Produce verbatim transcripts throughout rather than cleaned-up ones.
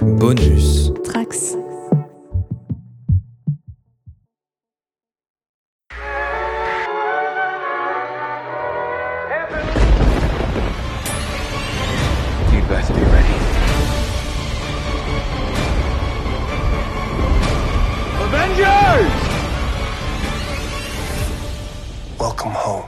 Bonus. Trax. You better be ready. Avengers! Welcome home.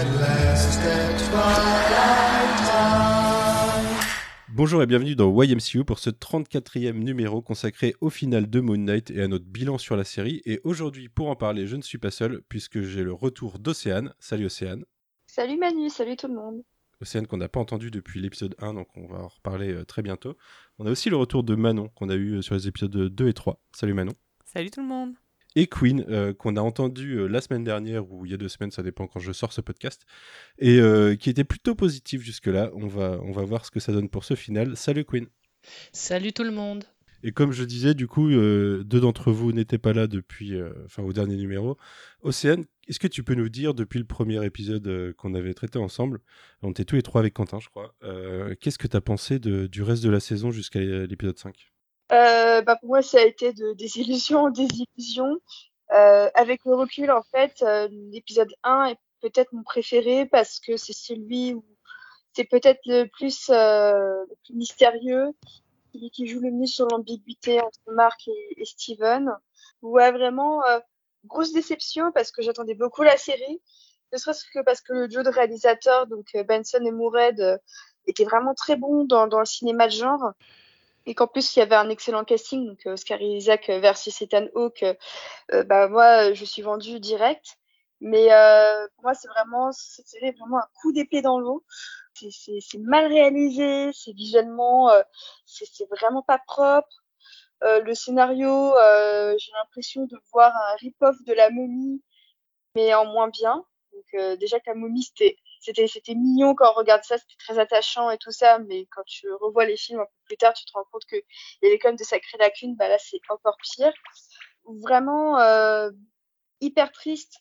Bonjour et bienvenue dans Y M C U pour ce trente-quatrième numéro consacré au final de Moon Knight et à notre bilan sur la série. Et aujourd'hui, pour en parler, je ne suis pas seul puisque j'ai le retour d'Océane. Salut Océane. Salut Manu, salut tout le monde. Océane qu'on n'a pas entendu depuis l'épisode un, donc on va en reparler euh, très bientôt. On a aussi le retour de Manon qu'on a eu euh, sur les épisodes deux et trois. Salut Manon. Salut tout le monde. Et Queen, euh, qu'on a entendu euh, la semaine dernière, ou il y a deux semaines, ça dépend quand je sors ce podcast, et euh, qui était plutôt positif jusque-là. On va, on va voir ce que ça donne pour ce final. Salut Queen. Salut tout le monde. Et comme je disais, du coup, euh, deux d'entre vous n'étaient pas là depuis, euh, enfin au dernier numéro. Océane, est-ce que tu peux nous dire, depuis le premier épisode euh, qu'on avait traité ensemble, on était tous les trois avec Quentin, je crois, euh, qu'est-ce que tu as pensé de, du reste de la saison jusqu'à l'épisode cinq ? Euh, bah pour moi, ça a été de désillusion en désillusion. Euh, avec le recul, en fait, euh, l'épisode un est peut-être mon préféré parce que c'est celui où c'est peut-être le plus, euh, le plus mystérieux, qui, qui joue le mieux sur l'ambiguïté entre Mark et, et Steven. Ouais, vraiment, euh, grosse déception parce que j'attendais beaucoup la série, ne serait-ce que parce que le duo de réalisateurs, donc euh, Benson et Moorhead, euh, était vraiment très bon dans, dans le cinéma de genre. Et qu'en plus, il y avait un excellent casting, donc euh, Oscar Isaac versus Ethan Hawke, euh, bah moi, je suis vendue direct. Mais euh, pour moi, c'est vraiment, cette série est vraiment un coup d'épée dans l'eau. C'est, c'est, c'est mal réalisé, c'est visuellement, euh, c'est, c'est vraiment pas propre. Euh, le scénario, euh, j'ai l'impression de voir un rip-off de La Momie, mais en moins bien. Donc euh, déjà que La Momie, c'était C'était, c'était mignon quand on regarde ça, c'était très attachant et tout ça, mais quand tu revois les films un peu plus tard, tu te rends compte qu'il y avait quand même de sacrées lacunes, bah là c'est encore pire. Vraiment euh, hyper triste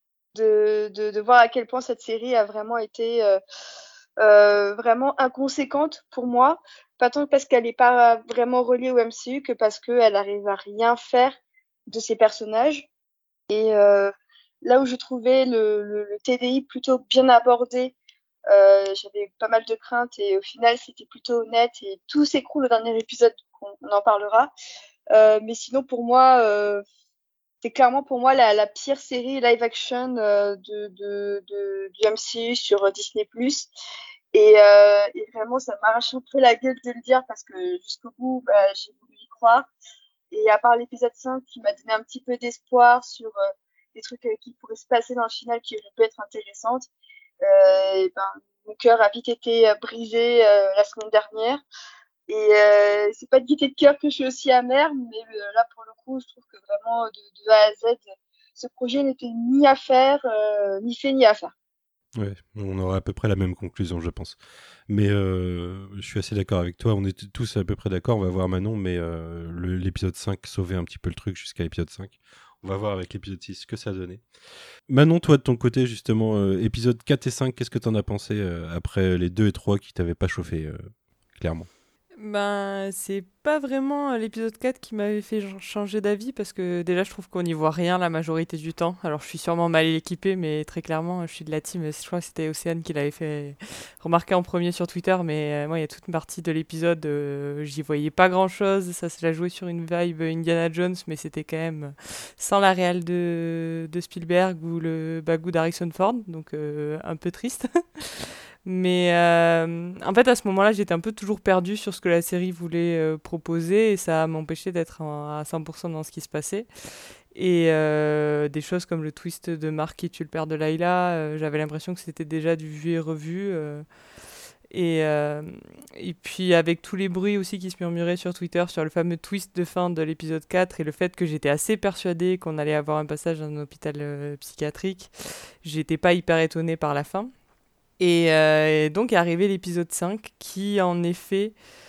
de, de, de voir à quel point cette série a vraiment été euh, euh, vraiment inconséquente pour moi, pas tant parce qu'elle n'est pas vraiment reliée au M C U que parce qu'elle arrive à rien faire de ses personnages. Et euh, là où je trouvais le, le, le T D I plutôt bien abordé, euh, j'avais pas mal de craintes et au final c'était plutôt honnête et tout s'écroule au dernier épisode, on, on en parlera. Euh, mais sinon pour moi, euh, c'est clairement pour moi la, la pire série live action euh, de, de, de, du M C U sur Disney plus. Et, euh, et vraiment ça m'arrache un peu la gueule de le dire parce que jusqu'au bout bah, j'ai voulu y croire. Et à part l'épisode cinq qui m'a donné un petit peu d'espoir sur euh, des trucs euh, qui pourraient se passer dans le final qui auraient pu être intéressantes, euh, et ben, mon cœur a vite été euh, brisé euh, la semaine dernière. Et euh, c'est pas de gaieté de cœur que je suis aussi amère, mais euh, là pour le coup, je trouve que vraiment de, de A à Z, ce projet n'était ni à faire, euh, ni fait ni à faire. Ouais, on aura à peu près la même conclusion, je pense. Mais euh, je suis assez d'accord avec toi. On était tous à peu près d'accord. On va voir Manon, mais euh, le, l'épisode cinq sauvait un petit peu le truc jusqu'à l'épisode cinq. On va voir avec l'épisode six ce que ça a donné. Manon, toi de ton côté, justement, euh, épisode quatre et cinq, qu'est-ce que t'en as pensé euh, après les deux et trois qui t'avaient pas chauffé, euh, clairement ? Ben, c'est pas vraiment l'épisode quatre qui m'avait fait changer d'avis parce que déjà je trouve qu'on n'y voit rien la majorité du temps. Alors je suis sûrement mal équipée, mais très clairement je suis de la team. Je crois que c'était Océane qui l'avait fait remarquer en premier sur Twitter, mais euh, moi il y a toute une partie de l'épisode, euh, j'y voyais pas grand chose. Ça se la jouait sur une vibe Indiana Jones, mais c'était quand même sans la réal de, de Spielberg ou le bagou d'Harrison Ford, donc euh, un peu triste. Mais euh, en fait, à ce moment-là, j'étais un peu toujours perdue sur ce que la série voulait euh, proposer et ça m'empêchait d'être en- à cent pour cent dans ce qui se passait. Et euh, des choses comme le twist de Mark qui tue le père de Layla, euh, j'avais l'impression que c'était déjà du vu et revu. euh, et, euh, et puis avec tous les bruits aussi qui se murmuraient sur Twitter sur le fameux twist de fin de l'épisode quatre et le fait que j'étais assez persuadée qu'on allait avoir un passage dans un hôpital euh, psychiatrique, j'étais pas hyper étonnée par la fin. Et, euh, et donc est arrivé l'épisode cinq qui en effet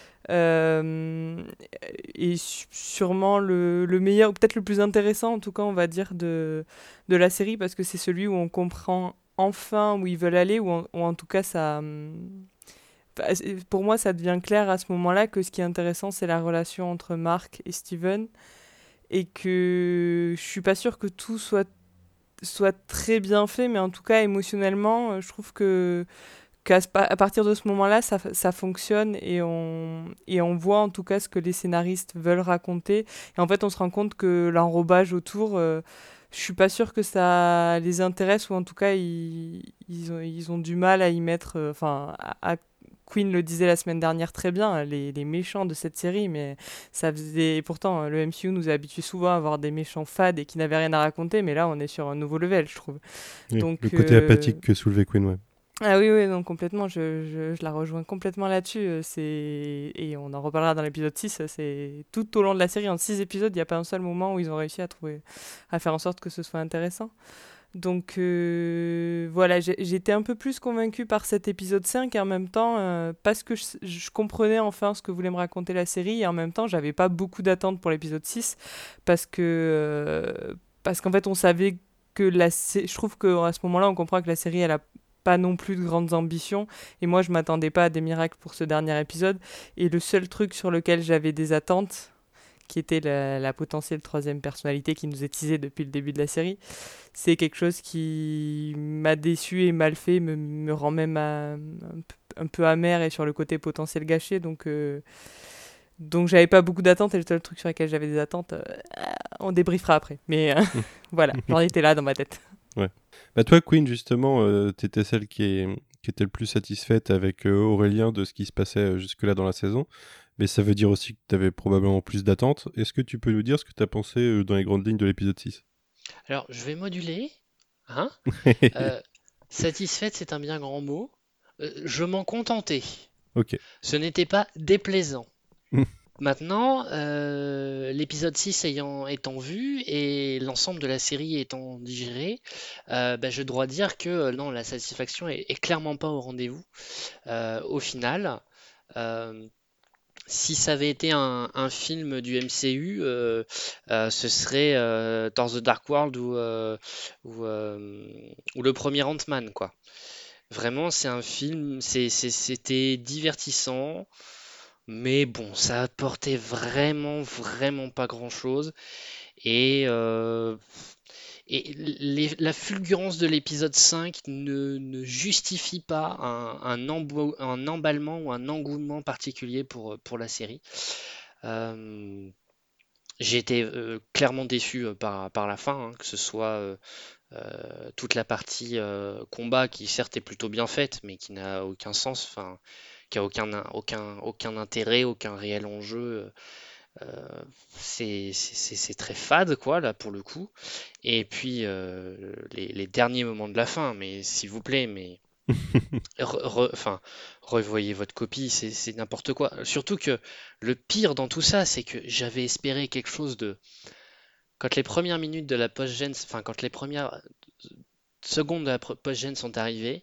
euh, est su- sûrement le, le meilleur, ou peut-être le plus intéressant en tout cas on va dire de, de la série parce que c'est celui où on comprend enfin où ils veulent aller ou en, ou en tout cas ça, hum, pour moi, ça devient clair à ce moment-là que ce qui est intéressant, c'est la relation entre Mark et Steven, et que je suis pas sûre que tout soit soit très bien fait, mais en tout cas émotionnellement, euh, je trouve que qu'à ce- à partir de ce moment-là, ça, ça fonctionne et on, et on voit en tout cas ce que les scénaristes veulent raconter. Et en fait, on se rend compte que l'enrobage autour, euh, je suis pas sûre que ça les intéresse, ou en tout cas, ils, ils ont, ils ont du mal à y mettre. euh, Enfin, à, à- Queen le disait la semaine dernière très bien, les, les méchants de cette série, mais ça faisait. Pourtant, le M C U nous a habitués souvent à avoir des méchants fades et qui n'avaient rien à raconter, mais là, on est sur un nouveau level, je trouve. Oui, Donc, le côté euh, apathique que soulevait Queen, ouais. ah oui, oui, non, complètement, je, je, je la rejoins complètement là-dessus. euh, C'est... Et on en reparlera dans l'épisode six. euh, C'est tout au long de la série, en six épisodes, il n'y a pas un seul moment où ils ont réussi à trouver, à faire en sorte que ce soit intéressant. Donc euh, voilà, j'ai- j'étais un peu plus convaincue par cet épisode cinq, et en même temps, euh, parce que je, je comprenais enfin ce que voulait me raconter la série, et en même temps, j'avais pas beaucoup d'attentes pour l'épisode six, parce que euh, parce qu'en fait, on savait que la sé- je trouve qu'à ce moment-là, on comprend que la série, elle a pas non plus de grandes ambitions, et moi, je m'attendais pas à des miracles pour ce dernier épisode, et le seul truc sur lequel j'avais des attentes, qui était la, la potentielle troisième personnalité qui nous est teasée depuis le début de la série, c'est quelque chose qui m'a déçu et mal fait, me, me rend même à- un, p- un peu amer et sur le côté potentiel gâché. Donc, euh, donc j'avais pas beaucoup d'attentes, et le seul truc sur lequel j'avais des attentes, euh, on débriefera après. Mais euh, voilà, j'en étais là dans ma tête. Ouais. Bah toi, Queen, justement, euh, t'étais celle qui, est, qui était le plus satisfaite avec euh, Aurélien de ce qui se passait euh, jusque-là dans la saison. Mais ça veut dire aussi que t'avais probablement plus d'attentes. Est-ce que tu peux nous dire ce que t'as pensé euh, dans les grandes lignes de l'épisode six? Alors, je vais moduler. Hein? Euh, satisfaite, c'est un bien grand mot. Euh, je m'en contentais. Ok. Ce n'était pas déplaisant. Maintenant, euh, l'épisode six ayant étant vu et l'ensemble de la série étant digéré, euh, bah, je dois dire que euh, non, la satisfaction est, est clairement pas au rendez-vous. Euh, au final, euh, si ça avait été un, un film du M C U, euh, euh, ce serait euh, Thor The Dark World ou, euh, ou, euh, ou le premier Ant-Man, quoi. Vraiment, c'est un film, c'est- c'est- c'était divertissant, mais bon, ça apportait vraiment, vraiment pas grand-chose. Et, euh, et les- la fulgurance de l'épisode cinq ne, ne justifie pas un, un embo- un emballement ou un engouement particulier pour, pour la série. Euh, j'ai été euh, clairement déçu euh, par, par la fin, hein, que ce soit euh, euh, toute la partie euh, combat qui certes est plutôt bien faite, mais qui n'a aucun sens, enfin, qui a aucun, aucun, aucun intérêt, aucun réel enjeu. euh, c'est c'est- c'est- c'est très fade, quoi, là, pour le coup. Et puis, euh, les, les derniers moments de la fin, mais s'il vous plaît, mais re- re- enfin, revoyez votre copie, c'est c'est n'importe quoi. Surtout que le pire dans tout ça, c'est que j'avais espéré quelque chose de. Quand les premières minutes de la post-gen, enfin, quand les premières secondes de la pro- post-gen sont arrivées,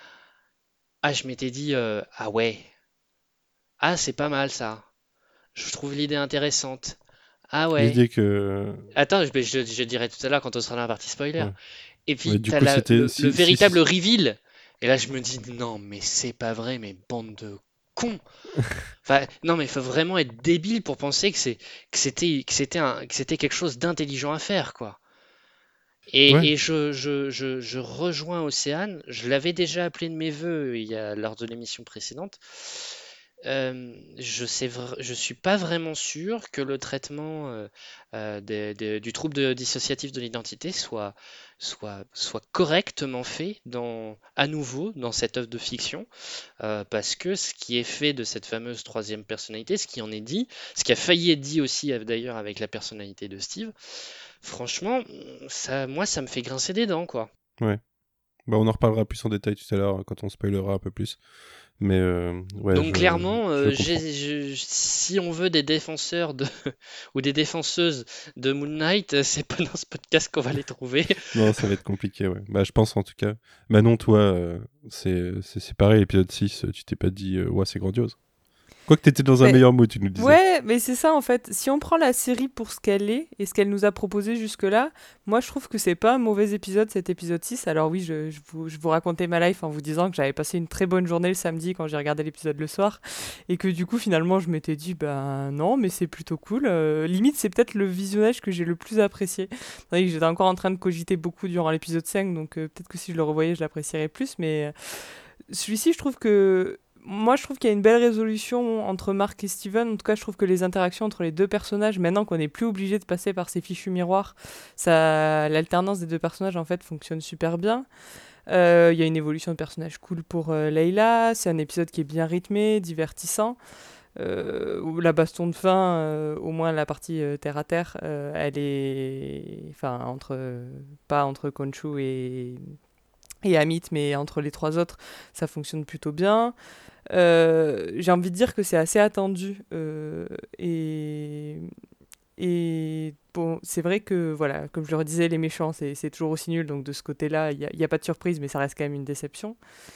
ah, je m'étais dit, euh, ah ouais, ah, c'est pas mal ça. Je trouve l'idée intéressante. Ah ouais. L'idée que... Attends, je, je, je dirai tout à l'heure quand on sera dans la partie spoiler. Ouais. Et Ouais, puis, du t'as coup, la- c'était... le, Si, le si- véritable si- reveal. Et là, je me dis, non, mais c'est pas vrai, mais bande de cons. Enfin, non, mais il faut vraiment être débile pour penser que c'est que c'était que c'était un que c'était quelque chose d'intelligent à faire, quoi. Ouais. Et, et je, je, je, je rejoins Océane. Je l'avais déjà appelé de mes voeux il y a, lors de l'émission précédente. Euh, je sais, vra- je suis pas vraiment sûr que le traitement euh, euh, des- des- du trouble de- dissociatif de l'identité soit, soit, soit correctement fait dans, à nouveau dans cette œuvre de fiction, euh, parce que ce qui est fait de cette fameuse troisième personnalité, ce qui en est dit, ce qui a failli être dit aussi euh, d'ailleurs avec la personnalité de Steve, franchement, ça, moi, ça me fait grincer des dents, quoi. Ouais. Bah, on en reparlera plus en détail tout à l'heure hein, quand on spoilera un peu plus. Mais euh, ouais, Donc je, clairement, je euh, comprends. j'ai- je- si on veut des défenseurs de, ou des défenseuses de Moon Knight, euh, c'est pas dans ce podcast qu'on va les trouver. Non, ça va être compliqué, ouais. Bah, je pense en tout cas. Manon, toi, euh, c'est c'est c'est pareil, l'épisode six, euh, tu t'es pas dit, euh, ouais, c'est grandiose. Quoi que t'étais dans un Mais- meilleur mood, tu nous disais. Ouais, mais c'est ça en fait. Si on prend la série pour ce qu'elle est et ce qu'elle nous a proposé jusque-là, moi je trouve que c'est pas un mauvais épisode cet épisode six. Alors oui, je, je vous, je vous racontais ma life en vous disant que j'avais passé une très bonne journée le samedi quand j'ai regardé l'épisode le soir et que du coup finalement je m'étais dit ben non mais c'est plutôt cool. Euh, limite c'est peut-être le visionnage que j'ai le plus apprécié. Tandis que j'étais encore en train de cogiter beaucoup durant l'épisode cinq donc euh, peut-être que si je le revoyais je l'apprécierais plus mais euh, celui-ci je trouve que moi, je trouve qu'il y a une belle résolution entre Mark et Steven. En tout cas, je trouve que les interactions entre les deux personnages, maintenant qu'on n'est plus obligé de passer par ces fichus miroirs, ça, l'alternance des deux personnages, en fait, fonctionne super bien. Euh, Il y a une évolution de personnage cool pour euh, Layla. C'est un épisode qui est bien rythmé, divertissant. Euh, où la baston de fin, euh, au moins la partie euh, terre à terre, euh, elle est, enfin entre, pas entre Khonshu et et Amit, mais entre les trois autres, ça fonctionne plutôt bien. Euh, j'ai envie de dire que c'est assez attendu euh, et et bon, c'est vrai que voilà, comme je le redisais, les méchants c'est c'est toujours aussi nul, donc de ce côté-là, il y a, il y a pas de surprise, mais ça reste quand même une déception.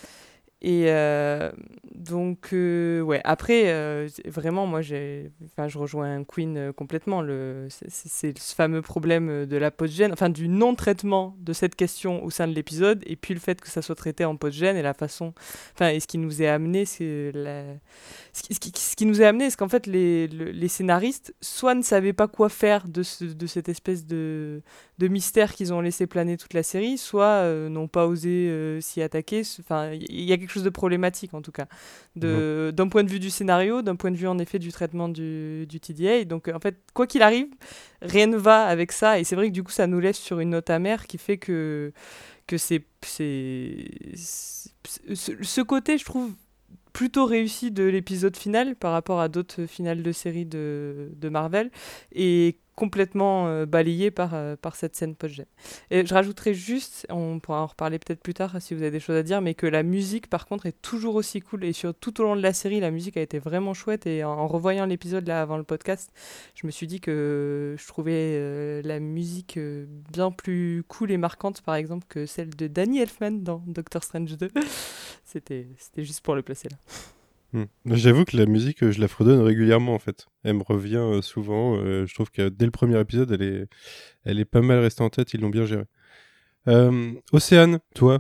Et euh, donc, euh, ouais, après, euh, c'est- vraiment, moi, j'ai, enfin, je rejoins Queen euh, complètement. Le, c'est, c'est- c'est ce fameux problème euh, de la post-gène, enfin, du non-traitement de cette question au sein de l'épisode, et puis le fait que ça soit traité en post-gène et la façon, enfin, et ce qui nous est amené, c'est la, ce qui, ce qui- ce qui nous est amené, c'est qu'en fait, les, le- les scénaristes, soit ne savaient pas quoi faire de, ce- de cette espèce de, de mystère qu'ils ont laissé planer toute la série, soit euh, n'ont pas osé euh, s'y attaquer. Enfin, il y a quelque chose de problématique en tout cas, de, d'un point de vue du scénario, d'un point de vue en effet du traitement du, du T D A. Donc euh, en fait, quoi qu'il arrive, rien ne va avec ça. Et c'est vrai que du coup, ça nous laisse sur une note amère qui fait que, que c'est, c'est, c'est- ce, ce côté, je trouve, plutôt réussi de l'épisode final par rapport à d'autres finales de séries de, de Marvel et complètement euh, balayé par, euh, par cette scène post-gène. Et je rajouterais juste, on pourra en reparler peut-être plus tard si vous avez des choses à dire, mais que la musique par contre est toujours aussi cool et sur tout au long de la série la musique a été vraiment chouette et en, en revoyant l'épisode là avant le podcast je me suis dit que je trouvais euh, la musique euh, bien plus cool et marquante par exemple que celle de Danny Elfman dans Doctor Strange deux. C'était, c'était juste pour le placer là. Hmm. J'avoue que la musique, euh, je la fredonne régulièrement en fait. Elle me revient euh, souvent. euh, je trouve que dès le premier épisode, elle est, elle est pas mal restée en tête. Ils l'ont bien géré. Euh, Océane, toi,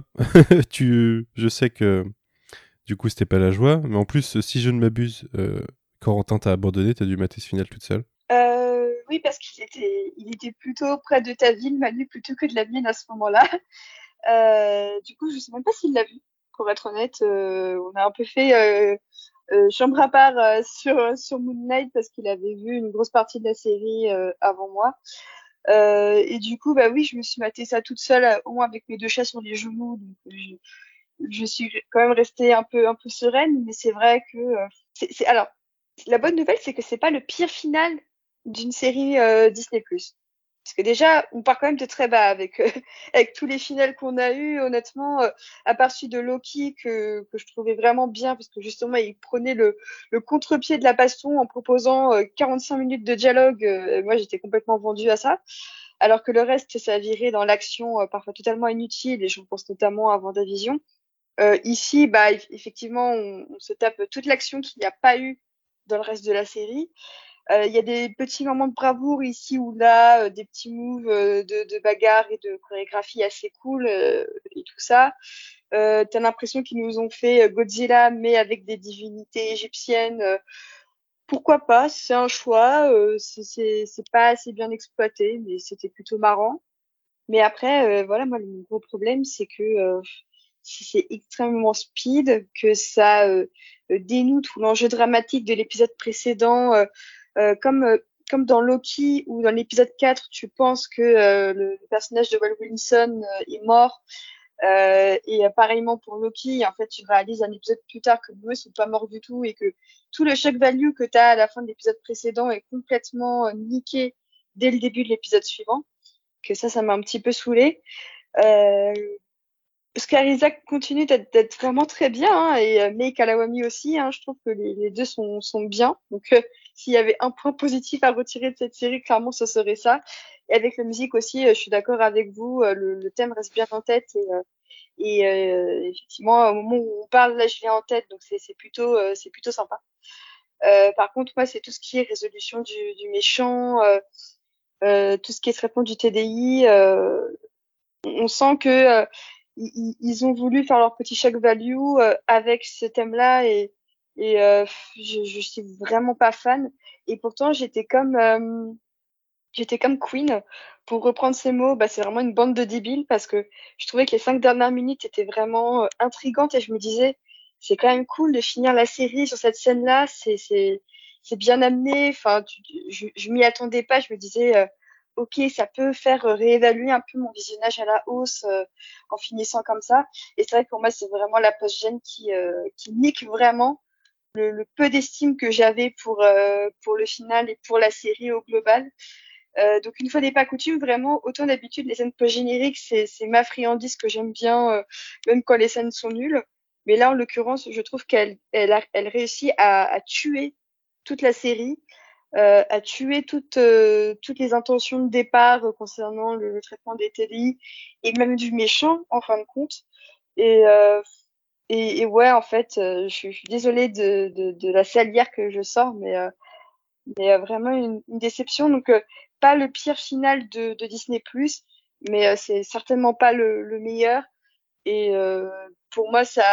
tu, je sais que du coup c'était pas la joie, mais en plus, si je ne m'abuse, euh, Corentin t'a abandonné, t'as dû mater ce final toute seule. Euh, oui, parce qu'il était, il était plutôt près de ta ville, Manu, plutôt que de la mienne à ce moment-là. Euh, du coup, je sais même pas s'il l'a vu, pour être honnête. Euh, on a un peu fait euh, euh, chambre à part euh, sur, sur Moon Knight parce qu'il avait vu une grosse partie de la série euh, avant moi. Euh, et du coup, bah oui, je me suis maté ça toute seule, euh, au moins avec mes deux chats sur les genoux. Donc, je, je suis quand même restée un peu, un peu sereine, mais c'est vrai que euh, c'est, c'est, alors, la bonne nouvelle, c'est que c'est pas le pire final d'une série euh, Disney+. Parce que déjà, on part quand même de très bas avec euh, avec tous les finales qu'on a eu. Honnêtement, euh, à part celui de Loki que que je trouvais vraiment bien parce que justement, il prenait le le contre-pied de la baston en proposant euh, quarante-cinq minutes de dialogue. Euh, moi, j'étais complètement vendue à ça. Alors que le reste, ça virait dans l'action euh, parfois totalement inutile. Et je pense notamment à WandaVision. Euh, ici, bah eff- effectivement, on, on se tape toute l'action qu'il n'y a pas eu dans le reste de la série. Euh, Il y a des petits moments de bravoure ici ou là, euh, des petits moves euh, de, de bagarre et de chorégraphie assez cool euh, et tout ça. Euh, T'as l'impression qu'ils nous ont fait euh, Godzilla mais avec des divinités égyptiennes. Euh, pourquoi pas? C'est un choix. Euh, c'est c'est c'est pas assez bien exploité, mais c'était plutôt marrant. Mais après, euh, voilà, moi, le gros problème, c'est que euh, si c'est extrêmement speed, que ça euh, euh, dénoue tout l'enjeu dramatique de l'épisode précédent, euh, euh, comme euh, comme dans Loki ou dans l'épisode quatre, tu penses que euh, le, le personnage de Walt Wilson euh, est mort, euh, et euh, pareillement pour Loki, en fait, tu réalises un épisode plus tard que eux sont pas morts du tout et que tout le shock value que tu as à la fin de l'épisode précédent est complètement euh, niqué dès le début de l'épisode suivant. Que ça, ça m'a un petit peu saoulée. Euh, Oscar Isaac continue d'être, d'être vraiment très bien, hein, et euh, Mei Kalawami aussi. Hein, je trouve que les, les deux sont, sont bien. Donc, euh, s'il y avait un point positif à retirer de cette série, clairement, ce serait ça. Et avec la musique aussi, euh, je suis d'accord avec vous. Euh, le, le thème reste bien en tête. Et, euh, et euh, effectivement, au moment où on parle, là, je l'ai en tête. Donc, c'est, c'est plutôt, euh, c'est plutôt sympa. Euh, par contre, moi, c'est tout ce qui est résolution du, du méchant, euh, euh, tout ce qui est traitement du T D I. Euh, on sent que euh, ils, ils ont voulu faire leur petit shock value euh, avec ce thème-là et, et euh, je, je suis vraiment pas fan. Et pourtant, j'étais comme euh, j'étais comme Queen. Pour reprendre ces mots, bah, c'est vraiment une bande de débiles parce que je trouvais que les cinq dernières minutes étaient vraiment euh, intrigantes et je me disais, c'est quand même cool de finir la série sur cette scène-là. C'est, c'est, c'est bien amené. Enfin, tu- je, je m'y attendais pas. Je me disais, euh, ok, ça peut faire euh, réévaluer un peu mon visionnage à la hausse euh, en finissant comme ça. Et c'est vrai que pour moi, c'est vraiment la post-gène qui, euh, qui nique vraiment le, le peu d'estime que j'avais pour, euh, pour le final et pour la série au global. Euh, donc une fois n'est pas coutume, vraiment, autant d'habitude, les scènes post-génériques, c'est, c'est ma friandise que j'aime bien, euh, même quand les scènes sont nulles. Mais là, en l'occurrence, je trouve qu'elle elle, a, elle réussit à, à tuer toute la série, euh, à tuer toutes, euh, toutes les intentions de départ euh, concernant le, le traitement des T D I et même du méchant, en fin de compte. Et, euh, et, et ouais, en fait, euh, je, suis- je suis désolée de, de, de la salière que je sors, mais euh, mais euh, vraiment une, une déception. Donc, euh, pas le pire final de, de Disney+, mais euh, c'est certainement pas le, le meilleur. Et euh, pour moi, ça,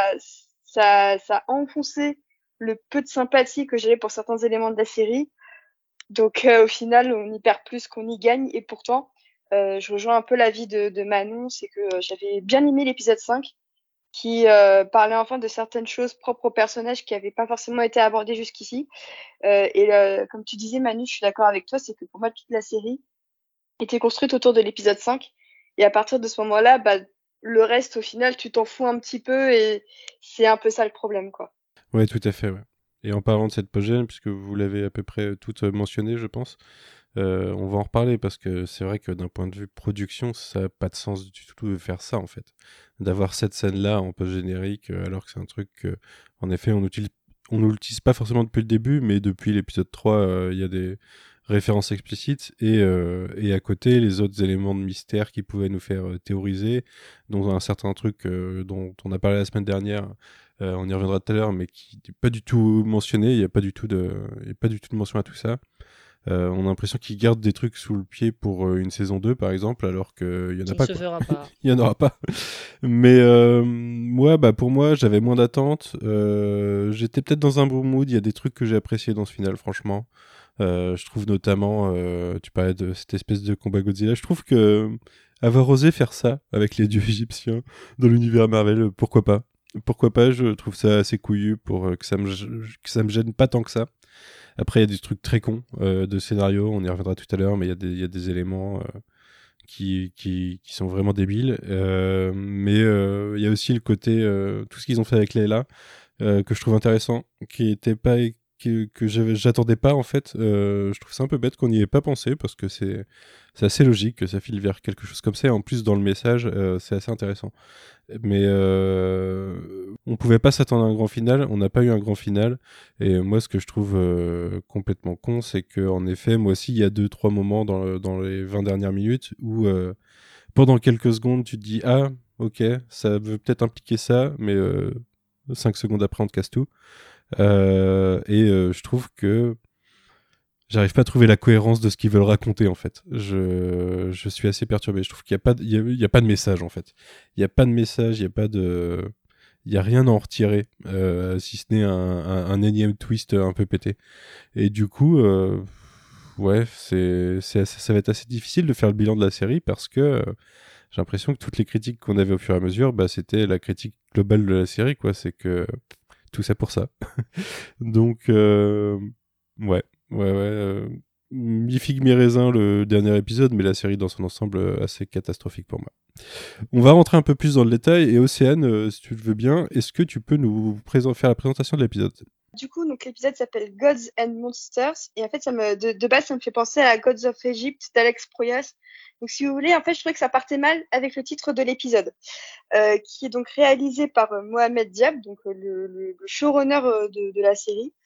ça, ça a enfoncé le peu de sympathie que j'avais pour certains éléments de la série. Donc, euh, au final, on y perd plus qu'on y gagne. Et pourtant, euh, je rejoins un peu l'avis de, de Manon, c'est que euh, j'avais bien aimé l'épisode cinq qui euh, parlait enfin de certaines choses propres au personnage qui n'avaient pas forcément été abordées jusqu'ici. Euh, et euh, comme tu disais, Manu, je suis d'accord avec toi, c'est que pour moi, toute la série était construite autour de l'épisode cinq. Et à partir de ce moment-là, bah, le reste, au final, tu t'en fous un petit peu et c'est un peu ça le problème, quoi. Ouais, tout à fait, ouais. Et en parlant de cette pogène, puisque vous l'avez à peu près toutes mentionné, je pense, euh, on va en reparler parce que c'est vrai que d'un point de vue production, ça n'a pas de sens du tout de faire ça, en fait. D'avoir cette scène-là en post-générique, euh, alors que c'est un truc que, en effet, on utilise, on ne l'utilise pas forcément depuis le début, mais depuis l'épisode trois, euh, il y a des références explicites et, euh, et à côté, les autres éléments de mystère qui pouvaient nous faire euh, théoriser, dont un certain truc euh, dont on a parlé la semaine dernière, euh, on y reviendra tout à l'heure, mais qui n'est pas du tout mentionné, il n'y a pas du tout de, il y a pas du tout de mention à tout ça. Euh, on a l'impression qu'ils gardent des trucs sous le pied pour euh, une saison deux, par exemple, alors qu'il y en Qui a ne pas, se quoi. fera pas. Il y en aura pas. Mais euh, moi, bah, pour moi, j'avais moins d'attentes. Euh, j'étais peut-être dans un bon mood. Il y a des trucs que j'ai appréciés dans ce final, franchement. Euh, je trouve notamment, euh, tu parlais de cette espèce de combat Godzilla. Je trouve que avoir osé faire ça avec les dieux égyptiens dans l'univers Marvel, pourquoi pas? Pourquoi pas? Je trouve ça assez couillu pour euh, que ça me que ça me gêne pas tant que ça. Après, il y a des trucs très cons euh, de scénario, on y reviendra tout à l'heure, mais il y a des, il y a des éléments euh, qui, qui, qui sont vraiment débiles. Euh, mais euh, il y a aussi le côté, euh, tout ce qu'ils ont fait avec Layla, euh, que je trouve intéressant, qui était pas que, que j'avais- j'attendais pas en fait. Euh, je trouve ça un peu bête qu'on n'y ait pas pensé parce que c'est c'est assez logique que ça file vers quelque chose comme ça. Et en plus, dans le message, euh, c'est assez intéressant. Mais euh, on pouvait pas s'attendre à un grand final. On n'a pas eu un grand final. Et moi, ce que je trouve euh, complètement con, c'est que en effet, moi aussi, il y a deux trois moments dans, le- dans les vingt dernières minutes où euh, pendant quelques secondes, tu te dis ah ok, ça veut peut-être impliquer ça, mais euh, cinq secondes après, on te casse tout. Euh, et euh, je trouve que j'arrive pas à trouver la cohérence de ce qu'ils veulent raconter en fait. Je, je suis assez perturbé. Je trouve qu'il y a pas, de, il y a, il y a pas de message en fait. Il y a pas de message, il y a pas de, il y a rien à en retirer, euh, si ce n'est un, un, un énième twist un peu pété. Et du coup, euh, ouais, c'est, c'est assez- ça va être assez difficile de faire le bilan de la série parce que euh, j'ai l'impression que toutes les critiques qu'on avait au fur et à mesure, bah, c'était la critique globale de la série, quoi. C'est que tout ça pour ça. Donc, euh, ouais, ouais, ouais. Euh, mi figue mi raisin le dernier épisode, mais la série dans son ensemble euh, assez catastrophique pour moi. On va rentrer un peu plus dans le détail et Océane, euh, si tu le veux bien, est-ce que tu peux nous présenter, faire la présentation de l'épisode? Du coup, donc l'épisode s'appelle Gods and Monsters et en fait, ça me de, de base, ça me fait penser à Gods of Egypt d'Alex Proyas. Donc, si vous voulez, en fait, je trouvais que ça partait mal avec le titre de l'épisode, euh, qui est donc réalisé par euh, Mohamed Diab, donc euh, le, le, le showrunner euh, de, de la série.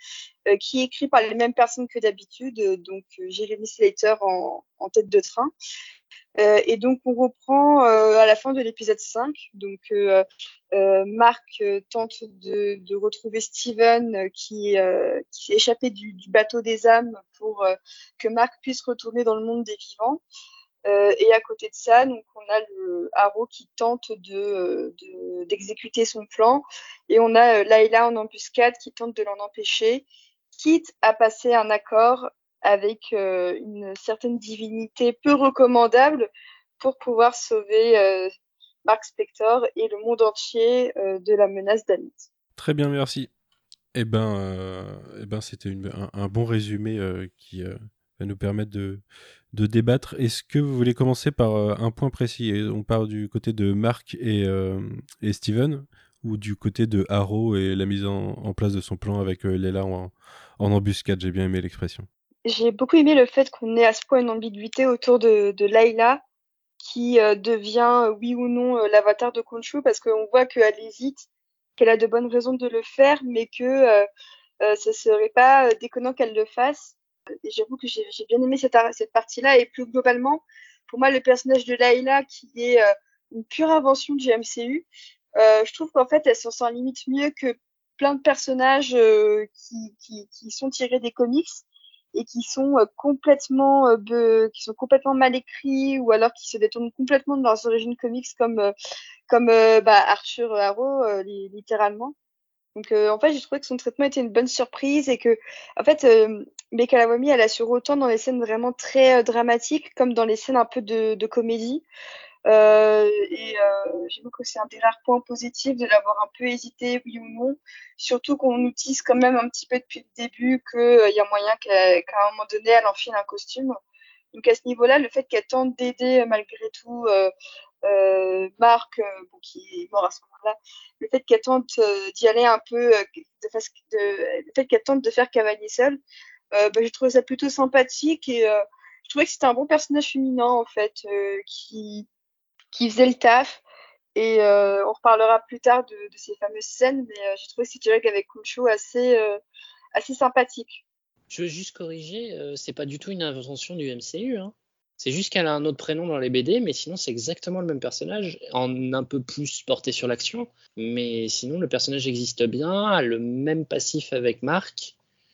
euh, qui est écrit par les mêmes personnes que d'habitude, euh, donc euh, Jeremy Slater en, en tête de train. Euh, et donc on reprend euh, à la fin de l'épisode cinq. Donc euh, euh, Mark euh, tente de, de retrouver Steven euh, qui, euh, qui s'est échappé du, du bateau des âmes pour euh, que Mark puisse retourner dans le monde des vivants. Euh, et à côté de ça, donc on a le Arrow qui tente de, de d'exécuter son plan, et on a euh, Layla en embuscade qui tente de l'en empêcher, quitte à passer un accord avec euh, une certaine divinité peu recommandable pour pouvoir sauver euh, Mark Spector et le monde entier euh, de la menace d'Amit. Très bien, merci. Eh ben, euh, eh ben c'était une, un, un bon résumé euh, qui euh, va nous permettre de, de débattre. Est-ce que vous voulez commencer par euh, un point précis? On part du côté de Mark et, euh, et Steven, ou du côté de Arrow et la mise en, en place de son plan avec euh, Layla en, en embuscade? J'ai bien aimé l'expression. J'ai beaucoup aimé le fait qu'on ait à ce point une ambiguïté autour de, de Layla, qui euh, devient, euh, oui ou non, euh, l'avatar de Khonshu, parce qu'on voit qu'elle hésite, qu'elle a de bonnes raisons de le faire, mais que euh, euh, ce serait pas euh, déconnant qu'elle le fasse. Et j'avoue que j'ai, j'ai bien aimé cette, cette partie-là, et plus globalement, pour moi, le personnage de Layla, qui est euh, une pure invention du M C U, euh, je trouve qu'en fait, elle s'en sent limite mieux que plein de personnages euh, qui, qui, qui sont tirés des comics, et qui sont euh, complètement euh, be- qui sont complètement mal écrits, ou alors qui se détournent complètement de leurs origines comics, comme euh, comme euh, bah, Arthur Harrow, euh, li- littéralement. Donc euh, en fait, j'ai trouvé que son traitement était une bonne surprise, et que en fait euh, Becca Lawamy, elle assure autant dans les scènes vraiment très euh, dramatiques comme dans les scènes un peu de, de comédie. Euh, et euh, j'avoue que c'est un des rares points positifs de l'avoir un peu hésité, oui ou non. Surtout qu'on nous tease quand même un petit peu depuis le début qu'il euh, y a moyen qu'à, qu'à un moment donné, elle enfile un costume. Donc à ce niveau-là, le fait qu'elle tente d'aider euh, malgré tout euh, euh, Marc, euh, bon, qui est mort à ce moment-là, le fait qu'elle tente euh, d'y aller un peu, euh, de, face- de, le fait qu'elle tente de faire cavalier seule, euh, bah, j'ai trouvé ça plutôt sympathique, et euh, je trouvais que c'était un bon personnage féminin en fait, euh, qui qui faisait le taf. Et euh, on reparlera plus tard de, de ces fameuses scènes, mais euh, j'ai trouvé ce dialogue avec Khonshu assez, euh, assez sympathique. Je veux juste corriger, euh, c'est pas du tout une invention du M C U, hein. C'est juste qu'elle a un autre prénom dans les B D, mais sinon c'est exactement le même personnage, en un peu plus porté sur l'action. Mais sinon le personnage existe bien, a le même passif avec Mark,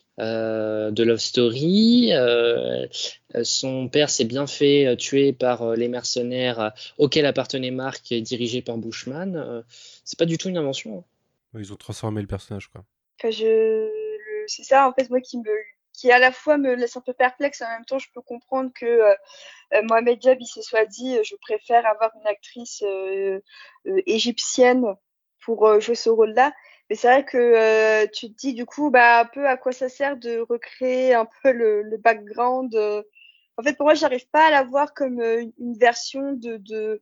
euh, de Love Story. Euh, son père s'est bien fait euh, tuer par euh, les mercenaires euh, auxquels appartenait Mark, et dirigé par Bushman. Euh, c'est pas du tout une invention, hein. Ils ont transformé le personnage, quoi. Enfin, je, le- c'est ça en fait moi qui me, qui à la fois me laisse un peu perplexe, et en même temps je peux comprendre que euh, Mohamed Diab il se soit dit euh, je préfère avoir une actrice euh, euh, égyptienne pour euh, jouer ce rôle-là. Mais c'est vrai que euh, tu te dis du coup bah un peu à quoi ça sert de recréer un peu le, le background. euh. En fait, pour moi, j'arrive pas à la voir comme euh, une une version de, de,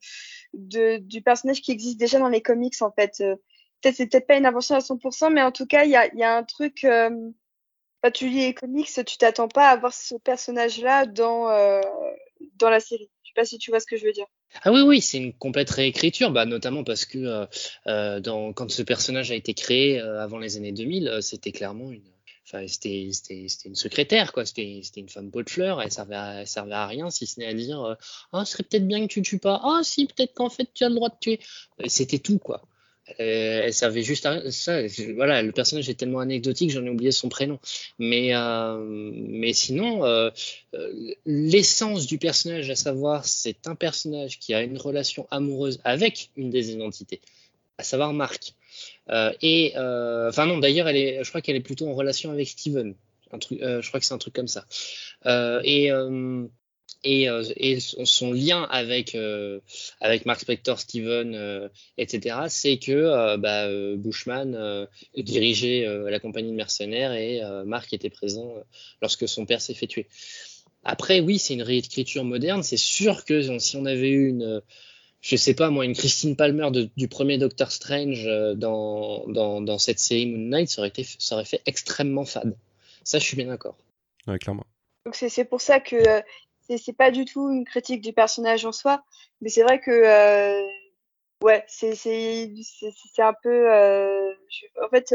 de du personnage qui existe déjà dans les comics en fait. Euh, peut-être c'est peut-être pas une invention à cent pour cent, mais en tout cas il y a, il y a un truc. Euh, quand tu lis les comics, tu t'attends pas à voir ce personnage-là dans euh, dans la série. Je sais pas si tu vois ce que je veux dire. Ah oui, oui, c'est une complète réécriture, bah, notamment parce que euh, euh, dans, quand ce personnage a été créé euh, avant les années deux mille, euh, c'était clairement une, enfin, c'était, c'était, c'était une secrétaire, quoi. C'était, c'était une femme pot de fleurs. Elle servait à, elle servait à rien, si ce n'est à dire, euh, ah, ce serait peut-être bien que tu tues pas. Ah, si, peut-être qu'en fait tu as le droit de tuer. Euh, C'était tout, quoi. Euh, elle servait juste à ça. Je- Voilà, le personnage est tellement anecdotique, j'en ai oublié son prénom. Mais, euh, mais sinon, euh, euh, l'essence du personnage, à savoir, c'est un personnage qui a une relation amoureuse avec une des identités, à savoir Mark. Euh, et, euh, enfin non, d'ailleurs, elle est, je crois qu'elle est plutôt en relation avec Steven. Un truc, euh, je crois que c'est un truc comme ça. Euh, et euh, et, euh, et son, son lien avec euh, avec Mark Spector, Steven, euh, et cetera, c'est que euh, bah, euh, Bushman euh, dirigeait euh, la compagnie de mercenaires, et euh, Mark était présent euh, lorsque son père s'est fait tuer. Après, oui, c'est une réécriture moderne. C'est sûr que si on avait eu une, je sais pas moi, une Christine Palmer de, du premier Doctor Strange euh, dans, dans dans cette série Moon Knight, ça aurait été, ça aurait fait extrêmement fade. Ça, je suis bien d'accord. Ouais, clairement. Donc c'est c'est pour ça que euh, c'est c'est pas du tout une critique du personnage en soi, mais c'est vrai que euh, ouais, c'est c'est c'est c'est un peu euh, je- en fait euh,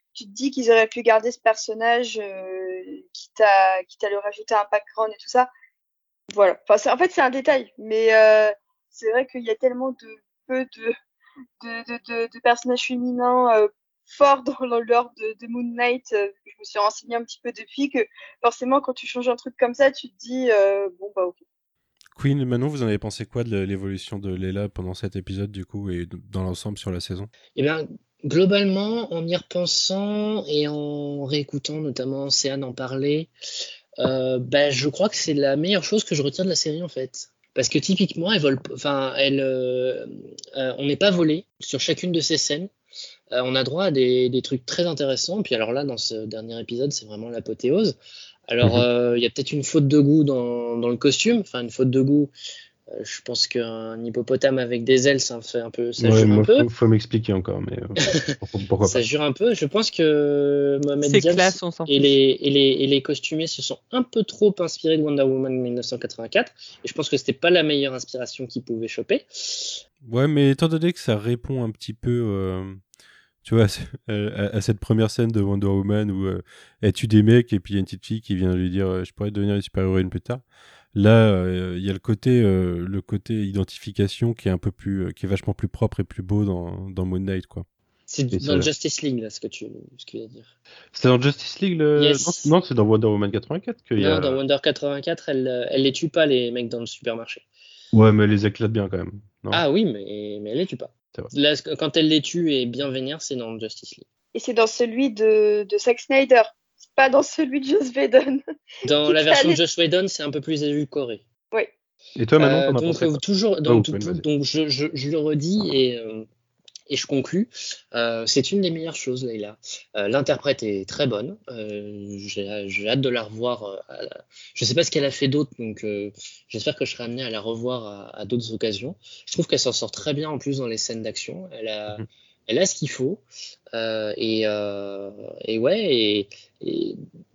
tu te dis qu'ils auraient pu garder ce personnage, euh, quitte à, quitte à le rajouter un background et tout ça. Voilà. Enfin, c'est, en fait, c'est un détail, mais euh, c'est vrai qu'il y a tellement de peu de, de, de, de, de personnages féminins euh, forts dans l'ordre de, de Moon Knight. Euh, je me suis renseignée un petit peu depuis que forcément, quand tu changes un truc comme ça, tu te dis euh, bon bah ok. Queen, Manon, vous en avez pensé quoi de l'évolution de Layla pendant cet épisode du coup et dans l'ensemble sur la saison? Eh bien, globalement, en y repensant et en réécoutant notamment Céane en parler, euh, bah, je crois que c'est la meilleure chose que je retire de la série en fait. Parce que typiquement, elle vole, enfin, elle, euh, euh, on n'est pas volé sur chacune de ces scènes. Euh, on a droit à des, des trucs très intéressants. Puis alors là, dans ce dernier épisode, c'est vraiment l'apothéose. Alors, il Mhm. euh, y a peut-être une faute de goût dans, dans le costume. Enfin, une faute de goût. Euh, je pense qu'un hippopotame avec des ailes, ça fait un peu, ça Ouais, jure un moi, peu. faut, faut m'expliquer encore, mais euh, pourquoi, pourquoi Ça pas. jure un peu. Je pense que Mohamed C'est Diab classe, on s'en et fiche. les, et, les, et les costumés se sont un peu trop inspirés de Wonder Woman mille neuf cent quatre-vingt-quatre. Et je pense que c'était pas la meilleure inspiration qu'ils pouvaient choper. Ouais, mais étant donné que ça répond un petit peu, euh, tu vois, à, à- à cette première scène de Wonder Woman où euh, elle tue des mecs et puis il y a une petite fille qui vient lui dire euh, je pourrais devenir une super-héroïne plus tard. Là, euh, il y a le côté, euh, le côté identification qui est un peu plus, euh, qui est vachement plus propre et plus beau dans, dans Moon Knight, quoi. C'est Et dans ça- Justice League, là, ce que tu, ce que tu veux dire. C'est dans Justice League le... Yes. Non, non, c'est dans Wonder Woman quatre-vingt-quatre qu'il y Non, a... dans Wonder quatre-vingt-quatre, elle, euh, elle les tue pas, les mecs dans le supermarché. Ouais, mais elle les éclate bien quand même. Non, Ah oui, mais, mais elle les tue pas. c'est vrai. Là, quand elle les tue et bien vénère, c'est dans Justice League. Et c'est dans celui de, de Zack Snyder, c'est pas dans celui de Joss Whedon. Dans Qui la version de allait- Joss Whedon, c'est un peu plus édulcoré. Oui. Et toi, Manon, Euh, t'en as donc pensé euh, quoi? toujours, Oh, donc, Queen, tout- vas-y. donc je, je, je le redis et, euh, et je conclus. Euh, c'est une des meilleures choses, Leïla. Euh, l'interprète est très bonne. Euh, j'ai, j'ai hâte de la revoir. euh, à la- Je sais pas ce qu'elle a fait d'autre, donc euh, j'espère que je serai amené à la revoir à, à d'autres occasions. Je trouve qu'elle s'en sort très bien en plus dans les scènes d'action. Elle a, Mhm. elle a ce qu'il faut. Euh, et, euh, et ouais. Et, et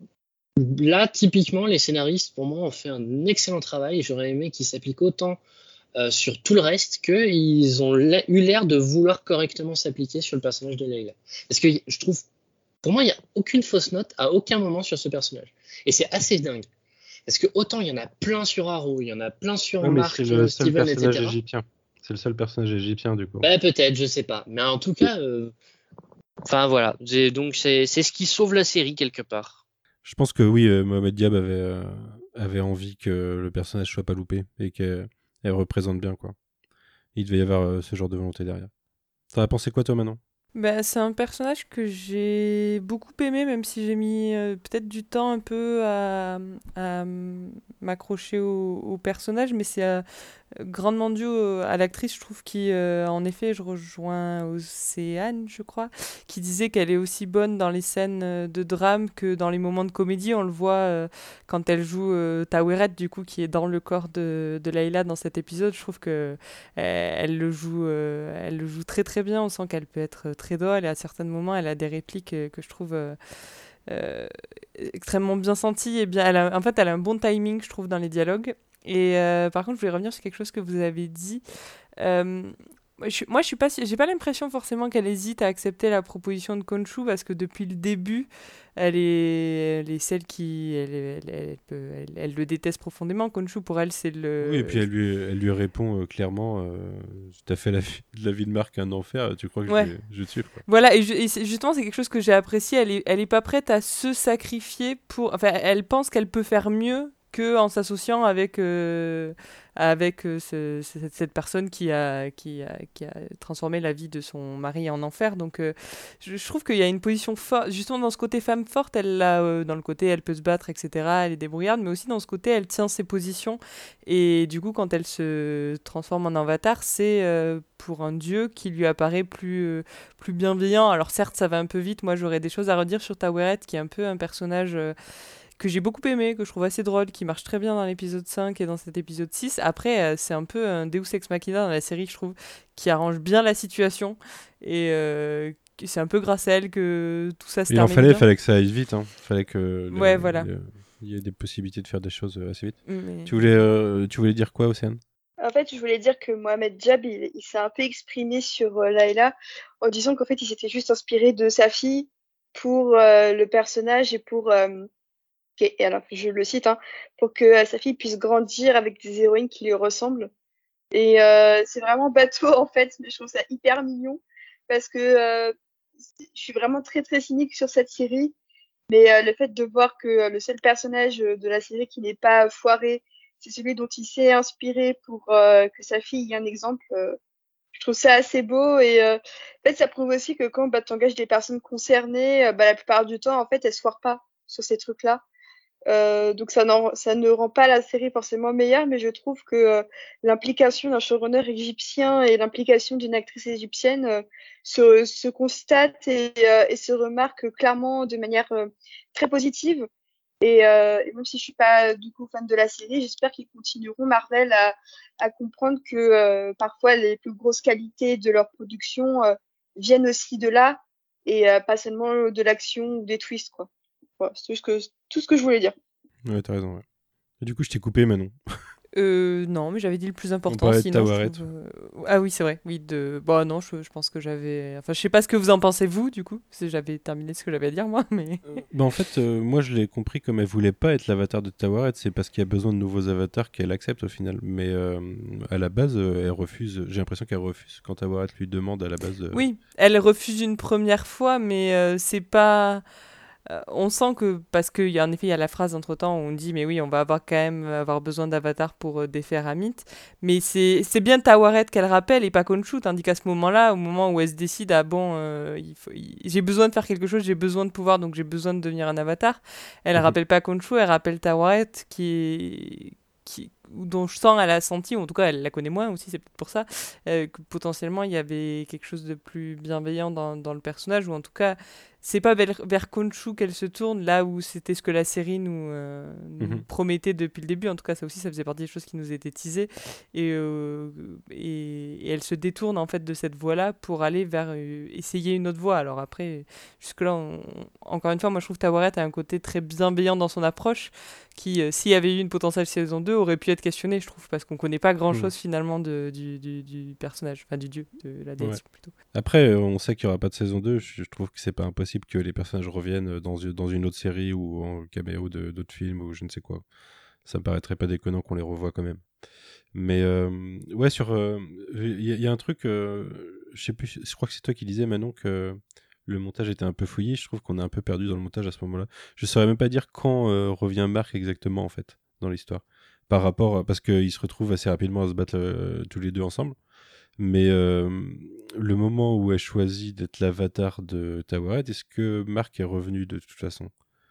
là, typiquement, les scénaristes, pour moi, ont fait un excellent travail. Et j'aurais aimé qu'ils s'appliquent autant euh, sur tout le reste qu'ils ont l'a- eu l'air de vouloir correctement s'appliquer sur le personnage de Leila. Parce que je trouve, pour moi, il n'y a aucune fausse note à aucun moment sur ce personnage. Et c'est assez dingue. Parce que autant il y en a plein sur Arrow, il y en a plein sur Ouais, mais Mark, c'est le euh, seul Steven, personnage et cetera. égyptien. C'est le seul personnage égyptien, du coup. Bah, peut-être, je sais pas. Mais en tout cas, euh, enfin voilà. J'ai- Donc c'est c'est ce qui sauve la série quelque part. Je pense que oui, euh, Mohamed Diab avait, euh, avait envie que le personnage soit pas loupé et qu'elle elle représente bien, quoi. Il devait y avoir euh, ce genre de volonté derrière. T'en as pensé quoi, toi, Manon? Bah, c'est un personnage que j'ai beaucoup aimé, même si j'ai mis euh, peut-être du temps un peu à, à m'accrocher au, au personnage, mais c'est euh, grandement dû au- à l'actrice, je trouve, qui, euh, en effet, je rejoins Océane, je crois, qui disait qu'elle est aussi bonne dans les scènes euh, de drame que dans les moments de comédie. On le voit euh, quand elle joue euh, Taweret, du coup, qui est dans le corps de, de Layla dans cet épisode. Je trouve que elle, elle le joue, euh, elle le joue très très bien. On sent qu'elle peut être très drôle et à certains moments, elle a des répliques euh, que je trouve euh, euh, extrêmement bien senties et bien. Elle a, en fait, elle a un bon timing, je trouve, dans les dialogues. Et euh, par contre, je voulais revenir sur quelque chose que vous avez dit. Euh, moi, je, suis- moi, je suis pas, si- j'ai pas l'impression forcément qu'elle hésite à accepter la proposition de Khonshu parce que depuis le début, elle est, elle est celle qui, elle, elle, elle, peut- elle- elle le déteste profondément. Khonshu, pour elle, c'est le. Oui, et puis elle lui, elle lui répond euh, clairement euh, t'as fait la vie, la vie de Marc un enfer, tu crois que Ouais. je, vais, je vais te suivre, quoi. Voilà, et, je- et c'est- justement, c'est quelque chose que j'ai apprécié. Elle est, elle est pas prête à se sacrifier pour. Enfin, elle pense qu'elle peut faire mieux que en s'associant avec euh, avec euh, ce- ce- cette personne qui a qui a qui a transformé la vie de son mari en enfer. Donc, euh, je, je trouve qu'il y a une position forte, justement dans ce côté femme forte. Elle l'a euh, dans le côté, elle peut se battre, et cetera. Elle est débrouillarde, mais aussi dans ce côté, elle tient ses positions. Et du coup, quand elle se transforme en avatar, c'est euh, pour un dieu qui lui apparaît plus euh, plus bienveillant. Alors certes, ça va un peu vite. Moi, j'aurais des choses à redire sur Taweret, qui est un peu un personnage euh, que j'ai beaucoup aimé, que je trouve assez drôle, qui marche très bien dans l'épisode cinq et dans cet épisode six. Après, euh, c'est un peu un Deus Ex Machina dans la série, je trouve, qui arrange bien la situation. Et euh, que c'est un peu grâce à elle que tout ça se Il en termine fallait, bien. fallait que ça aille vite, hein. Fallait que le- Ouais, voilà. le- il y ait des possibilités de faire des choses euh, assez vite. Mais- Tu voulais, euh, tu voulais dire quoi, Océane? En fait, je voulais dire que Mohamed Diab, il, il s'est un peu exprimé sur euh, Layla en disant qu'en fait, il s'était juste inspiré de sa fille pour euh, le personnage et pour euh, et alors je le cite hein, pour que euh, sa fille puisse grandir avec des héroïnes qui lui ressemblent. Et euh, c'est vraiment bateau en fait, mais je trouve ça hyper mignon parce que euh, je suis vraiment très très cynique sur cette série. Mais euh, le fait de voir que euh, le seul personnage euh, de la série qui n'est pas foiré, c'est celui dont il s'est inspiré pour euh, que sa fille ait un exemple, euh, je trouve ça assez beau. Et euh, en fait, ça prouve aussi que quand bah, tu engages des personnes concernées, euh, bah, la plupart du temps, en fait, elles se foirent pas sur ces trucs-là. Euh, donc ça, ça ne rend pas la série forcément meilleure, mais je trouve que euh, l'implication d'un showrunner égyptien et l'implication d'une actrice égyptienne euh, se, se constatent et, euh, et se remarquent clairement de manière euh, très positive. Et, euh, et même si je suis pas du coup fan de la série, j'espère qu'ils continueront Marvel à, à comprendre que euh, parfois les plus grosses qualités de leur production euh, viennent aussi de là et euh, pas seulement de l'action ou des twists quoi. Voilà, c'est tout ce que, tout ce que je voulais dire. Ouais, t'as raison. Ouais. Et du coup, je t'ai coupé, Manon. Euh, non, mais j'avais dit le plus important. On parlait de Sinon, je Tawaret. trouve, euh, Ah oui, c'est vrai. Oui, de... Bon, non, je, je pense que j'avais... Enfin, je sais pas ce que vous en pensez, vous, du coup. Parce que j'avais terminé ce que j'avais à dire, moi, mais... Euh, bah en fait, euh, moi, je l'ai compris comme elle voulait pas être l'avatar de Tawaret. C'est parce qu'il y a besoin de nouveaux avatars qu'elle accepte, au final. Mais euh, à la base, euh, elle refuse. J'ai l'impression qu'elle refuse quand Tawaret lui demande à la base... Euh... Oui, elle refuse une première fois, mais euh, c'est pas... Euh, on sent que, parce qu'en effet, il y a la phrase entre-temps où on dit, mais oui, on va avoir quand même avoir besoin d'avatar pour euh, défaire Amit. Mais c'est, c'est bien Tawaret qu'elle rappelle et pas Khonshu, tandis qu'à ce moment-là, au moment où elle se décide, ah bon, euh, il faut, il, j'ai besoin de faire quelque chose, j'ai besoin de pouvoir, donc j'ai besoin de devenir un avatar. Elle Mhm. rappelle pas Khonshu, elle rappelle Tawaret qui est... Qui, dont je sens elle a senti, ou en tout cas elle la connaît moins aussi, c'est peut-être pour ça, euh, que potentiellement il y avait quelque chose de plus bienveillant dans, dans le personnage, ou en tout cas c'est pas vers, vers Khonshu qu'elle se tourne, là où c'était ce que la série nous, euh, nous Mhm. promettait depuis le début. En tout cas, ça aussi, ça faisait partie des choses qui nous étaient teasées. Et, euh, et, et elle se détourne en fait de cette voie-là pour aller vers euh, essayer une autre voie. Alors après, jusque-là, on- encore une fois, moi je trouve que Tawaret a un côté très bienveillant dans son approche, qui, euh, s'il y avait eu une potentielle saison deux, aurait pu être questionné, je trouve, parce qu'on connaît pas grand-chose Mhm. finalement de, du, du, du personnage, enfin du dieu, de la déesse Ouais. plutôt. Après, euh, on sait qu'il n'y aura pas de saison deux. Je, je trouve que c'est pas impossible que les personnages reviennent dans, dans une autre série ou en caméo de, d'autres films ou je ne sais quoi. Ça me paraîtrait pas déconnant qu'on les revoie quand même. Mais euh, ouais, sur. Il euh, y, y a un truc. Euh, je sais plus, je crois que c'est toi qui disais, Manon, que le montage était un peu fouillé. Je trouve qu'on est un peu perdu dans le montage à ce moment-là. Je saurais même pas dire quand euh, revient Marc exactement, en fait, dans l'histoire. Par rapport. Parce qu'ils se retrouvent assez rapidement à se battre euh, tous les deux ensemble. Mais euh, le moment où elle choisit d'être l'avatar de Tawaret, est-ce que Marc est revenu de toute façon?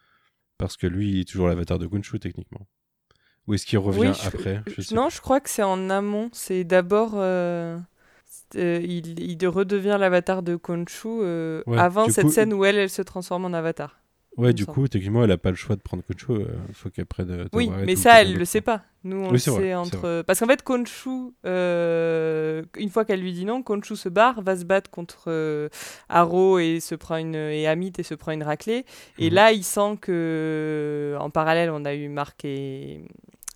Parce que lui, il est toujours l'avatar de Khonshu, techniquement. Ou est-ce qu'il revient Oui, je- après? Je je- sais non, plus. je crois que c'est en amont. C'est d'abord, euh, c'est, euh, il, il redevient l'avatar de Khonshu euh, Ouais, avant du cette coup, scène où elle, elle se transforme en avatar, il ouais, me du semble. coup, techniquement, elle a pas le choix de prendre Khonshu. Il faut qu'elle prenne euh, Oui, Tawaret mais ou ça, quelqu'un elle le d'autre, sait quoi. pas. Nous, on Oui, le c'est vrai, sait c'est vrai. entre... Parce qu'en fait, Khonshu, euh, une fois qu'elle lui dit non, Khonshu se barre, va se battre contre euh, Aro et se prend une et Amit et se prend une raclée. Et Mhm. là, il sent que en parallèle, on a eu Mark et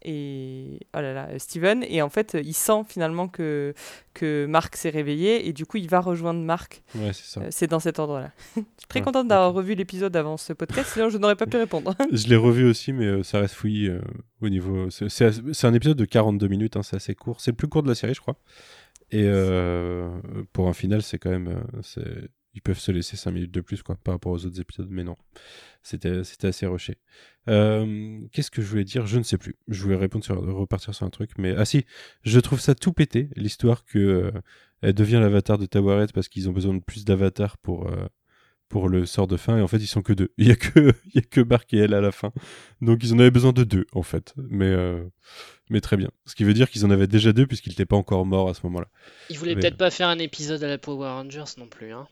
et oh là là, Steven. Et en fait, il sent finalement que que Mark s'est réveillé et du coup, il va rejoindre Mark. Ouais, c'est ça. Euh, c'est dans cet ordre-là. Je suis très Ouais, contente d'avoir ok. revu l'épisode avant ce podcast, sinon je n'aurais pas pu répondre. Je l'ai revu aussi, mais euh, ça reste fouillis euh, au niveau. C'est, c'est, assez- c'est un épisode de quarante-deux minutes, hein, c'est assez court. C'est le plus court de la série, je crois. Et euh, pour un final, c'est quand même. euh, c'est... Ils peuvent se laisser cinq minutes de plus, quoi, par rapport aux autres épisodes, mais non. C'était, c'était assez rushé. Euh, qu'est-ce que je voulais dire? Je ne sais plus. Je voulais répondre sur, repartir sur un truc, mais ah si, je trouve ça tout pété, l'histoire que euh, elle devient l'avatar de Tawaret parce qu'ils ont besoin de plus d'avatars pour euh, pour le sort de fin, et en fait ils sont que deux. Il y a que il y a que Marc et elle à la fin, donc ils en avaient besoin de deux en fait. Mais euh, mais très bien. Ce qui veut dire qu'ils en avaient déjà deux puisqu'il n'était pas encore mort à ce moment-là. Ils voulaient Mais peut-être pas faire un épisode à la Power Rangers non plus, hein.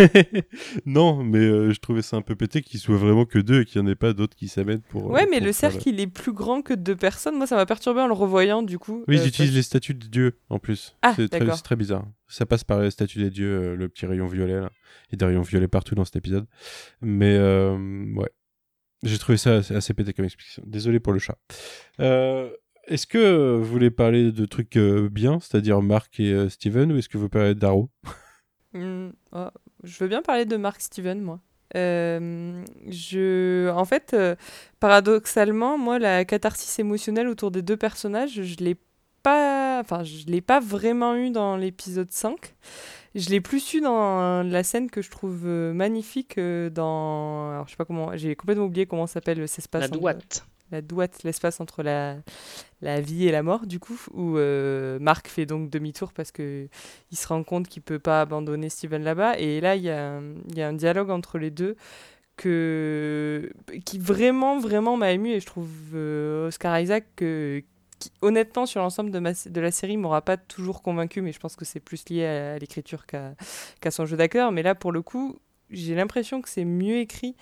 non, mais euh, je trouvais ça un peu pété qu'il soit vraiment que deux et qu'il n'y en ait pas d'autres qui s'amènent pour, Ouais, euh, mais pour le faire cercle, le- il est plus grand que deux personnes. Moi, ça m'a perturbé en le revoyant, du coup. Oui, ils euh, utilisent parce- les statues de dieux en plus. Ah, c'est, très, d'accord. c'est très bizarre. Ça passe par les statues des dieux, euh, le petit rayon violet là. Il y a des rayons violets partout dans cet épisode. Mais euh, ouais, j'ai trouvé ça assez, assez pété comme explication. Désolé pour le chat. Euh, est-ce que vous voulez parler de trucs euh, bien, c'est-à-dire Mark et euh, Steven, ou est-ce que vous parlez d'Arrow? Hmm, oh, je veux bien parler de Mark Steven, moi. Euh, je... En fait, euh, paradoxalement, moi, la catharsis émotionnelle autour des deux personnages, je l'ai pas... Enfin, je l'ai pas vraiment eu dans l'épisode cinq. Je l'ai plus eu dans la scène que je trouve euh, magnifique euh, dans... Alors, je sais pas comment... J'ai complètement oublié comment s'appelle cet espace. La entre- douate. La douate, l'espace entre la, la vie et la mort, du coup, où euh, Mark fait donc demi-tour parce que il se rend compte qu'il peut pas abandonner Steven là-bas. Et là, il y a, un- il y a un dialogue entre les deux que, qui vraiment, vraiment m'a ému. Et je trouve euh, Oscar Isaac, que, qui, honnêtement, sur l'ensemble de, ma, de la série, m'aura pas toujours convaincu, mais je pense que c'est plus lié à, à l'écriture qu'à, qu'à son jeu d'acteur. Mais là, pour le coup, j'ai l'impression que c'est mieux écrit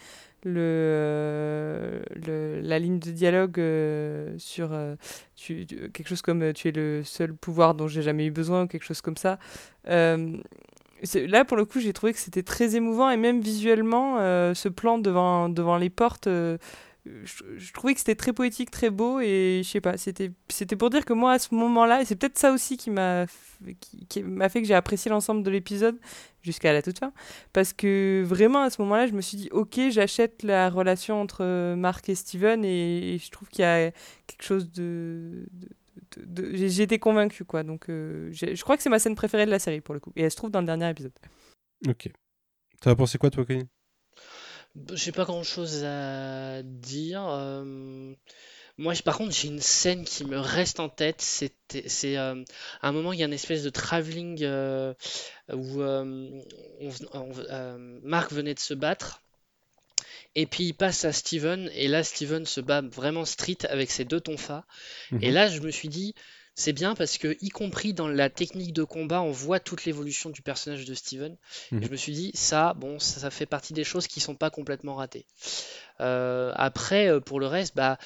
le, le, la ligne de dialogue euh, sur euh, tu, tu- quelque chose comme euh, tu es le seul pouvoir dont j'ai jamais eu besoin ou quelque chose comme ça. Euh, c'est- là, pour le coup, j'ai trouvé que c'était très émouvant et même visuellement, euh, ce plan devant, devant les portes, euh, je, je trouvais que c'était très poétique, très beau et je sais pas, c'était, c'était pour dire que moi, à ce moment-là, et c'est peut-être ça aussi qui m'a, f- qui, qui m'a fait que j'ai apprécié l'ensemble de l'épisode jusqu'à la toute fin. Parce que vraiment, à ce moment-là, je me suis dit, ok, j'achète la relation entre Mark et Steven et, et je trouve qu'il y a quelque chose de... de- de- de- j'ai j'ai été convaincue, quoi. Donc, euh, j'ai- je crois que c'est ma scène préférée de la série, pour le coup. Et elle se trouve dans le dernier épisode. Ok. T'as pensé quoi, toi, Kenny? B- J'ai pas grand-chose à dire. euh, Moi, j'ai- par contre, j'ai une scène qui me reste en tête. C'était, c'est euh, à un moment, il y a une espèce de travelling euh, où euh, on ven- on- euh, Mark venait de se battre. Et puis il passe à Steven, et là Steven se bat vraiment street avec ses deux tonfas. Et Mhm. là je me suis dit, c'est bien parce que, y compris dans la technique de combat, on voit toute l'évolution du personnage de Steven. Et Mhm. je me suis dit, ça, bon, ça, ça fait partie des choses qui sont pas complètement ratées. Euh, après, euh, pour le reste, bah,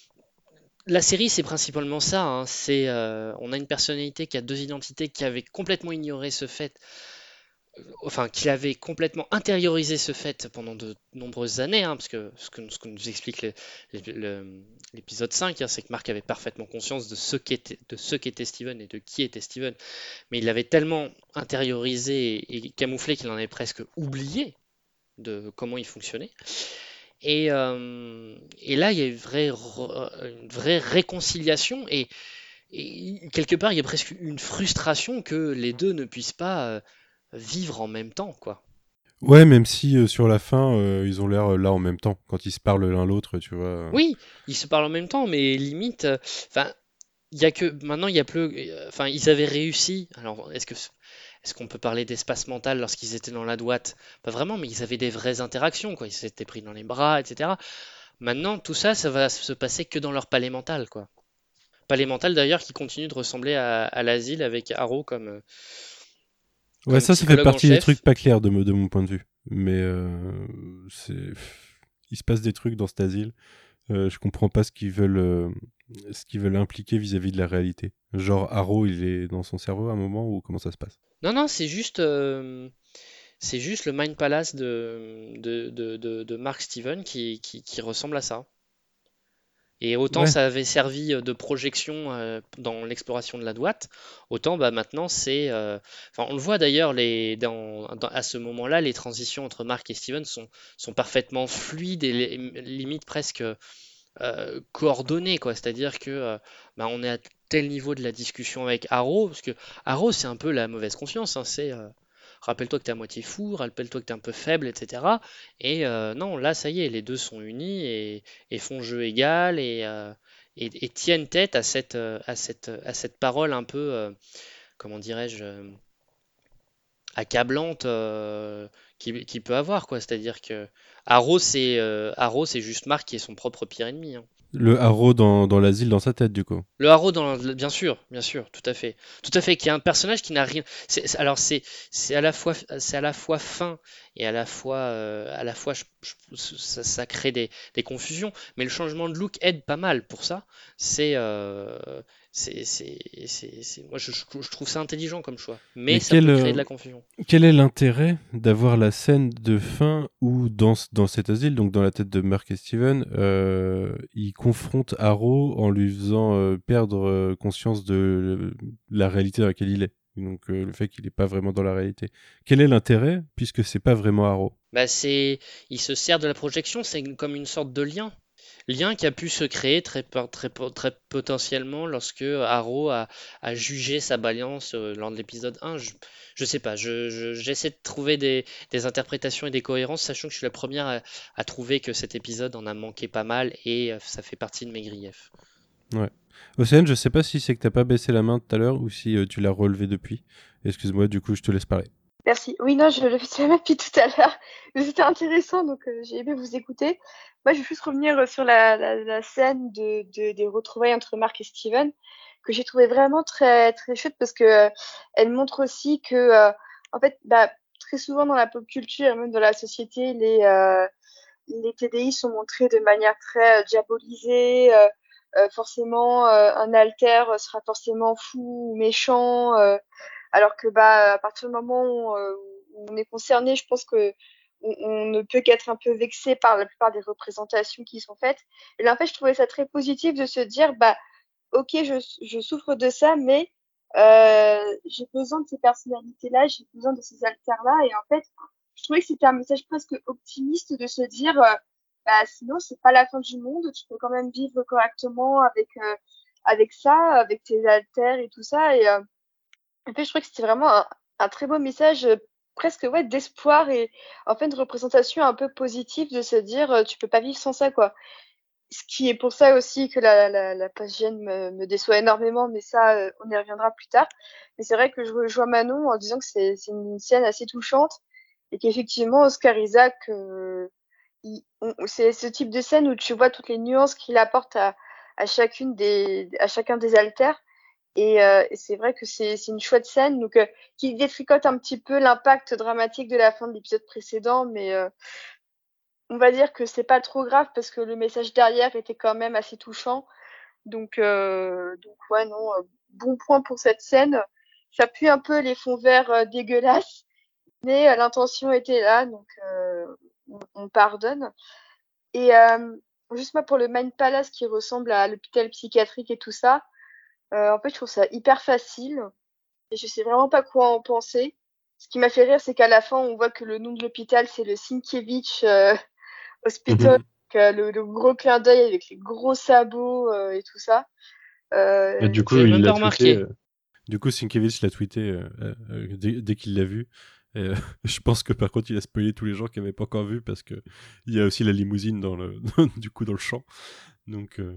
la série c'est principalement ça, hein. C'est, euh, on a une personnalité qui a deux identités, qui avait complètement ignoré ce fait, enfin, qu'il avait complètement intériorisé ce fait pendant de nombreuses années, hein, parce que ce que, ce que nous explique le- le- le- l'épisode cinq, hein, c'est que Mark avait parfaitement conscience de ce qu'était, de ce qu'était Steven et de qui était Steven, mais il l'avait tellement intériorisé et, et camouflé qu'il en avait presque oublié de comment il fonctionnait. Et, euh, et là, il y a une vraie, re- une vraie réconciliation et, et quelque part, il y a presque une frustration que les deux ne puissent pas euh, vivre en même temps, quoi. Ouais, même si euh, sur la fin, euh, ils ont l'air euh, là en même temps, quand ils se parlent l'un l'autre, tu vois. euh. Oui, ils se parlent en même temps, mais limite, euh, enfin, il y a que maintenant, il y a plus, euh, enfin, ils avaient réussi. Alors, est-ce que est-ce qu'on peut parler d'espace mental lorsqu'ils étaient dans la douate? Pas vraiment, mais ils avaient des vraies interactions, quoi. Ils s'étaient pris dans les bras, et cetera. Maintenant, tout ça, ça va se passer que dans leur palais mental, quoi. Palais mental d'ailleurs qui continue de ressembler à, à l'asile avec Arrow comme, euh, Ouais, comme ça, ça fait psychologue en partie des chef. trucs pas clairs de, me- de mon point de vue. Mais euh, c'est... il se passe des trucs dans cet asile. Euh, je comprends pas ce qu'ils veulent, euh, ce qu'ils veulent impliquer vis-à-vis de la réalité. Genre, Arrow, il est dans son cerveau à un moment ou comment ça se passe? Non, non, c'est juste, euh, c'est juste le Mind Palace de, de, de, de, de Mark Steven qui, qui, qui ressemble à ça. Et autant Ouais. ça avait servi euh, de projection euh, dans l'exploration de la douate, autant bah, maintenant c'est. euh, Enfin, on le voit d'ailleurs, les, dans, dans- à ce moment-là, les transitions entre Mark et Steven sont, sont parfaitement fluides et les- limite presque euh, coordonnées, quoi. C'est-à-dire que euh, bah, on est à tel niveau de la discussion avec Arrow, parce que Arrow c'est un peu la mauvaise confiance, hein, c'est. euh, Rappelle-toi que t'es à moitié fou, rappelle-toi que t'es un peu faible, et cetera. Et euh, non, là, ça y est, les deux sont unis et, et font jeu égal et, euh, et, et tiennent tête à cette, euh, à cette, à cette parole un peu, euh, comment dirais-je, euh, accablante euh, qu'il qu'il peut avoir, quoi. C'est-à-dire que Arrow, c'est euh, Arrow, c'est juste Mark qui est son propre pire ennemi, hein. Le Arrow dans, dans l'asile dans sa tête, du coup. Le Harrow dans le- bien sûr, bien sûr, tout à fait, tout à fait, qui est un personnage qui n'a rien. c'est- c'est- alors c'est c'est à la fois c'est à la fois fin et à la fois euh, à la fois je- je- ça, ça crée des, des confusions, mais le changement de look aide pas mal pour ça. C'est euh, c'est c'est c'est c'est- moi je, je- je trouve ça intelligent comme choix, mais Mais ça quel, peut créer euh, de la confusion. quel est l'intérêt d'avoir la scène de fin où, dans, ce- dans cet asile, donc dans la tête de Mark et Steven, euh, il confronte Arrow en lui faisant euh, perdre euh, conscience de euh, la réalité dans laquelle il est? Donc euh, le fait qu'il n'est pas vraiment dans la réalité. Quel est l'intérêt, puisque c'est pas vraiment Arrow? Bah c'est, il se sert de la projection, c'est une- comme une sorte de lien. Lien qui a pu se créer très, po- très, po- très potentiellement lorsque Arrow a, a jugé sa balance euh, lors de l'épisode un. Je, je sais pas, je, je- j'essaie de trouver des, des interprétations et des cohérences, sachant que je suis la première à, à trouver que cet épisode en a manqué pas mal et euh, ça fait partie de mes griefs. Ouais. Océane, je sais pas si c'est que t'as pas baissé la main tout à l'heure ou si euh, tu l'as relevé depuis. Excuse-moi, du coup, je te laisse parler. Merci. Oui, non, je le fais même depuis tout à l'heure. Mais c'était intéressant, donc euh, j'ai aimé vous écouter. Moi, je vais juste revenir euh, sur la, la, la scène de, de, des retrouvailles entre Mark et Steven, que j'ai trouvé vraiment très, très chouette parce que euh, elle montre aussi que, euh, en fait, bah, très souvent dans la pop culture et même dans la société, les, euh, les T D I sont montrés de manière très euh, diabolisée. Euh, euh, forcément, euh, un alter sera forcément fou ou méchant. Euh, alors que bah à partir du moment où, euh, où on est concerné, je pense que on, on ne peut qu'être un peu vexé par la plupart des représentations qui sont faites. Et là, en fait, je trouvais ça très positif de se dire, bah, ok, je, je souffre de ça, mais euh, j'ai besoin de ces personnalités-là, j'ai besoin de ces alters-là. Et en fait, je trouvais que c'était un message presque optimiste de se dire, euh, bah, sinon, c'est pas la fin du monde, tu peux quand même vivre correctement avec, euh, avec ça, avec tes alters et tout ça. Et, euh, en fait, je trouvais que c'était vraiment un, un très beau message, euh, presque ouais, d'espoir et en fait une représentation un peu positive de se dire euh, tu peux pas vivre sans ça quoi. Ce qui est pour ça aussi que la, la, la page Gêne me, me déçoit énormément, mais ça euh, on y reviendra plus tard. Mais c'est vrai que je rejoins Manon en disant que c'est c'est une scène assez touchante et qu'effectivement Oscar Isaac, euh, il- on- c'est ce type de scène où tu vois toutes les nuances qu'il apporte à, à chacune des à chacun des alters. Et, euh, et c'est vrai que c'est c'est une chouette scène donc euh, qui détricote un petit peu l'impact dramatique de la fin de l'épisode précédent, mais euh, on va dire que c'est pas trop grave parce que le message derrière était quand même assez touchant. Donc euh, donc ouais non, euh, bon point pour cette scène. Ça pue un peu les fonds verts euh, dégueulasses, mais euh, l'intention était là, donc euh, on, on pardonne. Et euh, juste moi pour le Mind Palace qui ressemble à l'hôpital psychiatrique et tout ça. Euh, en fait, je trouve ça hyper facile et je sais vraiment pas quoi en penser. Ce qui m'a fait rire, c'est qu'à la fin, on voit que le nom de l'hôpital, c'est le Sienkiewicz euh, Hospital, donc, euh, le, le gros clin d'œil avec les gros sabots euh, et tout ça. Et Euh, du coup, J'avais il même l'a pas tweeté. remarqué. euh, Du coup, Sienkiewicz l'a tweeté euh, euh, euh, dès, dès qu'il l'a vu. Et, euh, je pense que par contre, il a spoilé tous les gens qui n'avaient pas encore vu parce que il y a aussi la limousine dans le, du coup, dans le champ. Donc, euh,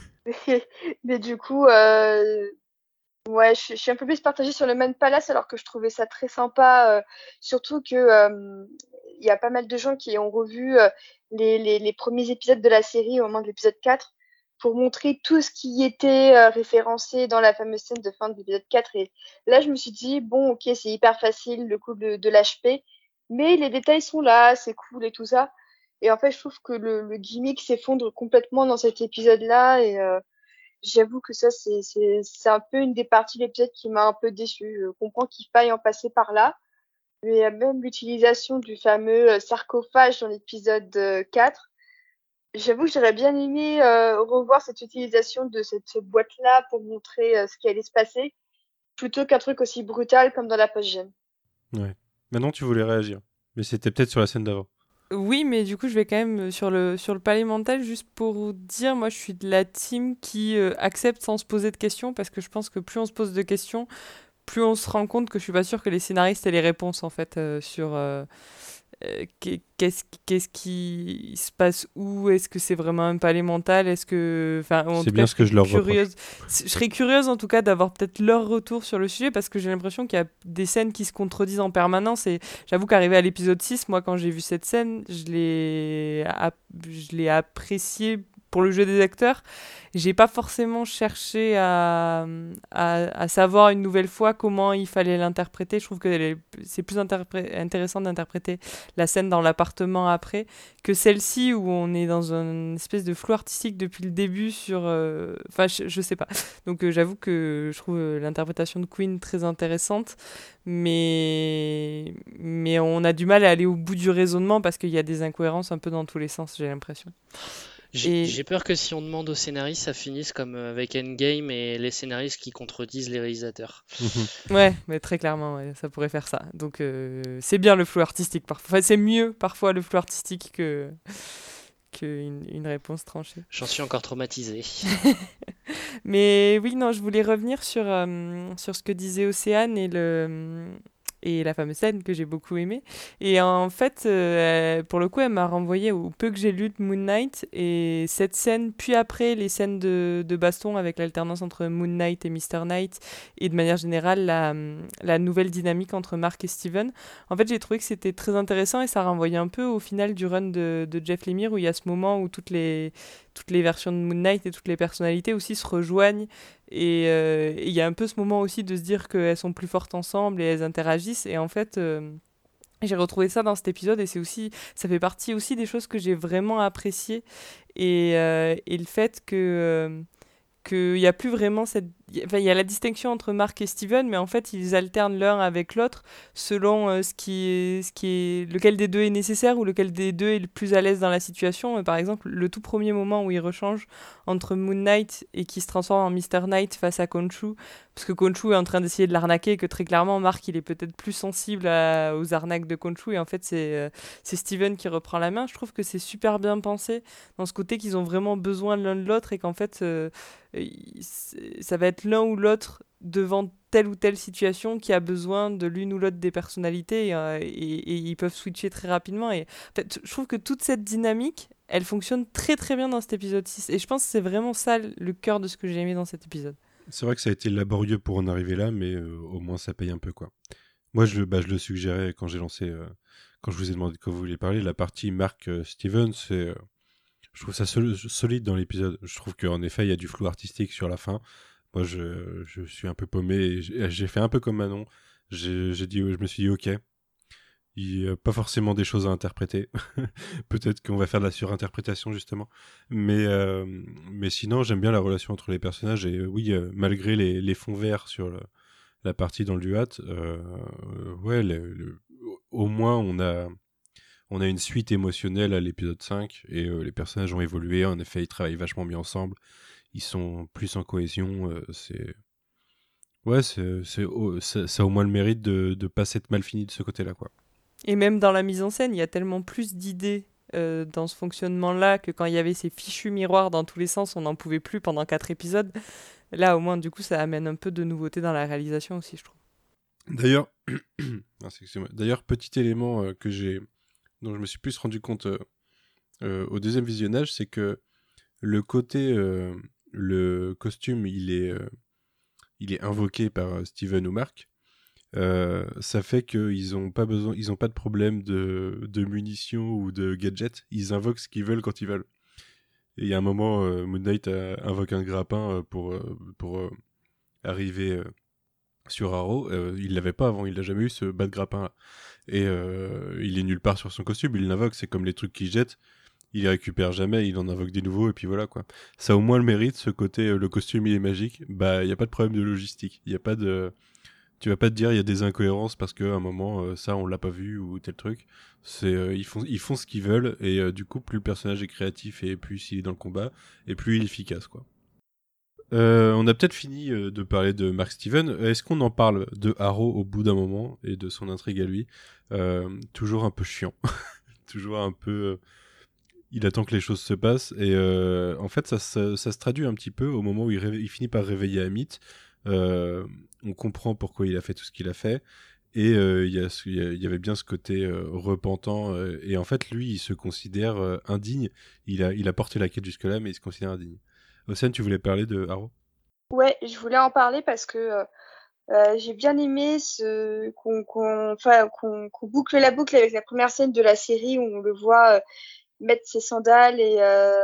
mais du coup, euh, ouais, je, je suis un peu plus partagée sur le Man Palace alors que je trouvais ça très sympa, euh, surtout que euh, il y a pas mal de gens qui ont revu euh, les, les, les premiers épisodes de la série au moment de l'épisode quatre pour montrer tout ce qui était euh, référencé dans la fameuse scène de fin de l'épisode quatre. Et là, je me suis dit, bon, ok, c'est hyper facile, le coup de, de l'H P, mais les détails sont là, c'est cool et tout ça. Et en fait, je trouve que le, le gimmick s'effondre complètement dans cet épisode-là et euh, j'avoue que ça, c'est, c'est, c'est un peu une des parties de l'épisode qui m'a un peu déçue. Je comprends qu'il faille en passer par là. Mais euh, même l'utilisation du fameux euh, sarcophage dans l'épisode euh, quatre, j'avoue que j'aurais bien aimé euh, revoir cette utilisation de cette boîte-là pour montrer euh, ce qui allait se passer, plutôt qu'un truc aussi brutal comme dans la post-gène. ouais. Maintenant, tu voulais réagir. Mais c'était peut-être sur la scène d'avant. Oui, mais du coup, je vais quand même euh, sur le, sur le palais mental, juste pour dire, moi, je suis de la team qui euh, accepte sans se poser de questions, parce que je pense que plus on se pose de questions, plus on se rend compte que je suis pas sûre que les scénaristes aient les réponses, en fait, euh, sur euh, euh, qu'est- qu'est-ce, qu'est-ce qui se passe où, est-ce que c'est vraiment un palais mental, est-ce que... Enfin, en C'est tout cas, bien je ce que serais je leur reproche. curieuse, je serais curieuse, en tout cas, d'avoir peut-être leur retour sur le sujet, parce que j'ai l'impression qu'il y a des scènes qui se contredisent en permanence, et j'avoue qu'arrivé à l'épisode six, moi, quand j'ai vu cette scène, je l'ai, ap- je l'ai appréciée pour le jeu des acteurs. J'ai pas forcément cherché à, à, à savoir une nouvelle fois comment il fallait l'interpréter. Je trouve que c'est plus interpré- intéressant d'interpréter la scène dans l'appartement après que celle-ci où on est dans une espèce de flou artistique depuis le début sur... euh, Enfin, je, je sais pas. Donc euh, j'avoue que je trouve euh, l'interprétation de Queen très intéressante, mais... mais on a du mal à aller au bout du raisonnement parce qu'il y a des incohérences un peu dans tous les sens, j'ai l'impression. J'ai Et j'ai peur que si on demande aux scénaristes, ça finisse comme euh, avec Endgame et les scénaristes qui contredisent les réalisateurs. Mhm. ouais, mais très clairement, ouais, ça pourrait faire ça. Donc euh, c'est bien le flou artistique parfois. Enfin, c'est mieux parfois le flou artistique que qu'une une réponse tranchée. J'en suis encore traumatisé. Mais oui, non, je voulais revenir sur, euh, sur ce que disait Océane et le, et la fameuse scène que j'ai beaucoup aimée. Et en fait, euh, pour le coup, elle m'a renvoyé au peu que j'ai lu de Moon Knight. Et cette scène, puis après les scènes de, de baston avec l'alternance entre Moon Knight et Mister Knight, et de manière générale, la, la nouvelle dynamique entre Mark et Steven, en fait, j'ai trouvé que c'était très intéressant et ça renvoyait un peu au final du run de, de Jeff Lemire, où il y a ce moment où toutes les, toutes les versions de Moon Knight et toutes les personnalités aussi se rejoignent. Et euh, et il y a un peu ce moment aussi de se dire qu'elles sont plus fortes ensemble et elles interagissent. Et en fait, euh, j'ai retrouvé ça dans cet épisode et c'est aussi, ça fait partie aussi des choses que j'ai vraiment appréciées. Et, euh, et le fait que euh, qu'il n'y a plus vraiment cette... Enfin, il y a la distinction entre Mark et Steven, mais en fait, ils alternent l'un avec l'autre selon euh, ce qui est, ce qui est, lequel des deux est nécessaire ou lequel des deux est le plus à l'aise dans la situation. Euh, par exemple, le tout premier moment où ils rechangent entre Moon Knight et qui se transforme en Mister Knight face à Khonshu, parce que Khonshu est en train d'essayer de l'arnaquer et que très clairement, Mark, il est peut-être plus sensible à- aux arnaques de Khonshu et en fait, c'est euh, c'est Steven qui reprend la main. Je trouve que c'est super bien pensé dans ce côté qu'ils ont vraiment besoin l'un de l'autre et qu'en fait... euh, euh, c'est- ça va être l'un ou l'autre devant telle ou telle situation qui a besoin de l'une ou l'autre des personnalités et, euh, et- et ils peuvent switcher très rapidement. Et, en fait, je trouve que toute cette dynamique, elle fonctionne très très bien dans cet épisode six. Et je pense que c'est vraiment ça le cœur de ce que j'ai aimé dans cet épisode. C'est vrai que ça a été laborieux pour en arriver là, mais euh, au moins ça paye un peu, quoi. Moi, je, bah, je le suggérais quand j'ai lancé, euh, quand je vous ai demandé de quoi vous vouliez parler, la partie Mark euh, Stevens, c'est, euh, je trouve ça sol- solide dans l'épisode. Je trouve qu'en effet, il y a du flou artistique sur la fin. Moi, je, je suis un peu paumé et j'ai j'ai fait un peu comme Manon. J'ai j'ai dit, je me suis dit, ok, il n'y a pas forcément des choses à interpréter. Peut-être qu'on va faire de la surinterprétation, justement. Mais, euh, mais sinon, j'aime bien la relation entre les personnages. Et euh, oui, euh, malgré les, les fonds verts sur le- la partie dans le duat, euh, ouais, le- le- au moins, on a, on a une suite émotionnelle à l'épisode cinq. Et euh, les personnages ont évolué. En effet, ils travaillent vachement bien ensemble. Ils sont plus en cohésion. euh, c'est... Ouais, c'est, c'est, oh, ça, ça a au moins le mérite de ne pas s'être mal fini de ce côté-là, quoi. Et même dans la mise en scène, il y a tellement plus d'idées euh, dans ce fonctionnement-là que quand il y avait ces fichus miroirs dans tous les sens, on n'en pouvait plus pendant quatre épisodes. Là, au moins, du coup, ça amène un peu de nouveauté dans la réalisation aussi, je trouve. D'ailleurs, ah, excusez-moi. D'ailleurs, petit élément euh, que j'ai, dont je me suis plus rendu compte euh, euh, au deuxième visionnage, c'est que le côté, euh, le costume, il est, euh, il est invoqué par euh, Steven ou Mark. Euh, ça fait qu'ils ont pas besoin, ils ont pas de problème de, de munitions ou de gadgets. Ils invoquent ce qu'ils veulent quand ils veulent. Et il y a un moment, euh, Moon Knight euh, invoque un grappin euh, pour euh, pour euh, arriver euh, sur Arrow. Euh, il l'avait pas avant, il n'a jamais eu ce bas de grappin là. Et euh, il est nulle part sur son costume, il l'invoque. C'est comme les trucs qu'il jette. Il les récupère jamais, il en invoque des nouveaux et puis voilà quoi. Ça a au moins le mérite, ce côté euh, le costume il est magique. Bah il y a pas de problème de logistique. Il y a pas de Tu vas pas te dire il y a des incohérences parce qu'à un moment euh, ça on l'a pas vu ou tel truc. C'est euh, ils font ils font ce qu'ils veulent et euh, du coup plus le personnage est créatif et plus il est dans le combat et plus il est efficace quoi. Euh, on a peut-être fini euh, de parler de Mark Steven. Est-ce qu'on en parle de Arrow au bout d'un moment et de son intrigue à lui? Euh, toujours un peu chiant, toujours un peu. euh, il attend que les choses se passent et euh, en fait ça, ça, ça se traduit un petit peu au moment où il, réve- il finit par réveiller Amit. Euh, on comprend pourquoi il a fait tout ce qu'il a fait et euh, il y, a ce- il y a- il y avait bien ce côté euh, repentant euh, et en fait lui il se considère euh, indigne. Il a, il a porté la quête jusque là mais il se considère indigne. Océane, tu voulais parler de Arrow? Ouais, je voulais en parler parce que euh, euh, j'ai bien aimé ce qu'on qu'on enfin qu'on qu'on boucle la boucle avec la première scène de la série où on le voit euh, mettre ses sandales et euh,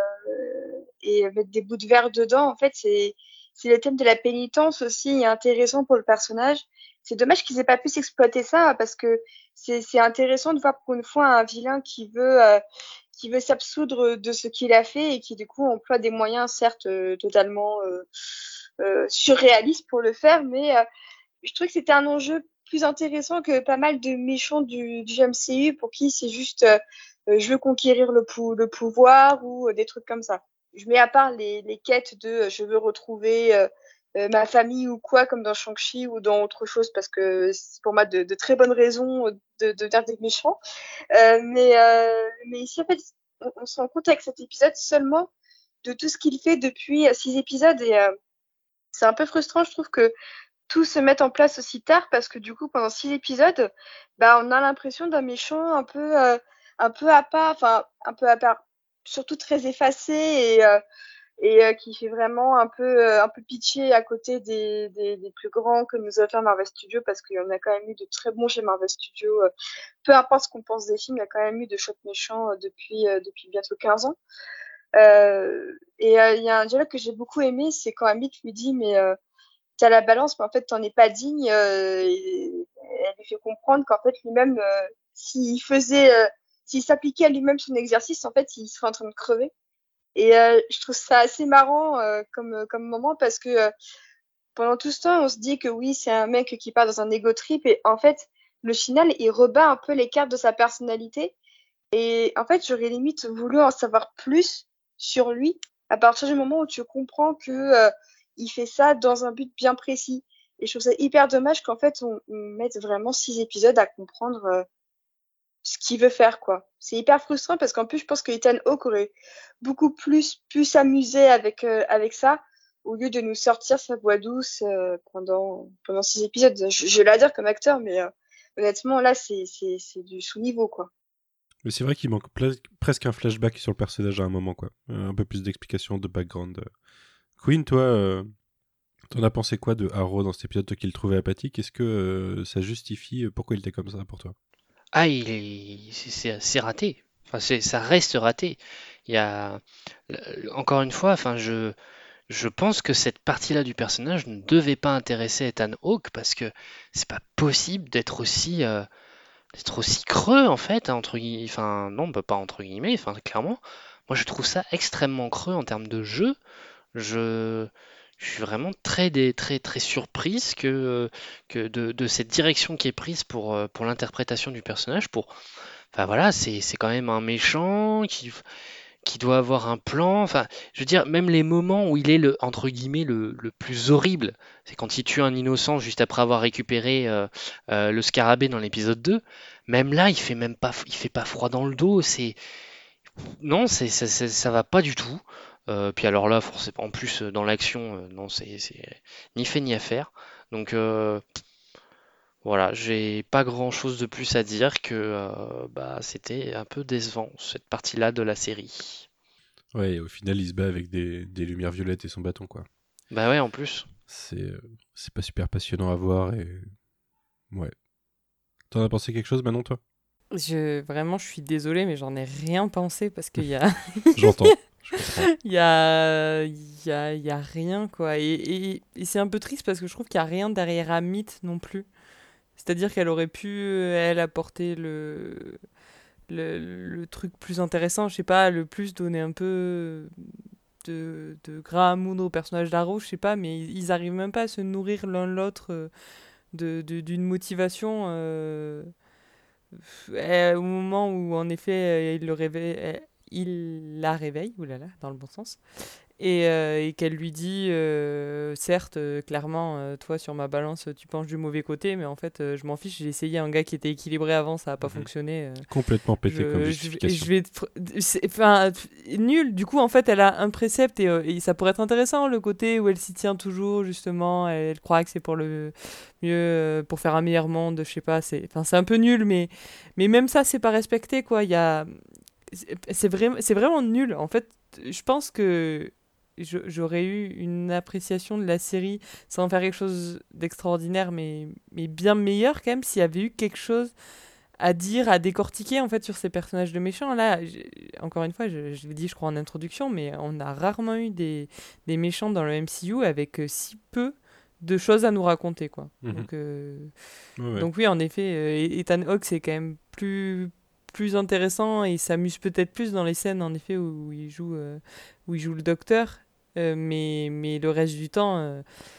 et mettre des bouts de verre dedans. En fait, c'est c'est le thème de la pénitence aussi et intéressant pour le personnage. C'est dommage qu'ils aient pas pu s'exploiter ça parce que c'est c'est intéressant de voir pour une fois un vilain qui veut euh, qui veut s'absoudre de ce qu'il a fait et qui du coup emploie des moyens certes euh, totalement euh, euh, surréalistes pour le faire, mais euh, je trouve que c'était un enjeu plus intéressant que pas mal de méchants du, du M C U pour qui c'est juste euh, euh, je veux conquérir le, pou- le pouvoir ou euh, des trucs comme ça. Je mets à part les, les quêtes de euh, je veux retrouver euh, euh, ma famille ou quoi, comme dans Shang-Chi ou dans autre chose, parce que c'est pour moi de, de très bonnes raisons de, de faire des méchants. Euh, mais, euh, mais ici, en fait, on, on se rend compte avec cet épisode seulement de tout ce qu'il fait depuis euh, six épisodes et euh, c'est un peu frustrant, je trouve, que tout se mette en place aussi tard parce que du coup, pendant six épisodes, bah, on a l'impression d'un méchant un peu, euh, un peu à part, enfin, un peu à part, surtout très effacé et, euh, et euh, qui fait vraiment un peu, euh, un peu pitié à côté des, des, des plus grands que nous a fait Marvel Studios parce qu'il y en a quand même eu de très bons chez Marvel Studios. Euh, peu importe ce qu'on pense des films, il y a quand même eu de chouettes méchants euh, depuis, euh, depuis bientôt quinze ans. Euh, et il euh, y a un dialogue que j'ai beaucoup aimé, c'est quand Amit lui dit, mais euh, t'as la balance, mais en fait, t'en es pas digne. Euh, et elle lui fait comprendre qu'en fait, lui-même, euh, s'il faisait, euh, s'il s'appliquait à lui-même son exercice, en fait, il serait en train de crever. Et euh, je trouve ça assez marrant euh, comme, comme moment parce que euh, pendant tout ce temps, on se dit que oui, c'est un mec qui part dans un ego trip et en fait, le final, il rebat un peu les cartes de sa personnalité. Et en fait, j'aurais limite voulu en savoir plus sur lui à partir du moment où tu comprends que euh, il fait ça dans un but bien précis. Et je trouve ça hyper dommage qu'en fait, on, on mette vraiment six épisodes à comprendre euh, ce qu'il veut faire, quoi. C'est hyper frustrant parce qu'en plus, je pense que Ethan Hawke aurait beaucoup plus pu s'amuser avec, euh, avec ça au lieu de nous sortir sa voix douce euh, pendant, pendant six épisodes. Je, je vais la dire comme acteur, mais euh, honnêtement, là, c'est, c'est, c'est du sous-niveau, quoi. Mais c'est vrai qu'il manque pla- presque un flashback sur le personnage à un moment, quoi. Euh, un peu plus d'explication, de background. Queen, toi, euh, t'en as pensé quoi de Arrow dans cet épisode, toi qui le trouvais apathique? Est-ce que euh, ça justifie pourquoi il était comme ça pour toi? Ah, il est, c'est c'est- c'est raté. Enfin, c'est, ça reste raté. Il y a, le- encore une fois, enfin, je, je pense que cette partie-là du personnage ne devait pas intéresser Ethan Hawke parce que c'est pas possible d'être aussi, euh, d'être aussi creux en fait, hein, entre guillemets. Enfin, non, bah, pas entre guillemets. Enfin, clairement, moi je trouve ça extrêmement creux en termes de jeu. Je, je suis vraiment très, dé- très, très surprise que, que de, de cette direction qui est prise pour, euh, pour l'interprétation du personnage. Pour, enfin voilà, c'est, c'est quand même un méchant qui, qui doit avoir un plan. Enfin, je veux dire, même les moments où il est le, entre guillemets, le, le plus horrible, c'est quand il tue un innocent juste après avoir récupéré euh, euh, le scarabée dans l'épisode deux. Même là, il fait même pas, il fait pas froid dans le dos. C'est, non, c'est, ça, ça, ça va pas du tout. Euh, puis alors là, forcément, en plus euh, dans l'action, euh, non, c'est, c'est ni fait ni à faire. Donc euh, voilà, j'ai pas grand-chose de plus à dire que euh, bah, c'était un peu décevant cette partie-là de la série. Ouais, et au final, il se bat avec des, des lumières violettes et son bâton, quoi. Bah ouais, en plus. C'est euh, c'est pas super passionnant à voir et... Ouais. T'en as pensé quelque chose, Manon, toi? Je, vraiment, je suis désolée, mais j'en ai rien pensé parce qu'il y a, J'entends. Je comprends. il y a, il y a, il y a rien, quoi. Et, et, et c'est un peu triste parce que je trouve qu'il n'y a rien derrière Amit non plus. C'est-à-dire qu'elle aurait pu, euh, elle, apporter le, le, le truc plus intéressant, je sais pas, le plus donner un peu de, de grain à moudre au personnage d'Arrow, je sais pas, mais ils, ils arrivent même pas à se nourrir l'un l'autre euh, de, de- d'une motivation. euh, euh, au moment où, en effet, euh, il le réveille, euh, il la réveille, oulala, dans le bon sens, et, euh, et qu'elle lui dit, euh, certes, euh, clairement, euh, toi, sur ma balance, tu penches du mauvais côté, mais en fait, euh, je m'en fiche, j'ai essayé un gars qui était équilibré avant, ça n'a pas Mhm. fonctionné. euh, Complètement pété comme je, je, justification. je vais être- c'est- enfin pff, nul. Du coup, en fait, elle a un précepte et, euh, et ça pourrait être intéressant, le côté où elle s'y tient toujours, justement, elle, elle croit que c'est pour le mieux, euh, pour faire un meilleur monde, je sais pas, c'est enfin c'est un peu nul, mais mais même ça, c'est pas respecté, quoi. Il y a c'est c'est vraiment c'est vraiment nul, en fait. Je pense que je- j'aurais eu une appréciation de la série sans faire quelque chose d'extraordinaire, mais mais bien meilleur quand même, s'il y avait eu quelque chose à dire, à décortiquer, en fait, sur ces personnages de méchants. Là, j'ai- encore une fois, je, je l'ai dit, je crois, en introduction, mais on a rarement eu des, des méchants dans le M C U avec euh, si peu de choses à nous raconter, quoi. Mhm. Donc, euh, Ouais, ouais. donc oui, en effet, euh, Ethan Hawke, c'est quand même plus plus intéressant et s'amuse peut-être plus dans les scènes, en effet, où, il joue euh, où il joue le docteur. Euh, mais mais le reste du temps, euh,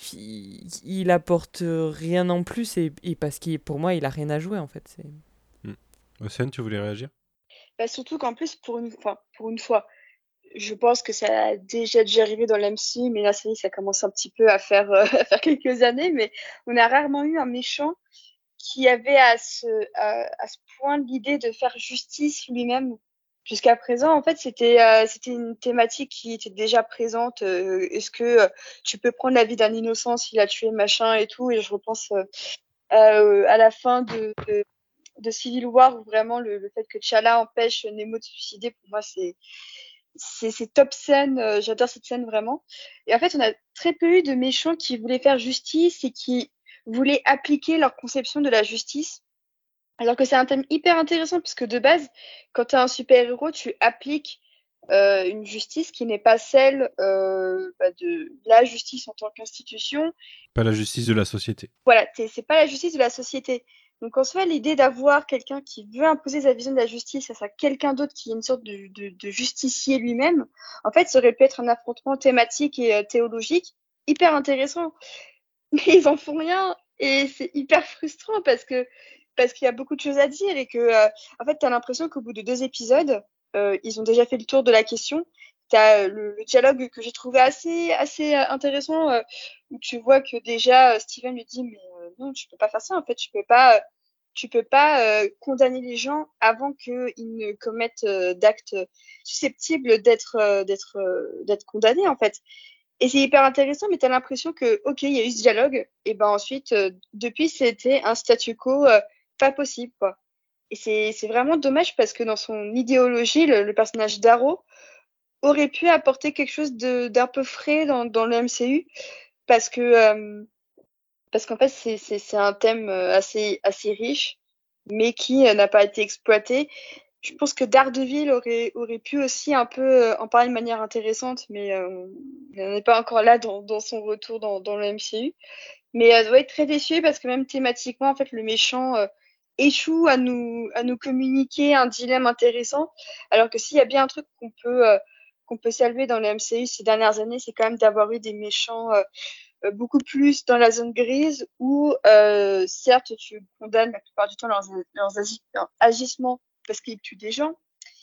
il, il apporte rien en plus et, et parce qu'il pour moi il a rien à jouer en fait. C'est... Hmm. Océane, tu voulais réagir? Bah, surtout qu'en plus, pour une, enfin, pour une fois, je pense que ça a déjà déjà arrivé dans l'M C U, mais la série, ça commence un petit peu à faire, euh, à faire quelques années, mais on a rarement eu un méchant qui avait à ce, à, à ce point l'idée de faire justice lui-même. Jusqu'à présent, en fait, c'était euh, c'était une thématique qui était déjà présente. Euh, est-ce que euh, tu peux prendre la vie d'un innocent s'il a tué machin et tout? Et je repense euh, euh, à la fin de, de, de Civil War où vraiment le, le fait que T'Challa empêche Nemo de se suicider, pour moi, c'est c'est, c'est top scène. Euh, j'adore cette scène vraiment. Et en fait, on a très peu eu de méchants qui voulaient faire justice et qui voulaient appliquer leur conception de la justice. Alors que c'est un thème hyper intéressant puisque de base, quand tu es un super-héros, tu appliques euh, une justice qui n'est pas celle euh, bah, de la justice en tant qu'institution. Pas la justice de la société. Voilà, c'est, c'est pas la justice de la société. Donc en soi, l'idée d'avoir quelqu'un qui veut imposer sa vision de la justice à quelqu'un d'autre qui est une sorte de, de, de justicier lui-même, en fait, ça aurait pu être un affrontement thématique et euh, théologique hyper intéressant. Mais ils en font rien et c'est hyper frustrant parce que parce qu'il y a beaucoup de choses à dire et que euh, en fait, tu as l'impression qu'au bout de deux épisodes, euh, ils ont déjà fait le tour de la question. Tu as le, le dialogue que j'ai trouvé assez assez intéressant euh, où tu vois que déjà euh, Steven lui dit mais euh, non, tu peux pas faire ça en fait, tu peux pas euh, tu peux pas euh, condamner les gens avant qu'ils ne commettent euh, d'actes susceptibles d'être euh, d'être euh, d'être condamnés en fait. Et c'est hyper intéressant, mais tu as l'impression que, ok, il y a eu ce dialogue, et ben ensuite, euh, depuis, c'était un statu quo euh, pas possible, quoi. Et c'est, c'est vraiment dommage parce que dans son idéologie, le, le personnage d'Arrow aurait pu apporter quelque chose de, d'un peu frais dans, dans le M C U, parce que euh, parce qu'en fait, c'est, c'est, c'est un thème euh, assez, assez riche, mais qui euh, n'a pas été exploité. Je pense que Daredevil aurait, aurait pu aussi un peu euh, en parler de manière intéressante, mais euh, on n'est pas encore là dans, dans son retour dans, dans le M C U. Mais elle doit être très déçue parce que même thématiquement, en fait, le méchant euh, échoue à nous, à nous communiquer un dilemme intéressant. Alors que s'il y a bien un truc qu'on peut, euh, qu'on peut saluer dans le M C U ces dernières années, c'est quand même d'avoir eu des méchants euh, euh, beaucoup plus dans la zone grise où, euh, certes, tu condamnes la plupart du temps leurs, leurs, agi- leurs agissements parce qu'ils tuent des gens.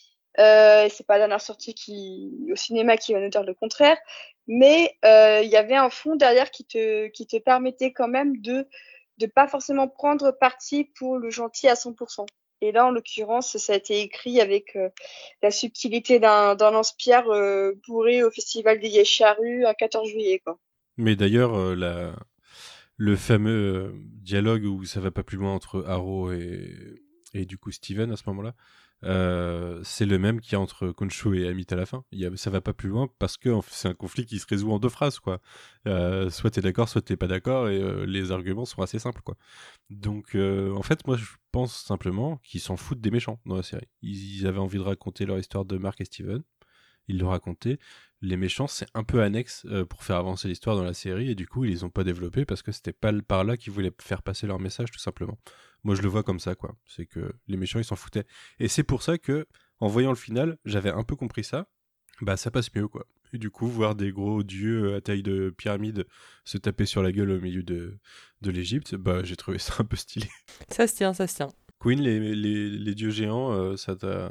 Euh, c'est pas la dernière sortie qui, au cinéma qui va nous dire le contraire, mais il euh, y avait un fond derrière qui te, qui te permettait quand même de de pas forcément prendre parti pour le gentil à cent pour cent. Et là, en l'occurrence, ça a été écrit avec euh, la subtilité d'un, d'un lance-pierre euh, bourré au Festival des Yesharu un quatorze juillet, quoi. Mais d'ailleurs, euh, la... le fameux euh, dialogue où ça va pas plus loin entre Arrow et, et du coup Steven à ce moment-là, euh, c'est le même qu'il y a entre Khonshu et Amit à la fin. Il y a, ça va pas plus loin parce que en fait, c'est un conflit qui se résout en deux phrases, quoi. Euh, soit t'es d'accord, soit t'es pas d'accord, et euh, les arguments sont assez simples, quoi. Donc, euh, en fait, moi, je pense simplement qu'ils s'en foutent des méchants dans la série. Ils, ils avaient envie de raconter leur histoire de Mark et Steven. Ils l'ont raconté. Les méchants, c'est un peu annexe euh, pour faire avancer l'histoire dans la série, et du coup, ils les ont pas développés parce que c'était pas par là qu'ils voulaient faire passer leur message, tout simplement. Moi, je le vois comme ça, quoi. C'est que les méchants, ils s'en foutaient. Et c'est pour ça que, en voyant le final, j'avais un peu compris ça. Bah, ça passe mieux, quoi. Et du coup, voir des gros dieux à taille de pyramide se taper sur la gueule au milieu de, de l'Égypte, bah, j'ai trouvé ça un peu stylé. Ça se tient, ça se tient. Queen, les, les, les dieux géants, euh, ça t'a...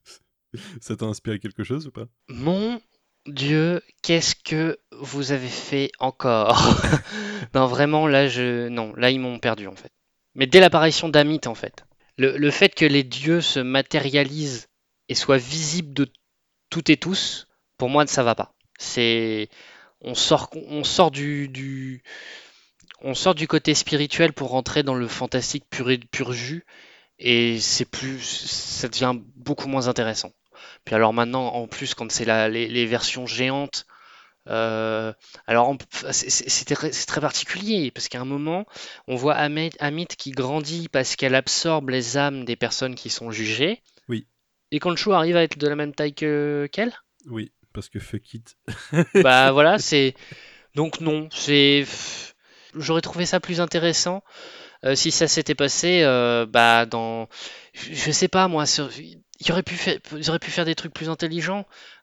ça t'a inspiré quelque chose ou pas? Mon Dieu, qu'est-ce que vous avez fait encore? Non, vraiment, là, je... non, là, ils m'ont perdu, en fait. Mais dès l'apparition d'Amit, en fait. Le, le fait que les dieux se matérialisent et soient visibles de toutes et tous, pour moi, ça va pas. C'est... On sort, on sort du, du... On sort du côté spirituel pour rentrer dans le fantastique pur, et, pur jus, et c'est plus... ça devient beaucoup moins intéressant. Puis alors maintenant, en plus, quand c'est la, les, les versions géantes, euh, alors on- c'est c'est- c'est très, c'est très particulier, parce qu'à un moment, on voit Amit, Amit qui grandit parce qu'elle absorbe les âmes des personnes qui sont jugées, Oui, et quand Chou arrive à être de la même taille que qu'elle, oui, parce que fuck it. bah voilà, c'est... Donc non, c'est... J'aurais trouvé ça plus intéressant euh, si ça s'était passé euh, bah dans... Je je sais pas moi, sur- il aurait pu faire... ils auraient pu faire des trucs plus intelligents.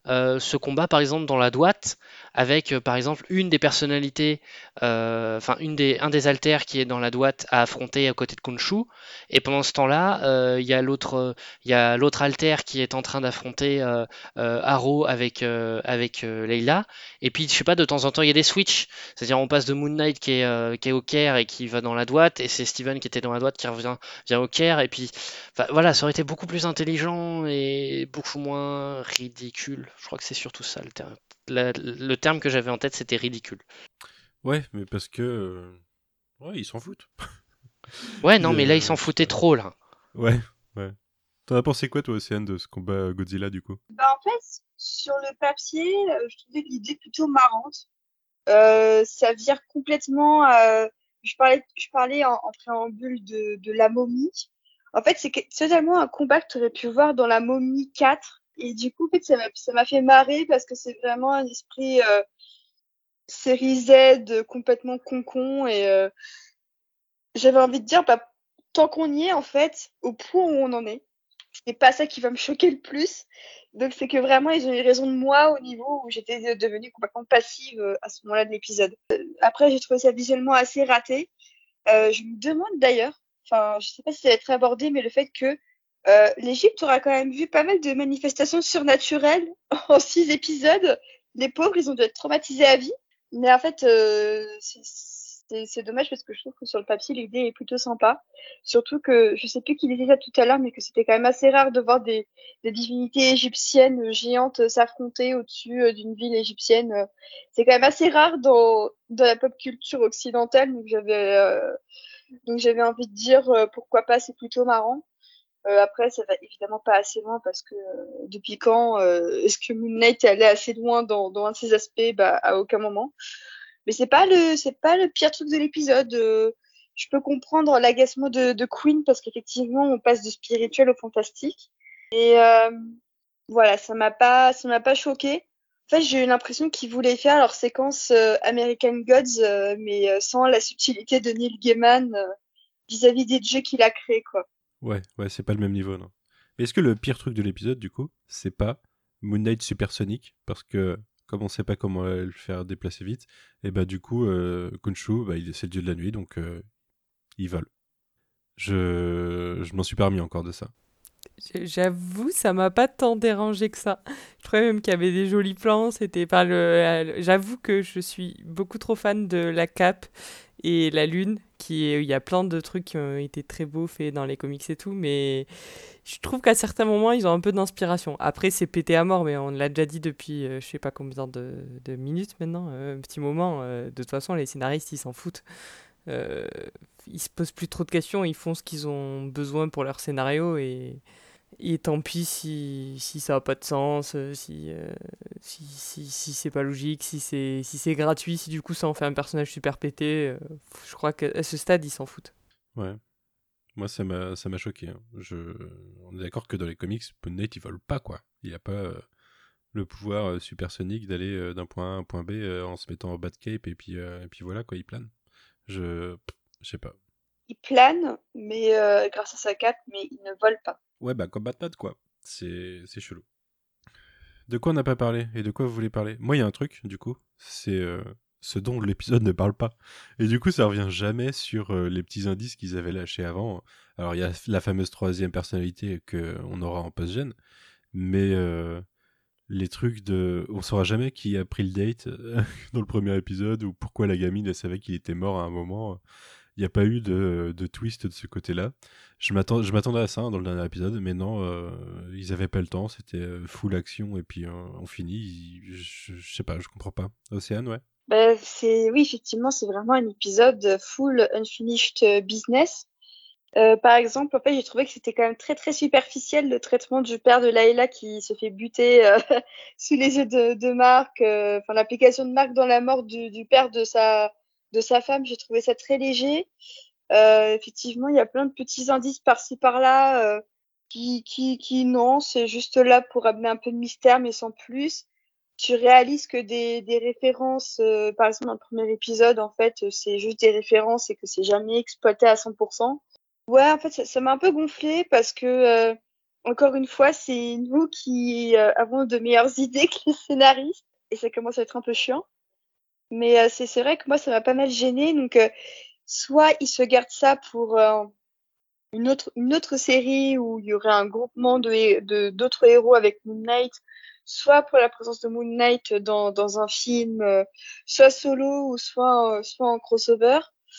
euh, ce combat par exemple dans la droite avec euh, par exemple une des personnalités, euh, enfin une des, un des alters qui est dans la droite à affronter à côté de Khonshu, et pendant ce temps-là, euh, il y a l'autre, il y a l'autre alter qui est en train d'affronter euh, euh, Arrow avec euh, avec euh, Layla, et puis je sais pas, de temps en temps il y a des switches, c'est-à-dire on passe de Moon Knight qui est euh, qui est au Caire et qui va dans la droite, et c'est Steven qui était dans la droite qui revient vient au Caire, et puis enfin, voilà, ça aurait été beaucoup plus intelligent et beaucoup moins ridicule. Je crois que c'est surtout ça le terme. La- le terme que j'avais en tête, c'était ridicule. Ouais, mais parce que. euh, Ouais, ils s'en foutent. Ouais, non, Il, mais là, ils euh, s'en je sais foutaient pas. trop, là. Ouais, ouais. T'en as pensé quoi, toi, Océane, de ce combat Godzilla, du coup? Bah, en fait, sur le papier, euh, je trouvais l'idée plutôt marrante. Euh, ça vire complètement. euh, je parlais, je parlais en, en préambule de, de la momie. En fait, c'est que- totalement un combat que tu aurais pu voir dans la momie quatre. Et du coup, en fait, ça m'a, ça m'a fait marrer parce que c'est vraiment un esprit euh, série Z euh, complètement concon. Et euh, j'avais envie de dire, bah, tant qu'on y est, en fait, au point où on en est, c'est pas ça qui va me choquer le plus. Donc, c'est que vraiment, ils ont eu raison de moi au niveau où j'étais devenue complètement passive euh, à ce moment-là de l'épisode. Après, j'ai trouvé ça visuellement assez raté. Euh, je me demande d'ailleurs, enfin, je sais pas si ça va être abordé, mais le fait que euh, l'Égypte aura quand même vu pas mal de manifestations surnaturelles en six épisodes. Les pauvres, ils ont dû être traumatisés à vie. Mais en fait, euh, c'est c'est- c'est dommage parce que je trouve que sur le papier, l'idée est plutôt sympa. Surtout que, je sais plus qui disait ça tout à l'heure, mais que c'était quand même assez rare de voir des, des divinités égyptiennes géantes s'affronter au-dessus euh, d'une ville égyptienne. Euh, C'est quand même assez rare dans, dans la pop culture occidentale. Donc j'avais euh, donc j'avais envie de dire euh, pourquoi pas, c'est plutôt marrant. Euh, après, ça va évidemment pas assez loin parce que euh, depuis quand euh, est-ce que Moon Knight est allé assez loin dans, dans un de ses aspects? Bah, à aucun moment. Mais c'est pas le c'est pas le pire truc de l'épisode. Euh, je peux comprendre l'agacement de, de Queen parce qu'effectivement on passe du spirituel au fantastique. Et euh, voilà, ça m'a pas ça m'a pas choqué. En fait, j'ai eu l'impression qu'ils voulaient faire leur séquence euh, American Gods, euh, mais euh, sans la subtilité de Neil Gaiman euh, vis-à-vis des dieux qu'il a créés, quoi. Ouais, ouais, c'est pas le même niveau, non. Mais est-ce que le pire truc de l'épisode, du coup, c'est pas Moon Knight supersonique? Parce que, comme on sait pas comment le faire déplacer vite, et bah, du coup, euh, Khonshu, bah, il- c'est le dieu de la nuit, donc euh, il vole. Je, je m'en suis pas remis encore de ça. J- J'avoue, ça m'a pas tant dérangé que ça. Je trouvais même qu'il y avait des jolis plans. C'était pas le. le- J'avoue que je suis beaucoup trop fan de la cape et la lune. Qui, est- il y a plein de trucs qui ont été très beaux faits dans les comics et tout, mais je trouve qu'à certains moments, ils ont un peu d'inspiration. Après, c'est pété à mort, mais on l'a déjà dit depuis euh, je sais pas combien de, de minutes maintenant, euh, un petit moment. Euh, de toute façon, les scénaristes, ils s'en foutent. Euh, Ils se posent plus trop de questions, ils font ce qu'ils ont besoin pour leur scénario et, et tant pis si, si ça n'a pas de sens, euh, si, euh, si, si, si c'est pas logique, si c'est si c'est gratuit, si du coup ça en fait un personnage super pété. Euh, je crois qu'à ce stade, ils s'en foutent. Ouais. Moi, ça m'a, ça m'a choqué, hein. Je... On est d'accord que dans les comics, Moon Knight, il vole pas, quoi. Il a pas euh, le pouvoir euh, supersonique d'aller euh, d'un point A à un point B euh, en se mettant en Batcape et puis, euh, et puis voilà, quoi, il plane. Je... Je sais pas. Il plane, mais euh, grâce à sa cape, mais il ne vole pas. Ouais, bah, comme Batman, quoi. C'est, c'est chelou. De quoi on n'a pas parlé et de quoi vous voulez parler? Moi, il y a un truc, du coup, c'est euh, ce dont l'épisode ne parle pas. Et du coup, ça revient jamais sur euh, les petits indices qu'ils avaient lâchés avant. Alors, il y a la fameuse troisième personnalité qu'on aura en post-gène, mais euh, les trucs de... On saura jamais qui a pris le date euh, dans le premier épisode ou pourquoi la gamine, elle savait qu'il était mort à un moment. Il n'y a pas eu de, de twist de ce côté-là. Je m'attends, je m'attendais à ça hein, dans le dernier épisode, mais non, euh, ils avaient pas le temps. C'était euh, full action et puis euh, on finit. Je, je sais pas, je comprends pas. Océane, ouais. Bah, c'est, oui, effectivement, c'est vraiment un épisode full unfinished business. Euh, par exemple, en fait, j'ai trouvé que c'était quand même très très superficiel le traitement du père de Layla qui se fait buter euh, sous les yeux de, de Marc. euh, Enfin, l'application de Marc dans la mort du, du père de sa de sa femme, j'ai trouvé ça très léger. Euh, effectivement, il y a plein de petits indices par-ci par-là euh, qui qui qui non, c'est juste là pour amener un peu de mystère, mais sans plus. Tu réalises que des des références, euh, par exemple, dans le premier épisode, en fait, c'est juste des références et que c'est jamais exploité à cent pour cent. Ouais, en fait, ça ça m'a un peu gonflé parce que, heu, encore une fois, c'est nous qui euh, avons de meilleures idées que les scénaristes, et ça commence à être un peu chiant. Mais euh, c'est, c'est vrai que moi, ça m'a pas mal gêné. Donc, euh, soit ils se gardent ça pour euh, une autre une autre série où il y aurait un groupement de, de d'autres héros avec Moon Knight, soit pour la présence de Moon Knight dans dans un film, euh, soit solo ou soit euh, soit en crossover.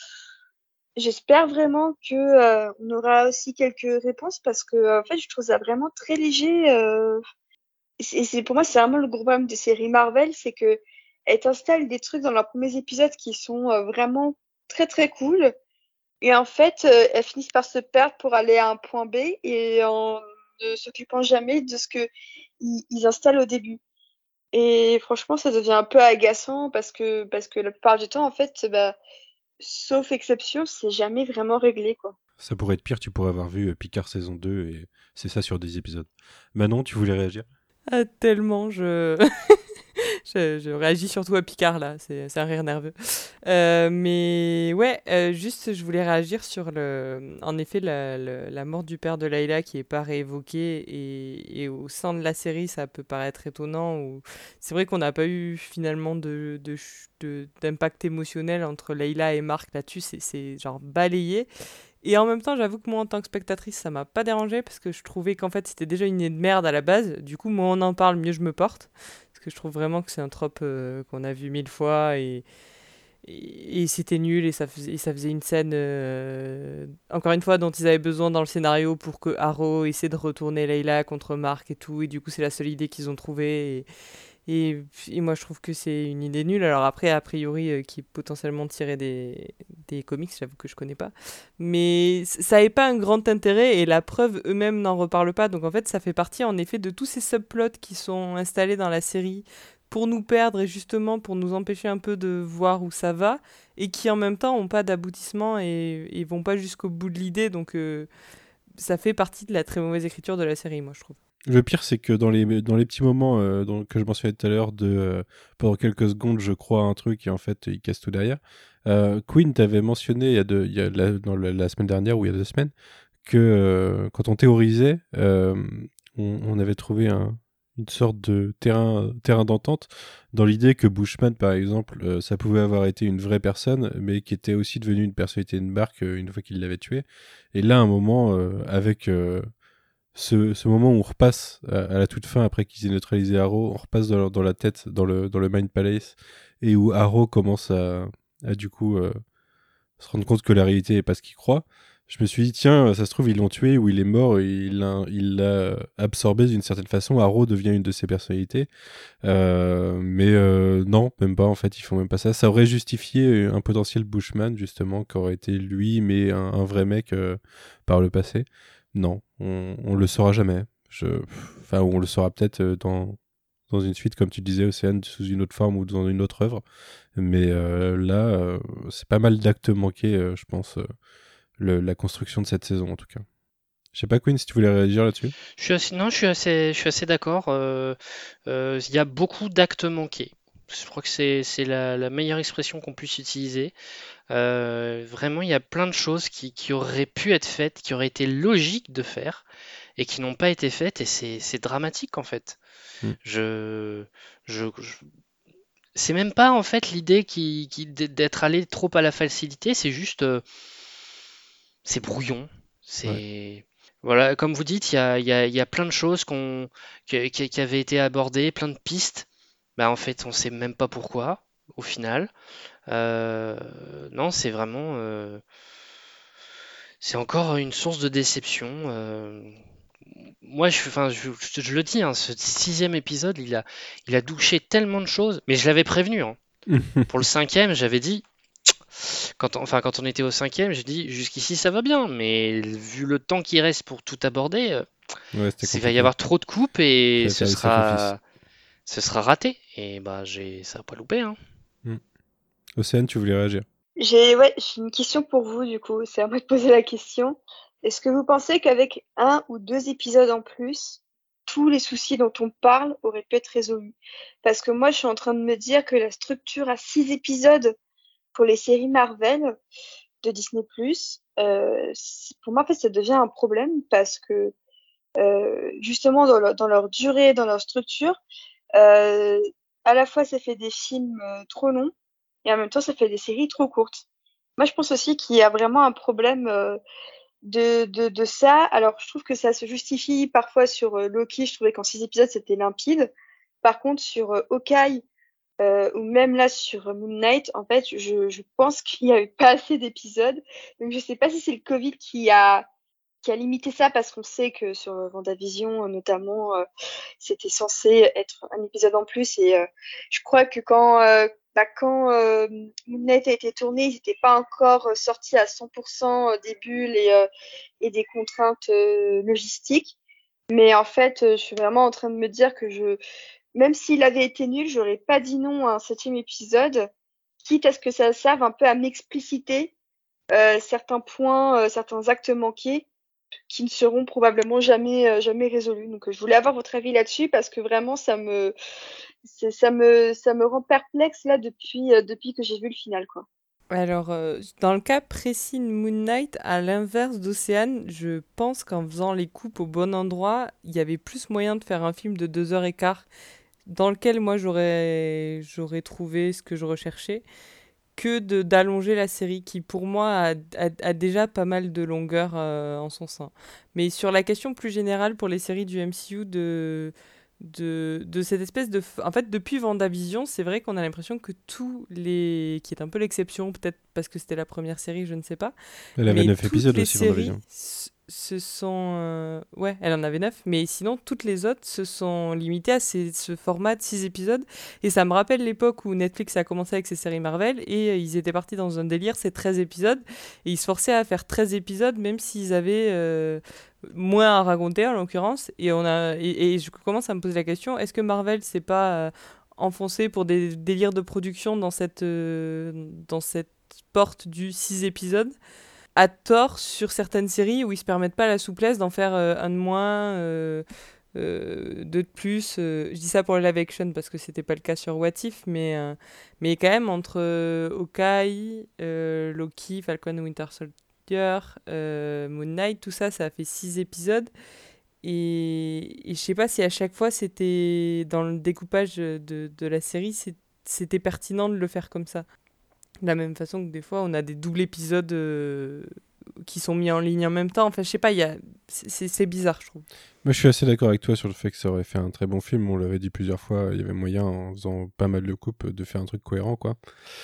J'espère vraiment que euh, on aura aussi quelques réponses parce que euh, en fait je trouve ça vraiment très léger. Euh, et c'est, et c'est pour moi c'est vraiment le gros problème des séries Marvel, c'est que elles t'installent des trucs dans leurs premiers épisodes qui sont euh, vraiment très très cool. Et en fait, euh, elles finissent par se perdre pour aller à un point B et en ne s'occupant jamais de ce que ils, ils installent au début. Et franchement, ça devient un peu agaçant parce que parce que la plupart du temps, en fait, bah, sauf exception, c'est jamais vraiment réglé, quoi. Ça pourrait être pire, tu pourrais avoir vu euh, Picard saison deux et c'est ça sur dix épisodes. Manon, tu voulais réagir? Ah, tellement, je... je, je réagis surtout à Picard là, c'est, c'est un rire nerveux. Euh, mais ouais, euh, juste je voulais réagir sur le, en effet la, la, la mort du père de Layla qui est pas réévoquée et, et au sein de la série ça peut paraître étonnant. Ou... C'est vrai qu'on n'a pas eu finalement de, de, de, d'impact émotionnel entre Layla et Mark là-dessus, c'est, c'est genre balayé. Et en même temps, j'avoue que moi, en tant que spectatrice, ça m'a pas dérangé parce que je trouvais qu'en fait, c'était déjà une idée de merde à la base. Du coup, moins on en parle, mieux je me porte. Parce que je trouve vraiment que c'est un trope euh, qu'on a vu mille fois et, et, et c'était nul et ça faisait, et ça faisait une scène, euh, encore une fois, dont ils avaient besoin dans le scénario pour que Arrow essaie de retourner Layla contre Mark et tout. Et du coup, c'est la seule idée qu'ils ont trouvée. Et, et, et moi, je trouve que c'est une idée nulle. Alors après, a priori, euh, qui est potentiellement tiré des, des comics, j'avoue que je connais pas. Mais c- ça n'avait pas un grand intérêt et la preuve, eux-mêmes n'en reparlent pas. Donc en fait, ça fait partie en effet de tous ces subplots qui sont installés dans la série pour nous perdre et justement pour nous empêcher un peu de voir où ça va et qui en même temps n'ont pas d'aboutissement et, et vont pas jusqu'au bout de l'idée. Donc euh, ça fait partie de la très mauvaise écriture de la série, moi, je trouve. Le pire, c'est que dans les, dans les petits moments euh, dont- que je mentionnais tout à l'heure, de euh, pendant quelques secondes, je crois à un truc et en fait, il casse tout derrière. Euh, Queen t'avait mentionné il y a, deux, il y a la, dans la, la semaine dernière ou il y a deux semaines que euh, quand on théorisait, euh, on, on avait trouvé un, une sorte de terrain, terrain d'entente dans l'idée que Bushman, par exemple, euh, ça pouvait avoir été une vraie personne, mais qui était aussi devenue une personnalité de marque euh, une fois qu'il l'avait tué. Et là, à un moment, euh, avec... euh, ce, ce moment où on repasse à, à la toute fin après qu'ils aient neutralisé Arrow, on repasse dans, dans la tête, dans le, dans le Mind Palace, et où Arrow commence à, à du coup euh, se rendre compte que la réalité est pas ce qu'il croit. Je me suis dit, tiens, ça se trouve, ils l'ont tué ou il est mort et il l'a, il l'a absorbé d'une certaine façon. Arrow devient une de ses personnalités. Euh, mais euh, non, même pas, en fait, ils font même pas ça. Ça aurait justifié un potentiel Bushman, justement, qui aurait été lui, mais un, un vrai mec euh, par le passé. Non, on, on le saura jamais. Je, enfin, on le saura peut-être euh, dans, dans une suite, comme tu disais, Océane, sous une autre forme ou dans une autre œuvre. Mais euh, là, euh, c'est pas mal d'actes manqués, euh, je pense, euh, le, la construction de cette saison, en tout cas. Je sais pas, Queen, si tu voulais réagir là-dessus. Je suis assez, non, je suis assez, je suis assez d'accord. euh, euh, Il y a beaucoup d'actes manqués. Je crois que c'est, c'est la, la meilleure expression qu'on puisse utiliser. Euh, vraiment, il y a plein de choses qui, qui auraient pu être faites, qui auraient été logiques de faire, et qui n'ont pas été faites, et c'est, c'est dramatique en fait. Mm. Je, je, je- c'est même pas en fait l'idée qui, qui- d'être allé trop à la facilité, c'est juste, euh, c'est brouillon. Ouais. C'est Voilà, comme vous dites, il y a, il y a- il y a plein de choses qu'on, qui, qui- qui avaient été abordées, plein de pistes. Bah en fait, on sait même pas pourquoi au final. Euh, non, c'est vraiment, euh, c'est encore une source de déception. euh. Moi, je, enfin, je, je- je le dis, hein, ce sixième épisode, il a, il a douché tellement de choses, mais je l'avais prévenu, hein. Pour le cinquième, j'avais dit, quand on, enfin, quand on était au cinquième, j'ai dit, jusqu'ici ça va bien, mais vu le temps qui reste pour tout aborder, euh, Ouais, c'était il va y compliqué. avoir trop de coupes et Fallait ce faire des sacrifices. sera, ce sera raté. Et bah, j'ai, ça va pas loupé, hein. Mm. Océane, tu voulais réagir. J'ai ouais, j'ai une question pour vous du coup, c'est à moi de poser la question. Est-ce que vous pensez qu'avec un ou deux épisodes en plus, tous les soucis dont on parle auraient pu être résolus? Parce que moi, je suis en train de me dire que la structure à six épisodes pour les séries Marvel de Disney+, euh, c'est- pour moi, en fait, ça devient un problème parce que euh, justement dans leur, dans leur durée, dans leur structure. Euh, à la fois, ça fait des films euh, trop longs et en même temps, ça fait des séries trop courtes. Moi, je pense aussi qu'il y a vraiment un problème euh, de, de, de ça. Alors, je trouve que ça se justifie parfois sur euh, Loki. Je trouvais qu'en six épisodes, c'était limpide. Par contre, sur euh, Hawkeye, euh, ou même là sur Moon Knight, en fait, je, je pense qu'il n'y a eu pas assez d'épisodes. Donc, je sais pas si c'est le Covid qui a, qui a limité ça, parce qu'on sait que sur WandaVision, notamment, euh, c'était censé être un épisode en plus. Et euh, je crois que quand, euh, bah, quand euh, Moon Knight a été tourné, ils n'étaient pas encore sortis à cent pour cent des bulles et, euh, et des contraintes euh, logistiques. Mais en fait, euh, je suis vraiment en train de me dire que je, même s'il avait été nul, j'aurais pas dit non à un septième épisode, quitte à ce que ça serve un peu à m'expliciter euh, certains points, euh, certains actes manqués qui ne seront probablement jamais, euh, jamais résolus. Donc, euh, je voulais avoir votre avis là-dessus, parce que vraiment, ça me, c'est- ça me, ça me rend perplexe là depuis, euh, depuis que j'ai vu le final, quoi. Alors, euh, dans le cas précis de Moon Knight, à l'inverse d'Océane, je pense qu'en faisant les coupes au bon endroit, il y avait plus moyen de faire un film de deux heures et quart dans lequel moi j'aurais j'aurais trouvé ce que je recherchais, que de d'allonger la série qui pour moi a, a- a déjà pas mal de longueur euh, en son sein. Mais sur la question plus générale pour les séries du M C U de de, de cette espèce de... f- En fait, depuis WandaVision, c'est vrai qu'on a l'impression que tous les... qui est un peu l'exception, peut-être parce que c'était la première série, je ne sais pas, Elle avait mais neuf toutes épisodes les aussi, séries WandaVision. s- se sont... euh, Ouais, elle en avait neuf, mais sinon, toutes les autres se sont limitées à ces- ce format de six épisodes. Et ça me rappelle l'époque où Netflix a commencé avec ses séries Marvel, et euh, ils étaient partis dans un délire, c'est treize épisodes, et ils se forçaient à faire treize épisodes, même s'ils avaient euh, moins à raconter, en l'occurrence. Et, on a... et, et je commence à me poser la question, est-ce que Marvel s'est pas euh, enfoncé pour des délires de production dans cette, euh, dans cette porte du six épisodes à tort sur certaines séries où ils se permettent pas la souplesse d'en faire euh, un de moins, euh, euh, deux de plus. euh. Je dis ça pour le live action parce que c'était pas le cas sur What If, mais, euh, mais quand même entre euh, Hawkeye, euh, Loki, Falcon Winter Soldier, euh, Moon Knight, tout ça, ça a fait six épisodes. Et, et je sais pas si à chaque fois c'était dans le découpage de, de la série, c'est- c'était pertinent de le faire comme ça. De la même façon que des fois, on a des doubles épisodes euh, qui sont mis en ligne en même temps. Enfin, je sais pas, il y a... c'est c'est- c'est bizarre, je trouve. Moi, je suis assez d'accord avec toi sur le fait que ça aurait fait un très bon film. On l'avait dit plusieurs fois, il y avait moyen, en faisant pas mal de coupes, de faire un truc cohérent, quoi.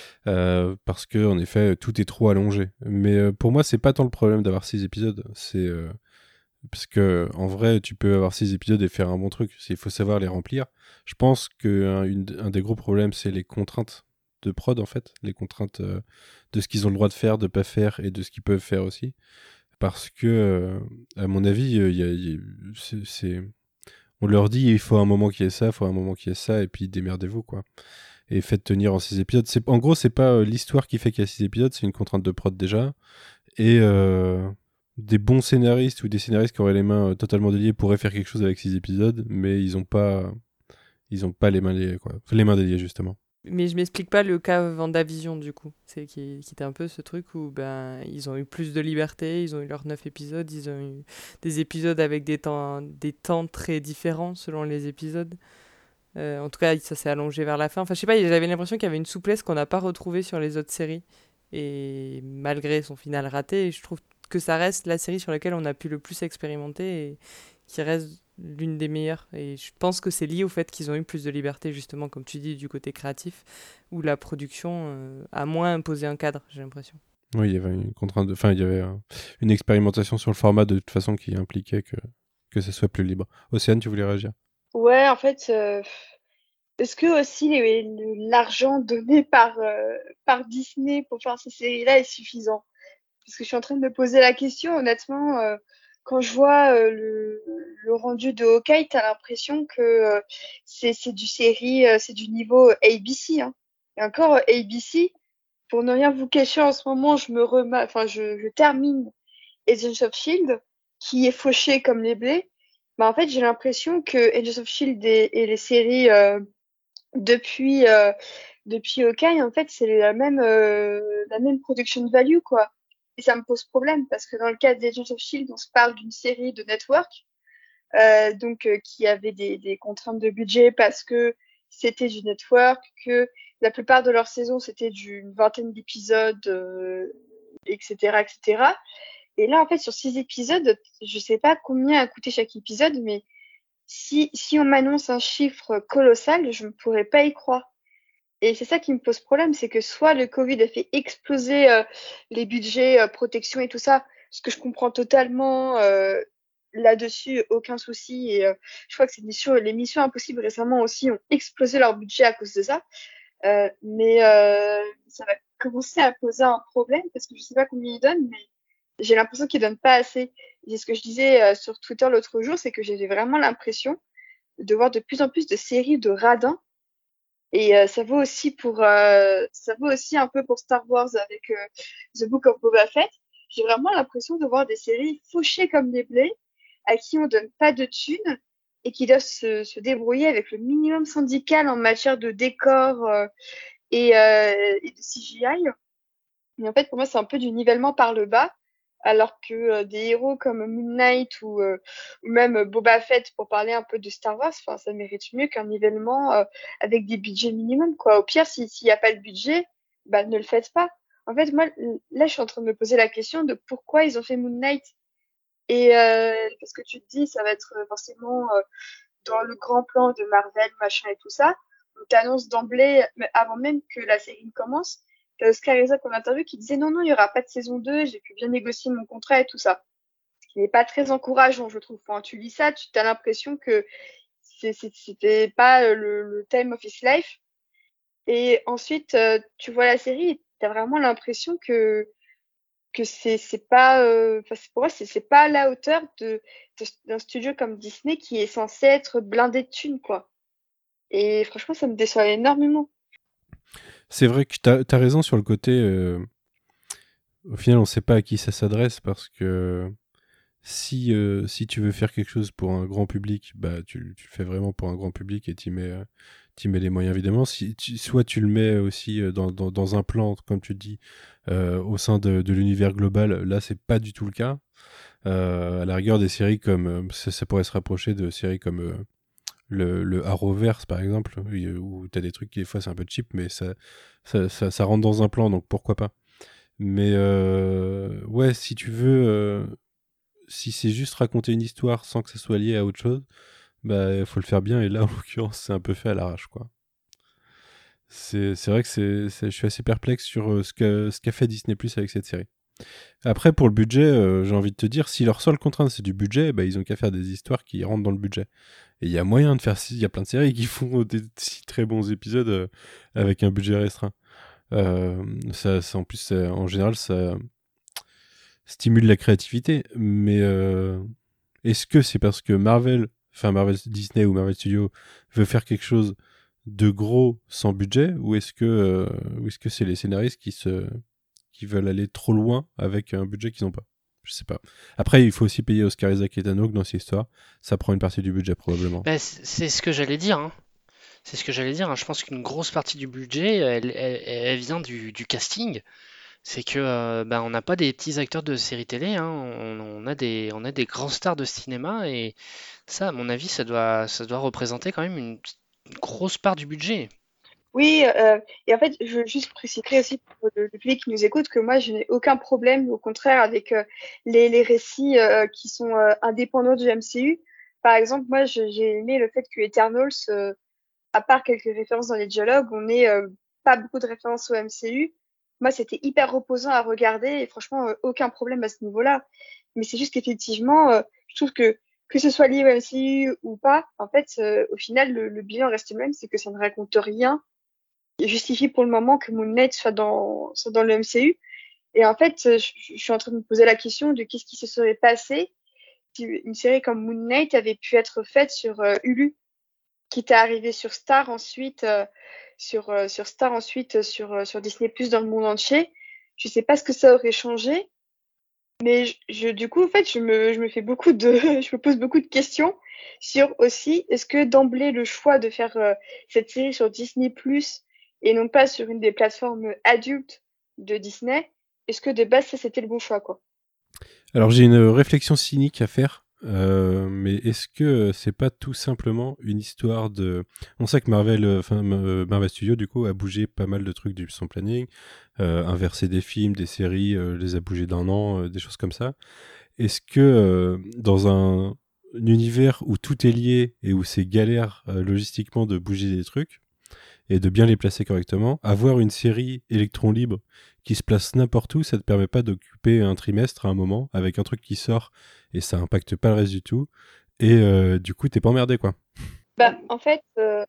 Euh, parce que, en effet, tout est trop allongé. Mais euh, pour moi, c'est pas tant le problème d'avoir six épisodes. C'est euh, parce que, en vrai, tu peux avoir six épisodes et faire un bon truc. Il faut savoir les remplir. Je pense que un, une- un des gros problèmes, c'est les contraintes de prod, en fait, les contraintes euh, de ce qu'ils ont le droit de faire, de pas faire, et de ce qu'ils peuvent faire aussi. Parce que, euh, à mon avis, euh, il y a- il y a- c'est, c'est- on leur dit il faut un moment qu'il y ait ça, il faut un moment qu'il y ait ça, et puis démerdez-vous, quoi. Et faites tenir en six épisodes. C'est, en gros, c'est pas euh, l'histoire qui fait qu'il y a six épisodes, c'est une contrainte de prod déjà. Et euh, des bons scénaristes ou des scénaristes qui auraient les mains euh, totalement déliées pourraient faire quelque chose avec six épisodes, mais ils ont pas, ils ont pas les mains déliées, quoi. Enfin, les mains déliées, justement. Mais je m'explique pas le cas Vendavision, du coup. C'est qui, qui était un peu ce truc où ben, ils ont eu plus de liberté, ils ont eu leurs neuf épisodes, ils ont eu des épisodes avec des temps, des temps très différents selon les épisodes. Euh, en tout cas, ça s'est allongé vers la fin. Enfin, je sais pas, j'avais l'impression qu'il y avait une souplesse qu'on n'a pas retrouvée sur les autres séries. Et malgré son final raté, je trouve que ça reste la série sur laquelle on a pu le plus expérimenter et qui reste l'une des meilleures. Et je pense que c'est lié au fait qu'ils ont eu plus de liberté, justement, comme tu dis, du côté créatif, où la production euh, a moins imposé un cadre, j'ai l'impression. Oui, il y avait une contrainte, de... enfin, il y avait euh, une expérimentation sur le format de toute façon qui impliquait que que ça soit plus libre. Océane, tu voulais réagir? Ouais, en fait, euh, est-ce que aussi les- le- l'argent donné par, euh, par Disney pour faire ces séries-là est suffisant? Parce que je suis en train de me poser la question, honnêtement, euh, quand je vois euh, le, le rendu de Hawkeye, t'as l'impression que euh, c'est c'est du série, euh, c'est du niveau A B C, hein. Et encore euh, A B C, pour ne rien vous cacher, en ce moment, je me rema... enfin, je, je termine Agents of Shield, qui est fauché comme les blés. Bah, en fait, j'ai l'impression que Agents of Shield et, et les séries euh, depuis euh, depuis Hawkeye, en fait, c'est la même euh, la même production value, quoi. Et ça me pose problème parce que dans le cas d'Agents of Shield, on se parle d'une série de network. euh, donc euh, qui avait des, des contraintes de budget parce que c'était du network, que la plupart de leurs saisons c'était d'une vingtaine d'épisodes, euh, et cetera, et cetera. Et là, en fait, sur six épisodes, je sais pas combien a coûté chaque épisode, mais si, si on m'annonce un chiffre colossal, je ne pourrais pas y croire. Et c'est ça qui me pose problème, c'est que soit le Covid a fait exploser euh, les budgets euh, protection et tout ça, ce que je comprends totalement euh, là-dessus, aucun souci. Et euh, je crois que c'est missions, les Missions Impossibles récemment aussi ont explosé leur budget à cause de ça. Euh, mais euh, ça va commencer à poser un problème parce que je sais pas combien ils donnent, mais j'ai l'impression qu'ils donnent pas assez. Et ce que je disais euh, sur Twitter l'autre jour, c'est que j'ai vraiment l'impression de voir de plus en plus de séries de radins. Et euh, ça vaut aussi pour euh, ça vaut aussi un peu pour Star Wars avec euh, The Book of Boba Fett. J'ai vraiment l'impression de voir des séries fauchées comme des blés, à qui on donne pas de thunes et qui doivent se, se débrouiller avec le minimum syndical en matière de décor euh, et, euh, et de C G I. Mais en fait, pour moi, c'est un peu du nivellement par le bas, alors que euh, des héros comme Moon Knight ou, euh, ou même Boba Fett, pour parler un peu de Star Wars, enfin, ça mérite mieux qu'un nivellement euh, avec des budgets minimums, quoi. Au pire, si- s'il n'y a pas de budget, bah, ne le faites pas. En fait, moi, là, je suis en train de me poser la question de pourquoi ils ont fait Moon Knight. Et euh, parce que tu te dis, ça va être forcément euh, dans le grand plan de Marvel, machin et tout ça. On t'annonce d'emblée, mais avant même que la série ne commence, t'as Oscar Isaac en interview qui disait non, non, il n'y aura pas de saison deux, j'ai pu bien négocier mon contrat et tout ça. Ce qui n'est pas très encourageant, je trouve. Quand tu lis ça, tu as l'impression que c'est- c'est- c'était pas le, le time of his life. Et ensuite, euh, tu vois la série et tu as vraiment l'impression que que c'est c'est pas euh, enfin c'est- pour moi c'est c'est pas à la hauteur de de- d'un studio comme Disney qui est censé être blindé de thunes, quoi. Et franchement, ça me déçoit énormément. C'est vrai que t'as as raison sur le côté. euh, au final, on sait pas à qui ça s'adresse parce que si, euh, si tu veux faire quelque chose pour un grand public, bah tu, tu le fais vraiment pour un grand public et tu mets, euh, t'y mets les moyens évidemment. Si tu- soit tu le mets aussi euh, dans, dans, dans un plan, comme tu dis, euh, au sein de, de l'univers global. Là, c'est pas du tout le cas. Euh, à la rigueur, des séries comme euh, ça, ça pourrait se rapprocher de séries comme euh, le, le Arrowverse par exemple, où t'as des trucs qui des fois c'est un peu cheap, mais ça, ça, ça, ça rentre dans un plan, donc pourquoi pas. Mais euh, ouais, si tu veux, euh, si c'est juste raconter une histoire sans que ça soit lié à autre chose, bah il faut le faire bien. Et là, en l'occurrence, c'est un peu fait à l'arrache, quoi. C'est, c'est vrai que c'est, c'est- je suis assez perplexe sur euh, ce qu'a, ce qu'a fait Disney Plus avec cette série. Après, pour le budget, euh, j'ai envie de te dire, si leur seule contrainte c'est du budget, bah, ils ont qu'à faire des histoires qui rentrent dans le budget. Et il y a moyen de faire, il y a plein de séries qui font des si très bons épisodes euh, avec un budget restreint. Euh, ça, ça, en plus, ça- en général, ça stimule la créativité. Mais euh, est-ce que c'est parce que Marvel, enfin Marvel Disney ou Marvel Studios veut faire quelque chose de gros sans budget, ou est-ce que, euh, ou est-ce que c'est les scénaristes qui se, qui veulent aller trop loin avec un budget qu'ils n'ont pas? Je sais pas. Après, il faut aussi payer Oscar Isaac et Tano dans cette histoire. Ça prend une partie du budget probablement. Bah, c- c'est ce que j'allais dire, hein. C'est ce que j'allais dire, hein. Je pense qu'une grosse partie du budget, elle, elle- elle vient du, du casting. C'est que euh, bah, on n'a pas des petits acteurs de séries télé, hein. On, on a des, on a des grands stars de cinéma et ça, à mon avis, ça doit, ça doit représenter quand même une, une grosse part du budget. Oui, euh, et en fait, je veux juste préciser aussi pour le, le public qui nous écoute que moi, je n'ai aucun problème, au contraire, avec euh, les, les récits euh, qui sont euh, indépendants du M C U. Par exemple, moi, je- j'ai aimé le fait que Eternals, euh, à part quelques références dans les dialogues, on n'ait euh, pas beaucoup de références au M C U. Moi, c'était hyper reposant à regarder et franchement, euh, aucun problème à ce niveau-là. Mais c'est juste qu'effectivement, euh, je trouve que que ce soit lié au M C U ou pas, en fait, euh, au final, le, le bilan reste le même, c'est que ça ne raconte rien qui justifie pour le moment que Moon Knight soit dans, soit dans le M C U. Et en fait, je, je suis en train de me poser la question de qu'est-ce qui se serait passé si une série comme Moon Knight avait pu être faite sur euh, Hulu, quitte à arriver sur Star ensuite, euh, sur, euh, sur Star ensuite, euh, sur, euh, sur Disney Plus dans le monde entier. Je sais pas ce que ça aurait changé, mais je, je- du coup, en fait, je me, je me fais beaucoup de, je me pose beaucoup de questions sur aussi, est-ce que d'emblée le choix de faire euh, cette série sur Disney Plus et non pas sur une des plateformes adultes de Disney, est-ce que de base ça c'était le bon choix, quoi? Alors j'ai une réflexion cynique à faire. Euh, mais est-ce que c'est pas tout simplement une histoire de... On sait que Marvel, euh, enfin euh, Marvel Studios du coup a bougé pas mal de trucs du son planning, euh, inversé des films, des séries, euh, les a bougés d'un an, euh, des choses comme ça. Est-ce que euh, dans un, un univers où tout est lié et où c'est galère euh, logistiquement de bouger des trucs et de bien les placer correctement, avoir une série électron libre qui se place n'importe où, ça te permet pas d'occuper un trimestre à un moment avec un truc qui sort et ça impacte pas le reste du tout. Et euh, du coup, t'es pas emmerdé, quoi. Bah, en fait, euh,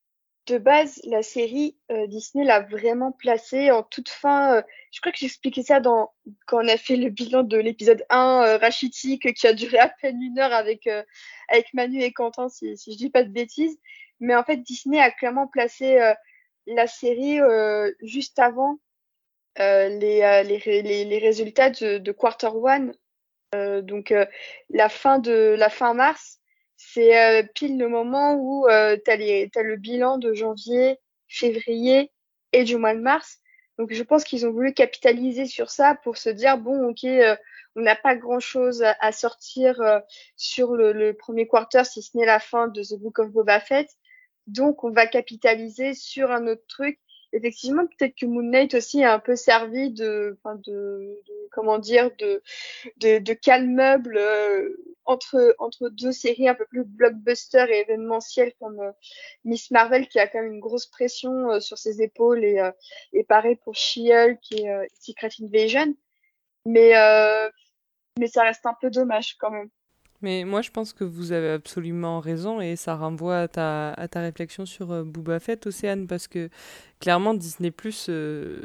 de base, la série, euh, Disney l'a vraiment placée en toute fin. euh, je crois que j'expliquais ça dans quand on a fait le bilan de l'épisode un, euh, rachitique, qui a duré à peine une heure avec, euh, avec Manu et Quentin, si, si je dis pas de bêtises. Mais en fait, Disney a clairement placé euh, la série euh, juste avant euh, les, euh, les, ré- les, les résultats de, de Quarter One. Euh, donc euh, la fin de la fin mars, c'est euh, pile le moment où euh, t'as les t'as le bilan de janvier, février et du mois de mars. Donc je pense qu'ils ont voulu capitaliser sur ça pour se dire bon ok, euh, on n'a pas grand chose à, à sortir euh, sur le, le premier quarter si ce n'est la fin de The Book of Boba Fett. Donc on va capitaliser sur un autre truc. Effectivement, peut-être que Moon Knight aussi a un peu servi de, enfin de, de comment dire, de de, de calme-meuble euh, entre, entre deux séries un peu plus blockbuster et événementielles comme euh, Miss Marvel qui a quand même une grosse pression euh, sur ses épaules et, euh, et pareil pour She-Hulk et euh, Secret Invasion. Mais, euh, mais ça reste un peu dommage quand même. Mais moi, je pense que vous avez absolument raison et ça renvoie à ta, à ta réflexion sur euh, Boba Fett, Océane, parce que clairement, Disney+, euh,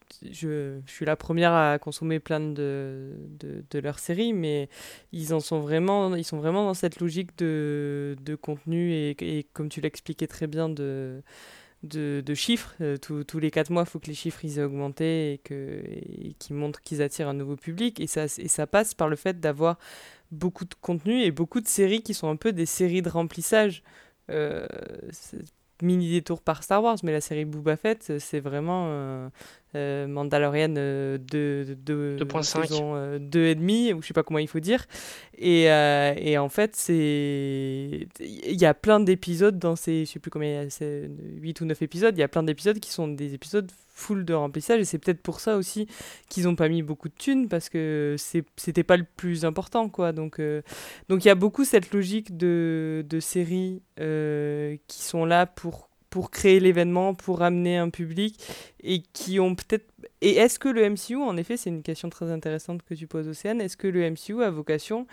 je, je suis la première à consommer plein de, de, de leurs séries, mais ils en sont vraiment, ils sont vraiment dans cette logique de, de contenu et, et comme tu l'expliquais très bien, de, de, de chiffres. Euh, tous tous les quatre mois, il faut que les chiffres ils aient augmenté et, que, et qu'ils montrent qu'ils attirent un nouveau public. Et ça, et ça passe par le fait d'avoir beaucoup de contenu et beaucoup de séries qui sont un peu des séries de remplissage. Euh, c'est- Mini détour par Star Wars, mais la série Boba Fett, euh, c'est vraiment euh, euh, Mandalorian euh, de, de, deux point cinq. saison euh, deux et demi, ou je sais pas comment il faut dire. Et, euh, et en fait, c'est il y a plein d'épisodes dans ces, je sais plus combien, c'est huit ou neuf épisodes, il y a plein d'épisodes qui sont des épisodes full de remplissage et c'est peut-être pour ça aussi qu'ils ont pas mis beaucoup de thunes parce que c'est c'était pas le plus important quoi. Donc euh, donc il y a beaucoup cette logique de de séries euh, qui sont là pour pour créer l'événement, pour amener un public et qui ont peut-être et est-ce que le M C U en effet, c'est une question très intéressante que tu poses Océane, est-ce que le M C U a vocation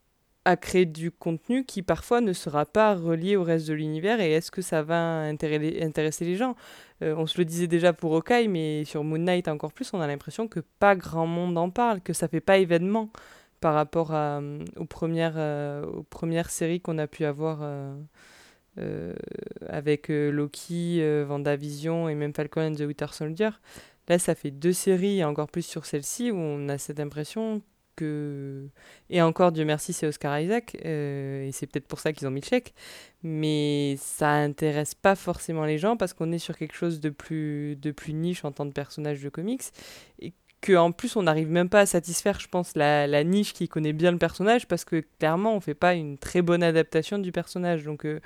à créer du contenu qui parfois ne sera pas relié au reste de l'univers et est-ce que ça va intéresser, intéresser les gens. Euh, on se le disait déjà pour Hawkeye, mais sur Moon Knight encore plus, on a l'impression que pas grand monde en parle, que ça fait pas événement par rapport à, euh, aux, premières, euh, aux premières séries qu'on a pu avoir euh, euh, avec euh, Loki, euh, WandaVision et même Falcon and the Winter Soldier. Là, ça fait deux séries, et encore plus sur celle-ci, où on a cette impression que... Et encore, Dieu merci, c'est Oscar Isaac, euh, et c'est peut-être pour ça qu'ils ont mis le chèque, mais ça intéresse pas forcément les gens, parce qu'on est sur quelque chose de plus, de plus niche en tant que personnage de comics, et qu'en plus, on n'arrive même pas à satisfaire, je pense, la, la niche qui connaît bien le personnage, parce que clairement, on fait pas une très bonne adaptation du personnage, donc... Euh,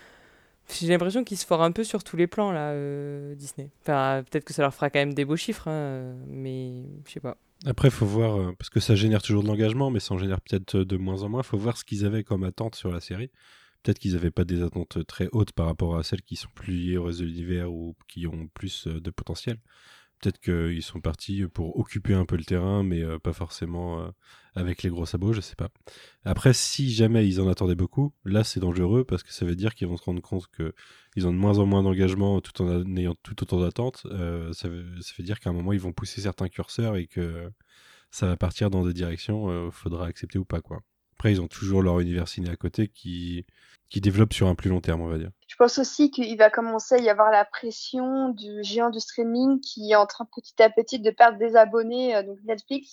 j'ai l'impression qu'ils se forent un peu sur tous les plans, là, euh, Disney. Enfin, peut-être que ça leur fera quand même des beaux chiffres, hein, euh, mais je sais pas. Après, il faut voir, euh, parce que ça génère toujours de l'engagement, mais ça en génère peut-être de moins en moins. Il faut voir ce qu'ils avaient comme attente sur la série. Peut-être qu'ils n'avaient pas des attentes très hautes par rapport à celles qui sont plus liées au reste de l'univers ou qui ont plus euh, de potentiel. Peut-être qu'ils sont partis pour occuper un peu le terrain, mais euh, pas forcément euh, avec les gros sabots, je sais pas. Après, si jamais ils en attendaient beaucoup, là c'est dangereux parce que ça veut dire qu'ils vont se rendre compte qu'ils ont de moins en moins d'engagement tout en ayant tout autant d'attentes. Euh, ça, veut, ça veut dire qu'à un moment ils vont pousser certains curseurs et que ça va partir dans des directions, euh, faudra accepter ou pas quoi. Après, ils ont toujours leur univers ciné à côté qui, qui développe sur un plus long terme, on va dire. Je pense aussi qu'il va commencer à y avoir la pression du géant du streaming qui est en train petit à petit de perdre des abonnés, euh, donc Netflix,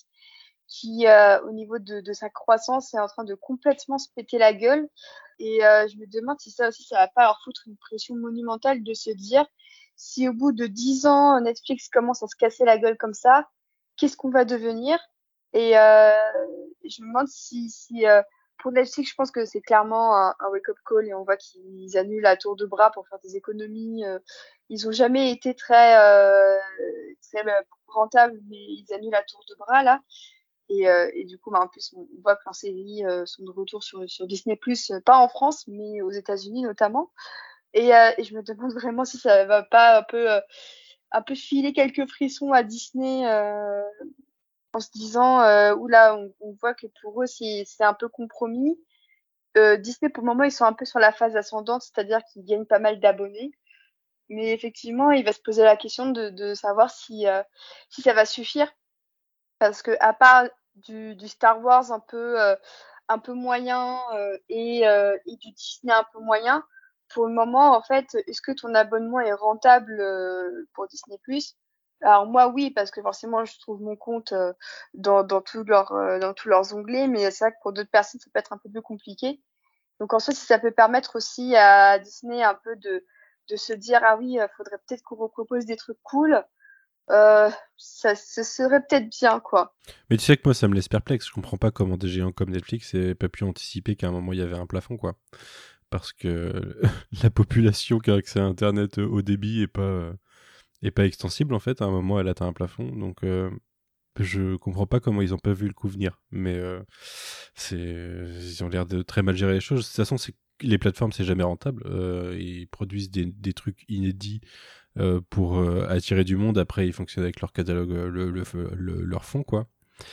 qui euh, au niveau de, de sa croissance est en train de complètement se péter la gueule. Et euh, je me demande si ça aussi, ça va pas leur foutre une pression monumentale de se dire si au bout de dix ans, Netflix commence à se casser la gueule comme ça, qu'est-ce qu'on va devenir? Et euh, je me demande si, si euh, pour Netflix, je pense que c'est clairement un, un wake-up call et on voit qu'ils annulent à tour de bras pour faire des économies. Euh, ils ont jamais été très, euh, très euh, rentables, mais ils annulent à tour de bras là. Et, euh, et du coup, bah, en plus, on voit que leurs séries euh, sont de retour sur, sur Disney+, euh, pas en France, mais aux États-Unis notamment. Et, euh, et je me demande vraiment si ça va pas un peu, euh, un peu filer quelques frissons à Disney euh, en se disant, euh, oula, on, on voit que pour eux, c'est, c'est un peu compromis. Euh, Disney, pour le moment, ils sont un peu sur la phase ascendante, c'est-à-dire qu'ils gagnent pas mal d'abonnés. Mais effectivement, il va se poser la question de, de savoir si, euh, si ça va suffire. Parce que à part du, du Star Wars un peu, euh, un peu moyen euh, et, euh, et du Disney un peu moyen, pour le moment, en fait, est-ce que ton abonnement est rentable euh, pour Disney+? Alors moi, oui, parce que forcément, je trouve mon compte euh, dans, dans, tous leurs, euh, dans tous leurs onglets, mais c'est vrai que pour d'autres personnes, ça peut être un peu plus compliqué. Donc en soi, si ça peut permettre aussi à Disney un peu de, de se dire, ah oui, il faudrait peut-être qu'on repropose des trucs cool, euh, ça, ce serait peut-être bien, quoi. Mais tu sais que moi, ça me laisse perplexe. Je comprends pas comment des géants comme Netflix n'aient pas pu anticiper qu'à un moment, il y avait un plafond, quoi. Parce que la population qui a accès à Internet au débit est pas, est pas extensible, en fait. À un moment, elle atteint un plafond. Donc, euh, je comprends pas comment ils ont pas vu le coup venir. Mais euh, c'est... ils ont l'air de très mal gérer les choses. De toute façon, c'est... les plateformes, c'est jamais rentable. Euh, ils produisent des, des trucs inédits euh, pour euh, attirer du monde. Après, ils fonctionnent avec leur catalogue, le, le, le, leur fond, quoi.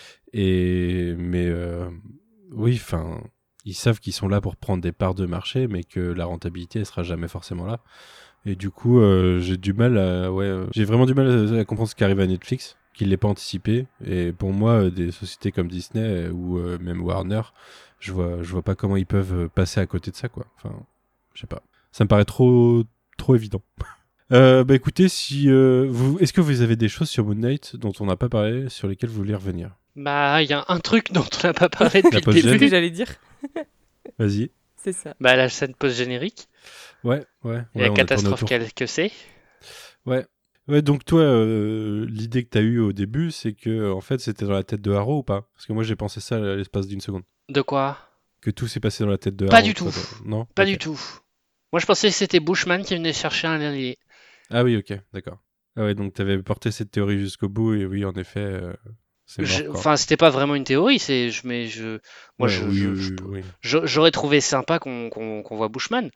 Et... Mais euh, oui, enfin... Ils savent qu'ils sont là pour prendre des parts de marché, mais que la rentabilité, elle sera jamais forcément là. Et du coup, euh, j'ai du mal à... Ouais, euh, j'ai vraiment du mal à, à comprendre ce qui arrive à Netflix, qu'il l'ait pas anticipé. Et pour moi, euh, des sociétés comme Disney euh, ou euh, même Warner, je vois, je vois pas comment ils peuvent passer à côté de ça, quoi. Enfin, je sais pas. Ça me paraît trop, trop évident. euh, bah écoutez, si euh, vous, est-ce que vous avez des choses sur Moon Knight dont on n'a pas parlé, sur lesquelles vous voulez revenir? Bah, il y a un truc dont on n'a pas parlé depuis le post-gène. C'est ce que début. j'allais dire. Vas-y. C'est ça. Bah, la scène post-générique. Ouais, ouais. Et ouais la on a tourné catastrophe autour. qu'elle- que c'est. Ouais. Ouais, donc toi, euh, l'idée que t'as eue au début, c'est que en fait, c'était dans la tête de Harrow ou pas? Parce que moi, j'ai pensé ça à l'espace d'une seconde. De quoi? Que tout s'est passé dans la tête de Pas Harrow. du toi, tout. toi. Non? Pas Ok. du tout. Moi, je pensais que c'était Bushman qui venait chercher un allié. Ah oui, ok, d'accord. Ah ouais, donc t'avais porté cette théorie jusqu'au bout, et oui, en effet, euh, c'est mort, Je- quoi. Enfin, c'était pas vraiment une théorie, c'est, je, mais je, moi, Ouais, je, oui, je- oui, je- oui, oui. je- j'aurais trouvé sympa qu'on, qu'on, qu'on voit Bushman.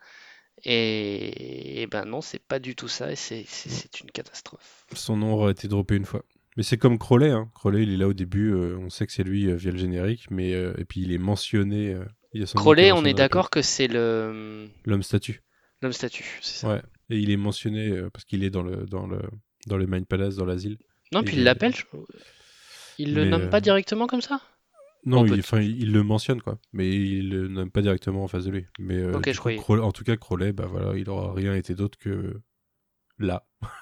Et, et ben non, c'est pas du tout ça, et c'est, c'est, Non. c'est une catastrophe. Son nom aurait été droppé une fois. Mais c'est comme Crowley, hein. Crowley, il est là au début, euh, on sait que c'est lui euh, via le générique, mais euh, et puis il est mentionné, euh, il y a son nom qui est Crowley, on mentionné est dans l'épisode. d'accord que c'est le, L'homme statue. l'homme statue, c'est ça. Ouais. Et il est mentionné euh, parce qu'il est dans le dans le dans le Mind Palace, dans l'asile. Non, Et puis il il est- l'appelle, je- il le Mais, nomme euh, pas directement comme ça? Non, Oh, il, peut- enfin, il, il le mentionne, quoi. Mais il le nomme pas directement en face de lui. Mais euh, Ok, du je coup, croyais. Crowley- en tout cas, Crowley, bah voilà, il aura rien été d'autre que là.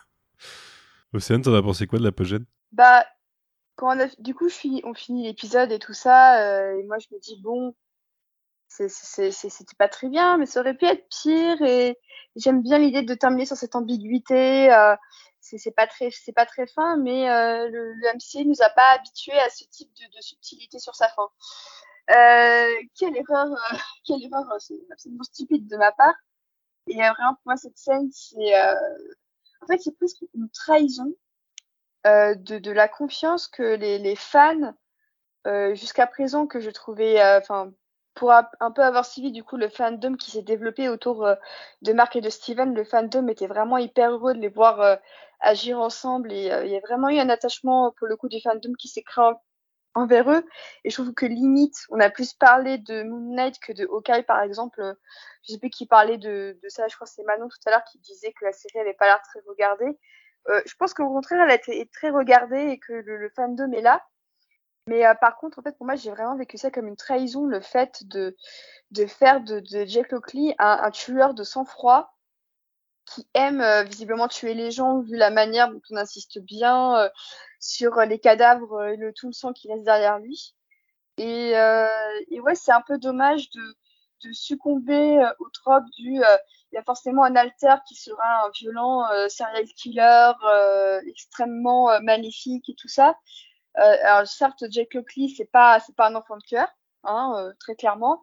Océane, t'en as pensé quoi de l'apogène? Bah, quand on a, du coup, je finis, on finit l'épisode et tout ça, euh, et moi je me dis, bon, c'est, c'est, c'est- c'était pas très bien, mais ça aurait pu être pire, et j'aime bien l'idée de terminer sur cette ambiguïté, euh, c'est, c'est pas très, c'est pas très fin, mais euh, le, le M C nous a pas habitués à ce type de, de subtilité sur sa fin. Euh, quelle erreur, euh, quelle erreur, euh, c'est absolument stupide de ma part. Et euh, vraiment, pour moi, cette scène, c'est, euh, en fait, c'est presque une trahison euh, de, de la confiance que les, les fans, euh, jusqu'à présent, que je trouvais, enfin, pour a- un peu avoir suivi du coup le fandom qui s'est développé autour euh, de Mark et de Steven, le fandom était vraiment hyper heureux de les voir euh, agir ensemble et euh, il y a vraiment eu un attachement pour le coup du fandom qui s'est créé en- envers eux. Et je trouve que limite, on a plus parlé de Moon Knight que de Hawkeye par exemple. Euh, Je sais plus qui parlait de, de ça, je crois que c'est Manon tout à l'heure qui disait que la série avait pas l'air très regardée. Euh, je pense qu'au contraire, elle a été très regardée et que le, le fandom est là. Mais euh, par contre, en fait, pour moi, j'ai vraiment vécu ça comme une trahison, le fait de, de faire de, de Jake Lockley un, un tueur de sang-froid qui aime euh, visiblement tuer les gens, vu la manière dont on insiste bien euh, sur les cadavres et le, tout le sang qu'il laisse derrière lui. Et, euh, et ouais, c'est un peu dommage de, de succomber euh, au trope du euh, il y a forcément un alter qui sera un violent euh, serial killer euh, extrêmement euh, maléfique et tout ça. Euh, alors certes, Jake Lockley, c'est pas c'est pas un enfant de cœur, hein, euh, très clairement,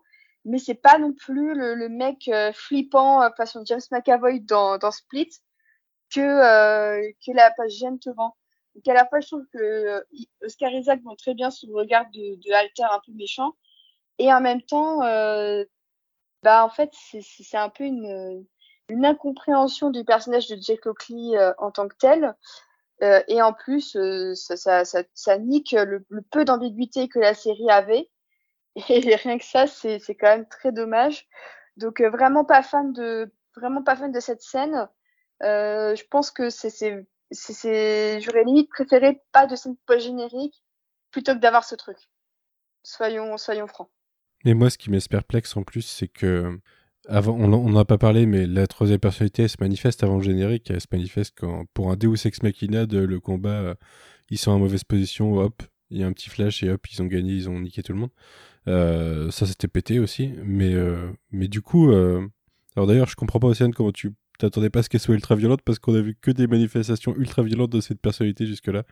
mais c'est pas non plus le, le mec euh, flippant euh, façon James McAvoy dans, dans Split que, euh, que la page Gêne te vend. Donc à la fois, je trouve que euh, Oscar Isaac vend très bien son regard de, de Alter un peu méchant, et en même temps, euh, bah en fait, c'est, c'est, c'est un peu une, une incompréhension du personnage de Jake Lockley euh, en tant que tel. Euh, et en plus, euh, ça, ça, ça, ça nique le, le peu d'ambiguïté que la série avait. Et rien que ça, c'est, c'est quand même très dommage. Donc euh, vraiment pas fan de, vraiment pas fan de cette scène. Euh, je pense que c'est, c'est, c'est, c'est, j'aurais limite préféré pas de scène post-générique plutôt que d'avoir ce truc. Soyons, soyons francs. Et moi, ce qui m'est perplexe en plus, c'est que avant, on n'en a pas parlé, mais la troisième personnalité, elle se manifeste avant le générique. Elle se manifeste quand, pour un Deus Ex Machina, de, le combat, euh, ils sont en mauvaise position, hop, il y a un petit flash et hop, ils ont gagné, ils ont niqué tout le monde. Euh, ça, c'était pété aussi. Mais, euh, mais du coup, euh... alors d'ailleurs, je comprends pas, Océane, comment tu t'attendais pas à ce qu'elle soit ultra violente, parce qu'on a vu que des manifestations ultra violentes de cette personnalité jusque-là.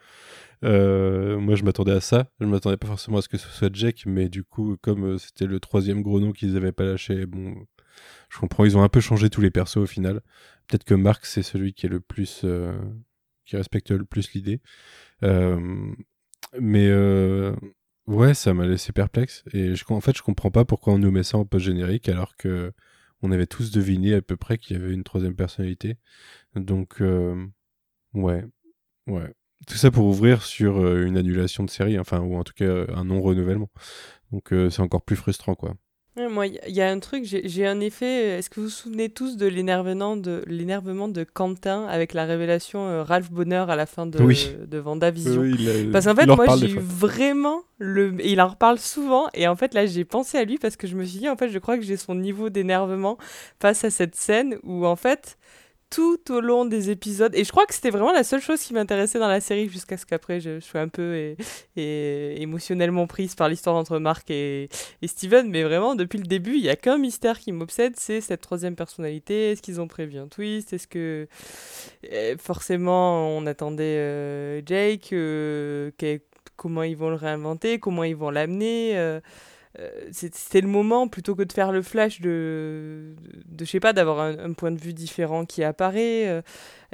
Euh, moi, je m'attendais à ça. Je m'attendais pas forcément à ce que ce soit Jack, mais du coup, comme euh, c'était le troisième gros nom qu'ils avaient pas lâché, bon, je comprends. Ils ont un peu changé tous les persos au final. Peut-être que Mark, c'est celui qui est le plus, euh, qui respecte le plus l'idée. Euh, mais euh, ouais, ça m'a laissé perplexe. Et je, en fait, je comprends pas pourquoi on nous met ça en post-générique alors que on avait tous deviné à peu près qu'il y avait une troisième personnalité. Donc, euh, ouais, ouais. Tout ça pour ouvrir sur euh, une annulation de série, enfin, ou en tout cas euh, un non-renouvellement. Donc euh, c'est encore plus frustrant, quoi. Ouais, moi, il y, y a un truc, j'ai j'ai un effet. Est-ce que vous vous souvenez tous de l'énervement de, l'énervement de Quentin avec la révélation euh, Ralph Bonheur à la fin de, Oui. de WandaVision? Oui, il, a- Parce qu'en fait, il en moi, reparle j'ai des eu fois. vraiment le. Et il en reparle souvent. Et en fait, là, j'ai pensé à lui parce que je me suis dit, en fait, je crois que j'ai son niveau d'énervement face à cette scène où, en fait, tout au long des épisodes, et je crois que c'était vraiment la seule chose qui m'intéressait dans la série jusqu'à ce qu'après je, je sois un peu é- é- émotionnellement prise par l'histoire entre Mark et, et Steven, mais vraiment depuis le début il n'y a qu'un mystère qui m'obsède, c'est cette troisième personnalité. Est-ce qu'ils ont prévu un twist? Est-ce que euh, forcément on attendait euh, Jake, euh, qu'est- comment ils vont le réinventer, comment ils vont l'amener, euh, euh, c'est- c'était le moment, plutôt que de faire le flash de, de, de, je sais pas, d'avoir un, un point de vue différent qui apparaît. euh,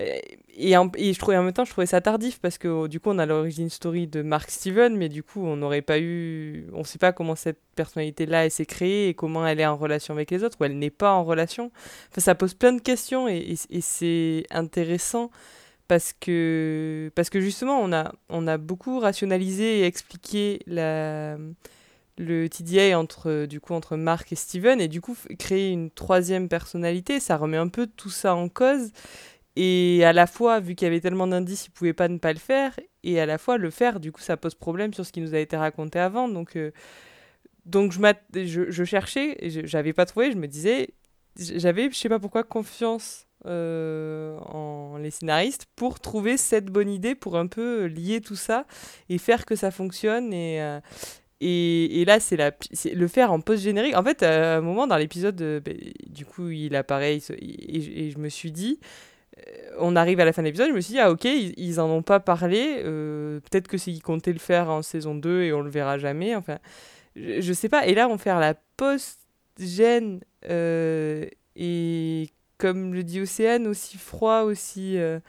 et, en, et je trouvais en même temps, je trouvais ça tardif parce que oh, du coup, on a l'origin story de Mark Steven, mais du coup, on n'aurait pas eu, on sait pas comment cette personnalité-là elle s'est créée et comment elle est en relation avec les autres, ou elle n'est pas en relation. Enfin, ça pose plein de questions et, et, et c'est intéressant. Parce que, parce que justement, on a, on a beaucoup rationalisé et expliqué la, le T D A entre, du coup, entre Mark et Steven, et du coup f- créer une troisième personnalité, ça remet un peu tout ça en cause, et à la fois, vu qu'il y avait tellement d'indices, ils pouvaient pas ne pas le faire, et à la fois le faire, du coup ça pose problème sur ce qui nous a été raconté avant, donc, euh, donc je, m'att- je, je cherchais, et je- j'avais pas trouvé, je me disais, j'avais, je sais pas pourquoi, confiance euh, en les scénaristes pour trouver cette bonne idée, pour un peu lier tout ça, et faire que ça fonctionne, et... euh, et, et là, c'est, la, c'est le faire en post-générique. En fait, à un moment dans l'épisode, euh, bah, du coup, il apparaît, il se- et, et je me suis dit, euh, on arrive à la fin de l'épisode, je me suis dit, ah ok, ils, ils en ont pas parlé, euh, peut-être que c'est qu'ils comptaient le faire en saison deux et on le verra jamais, enfin, je, je sais pas. Et là, on fait la post-gène, euh, et comme le dit Océane, aussi froid, aussi... euh,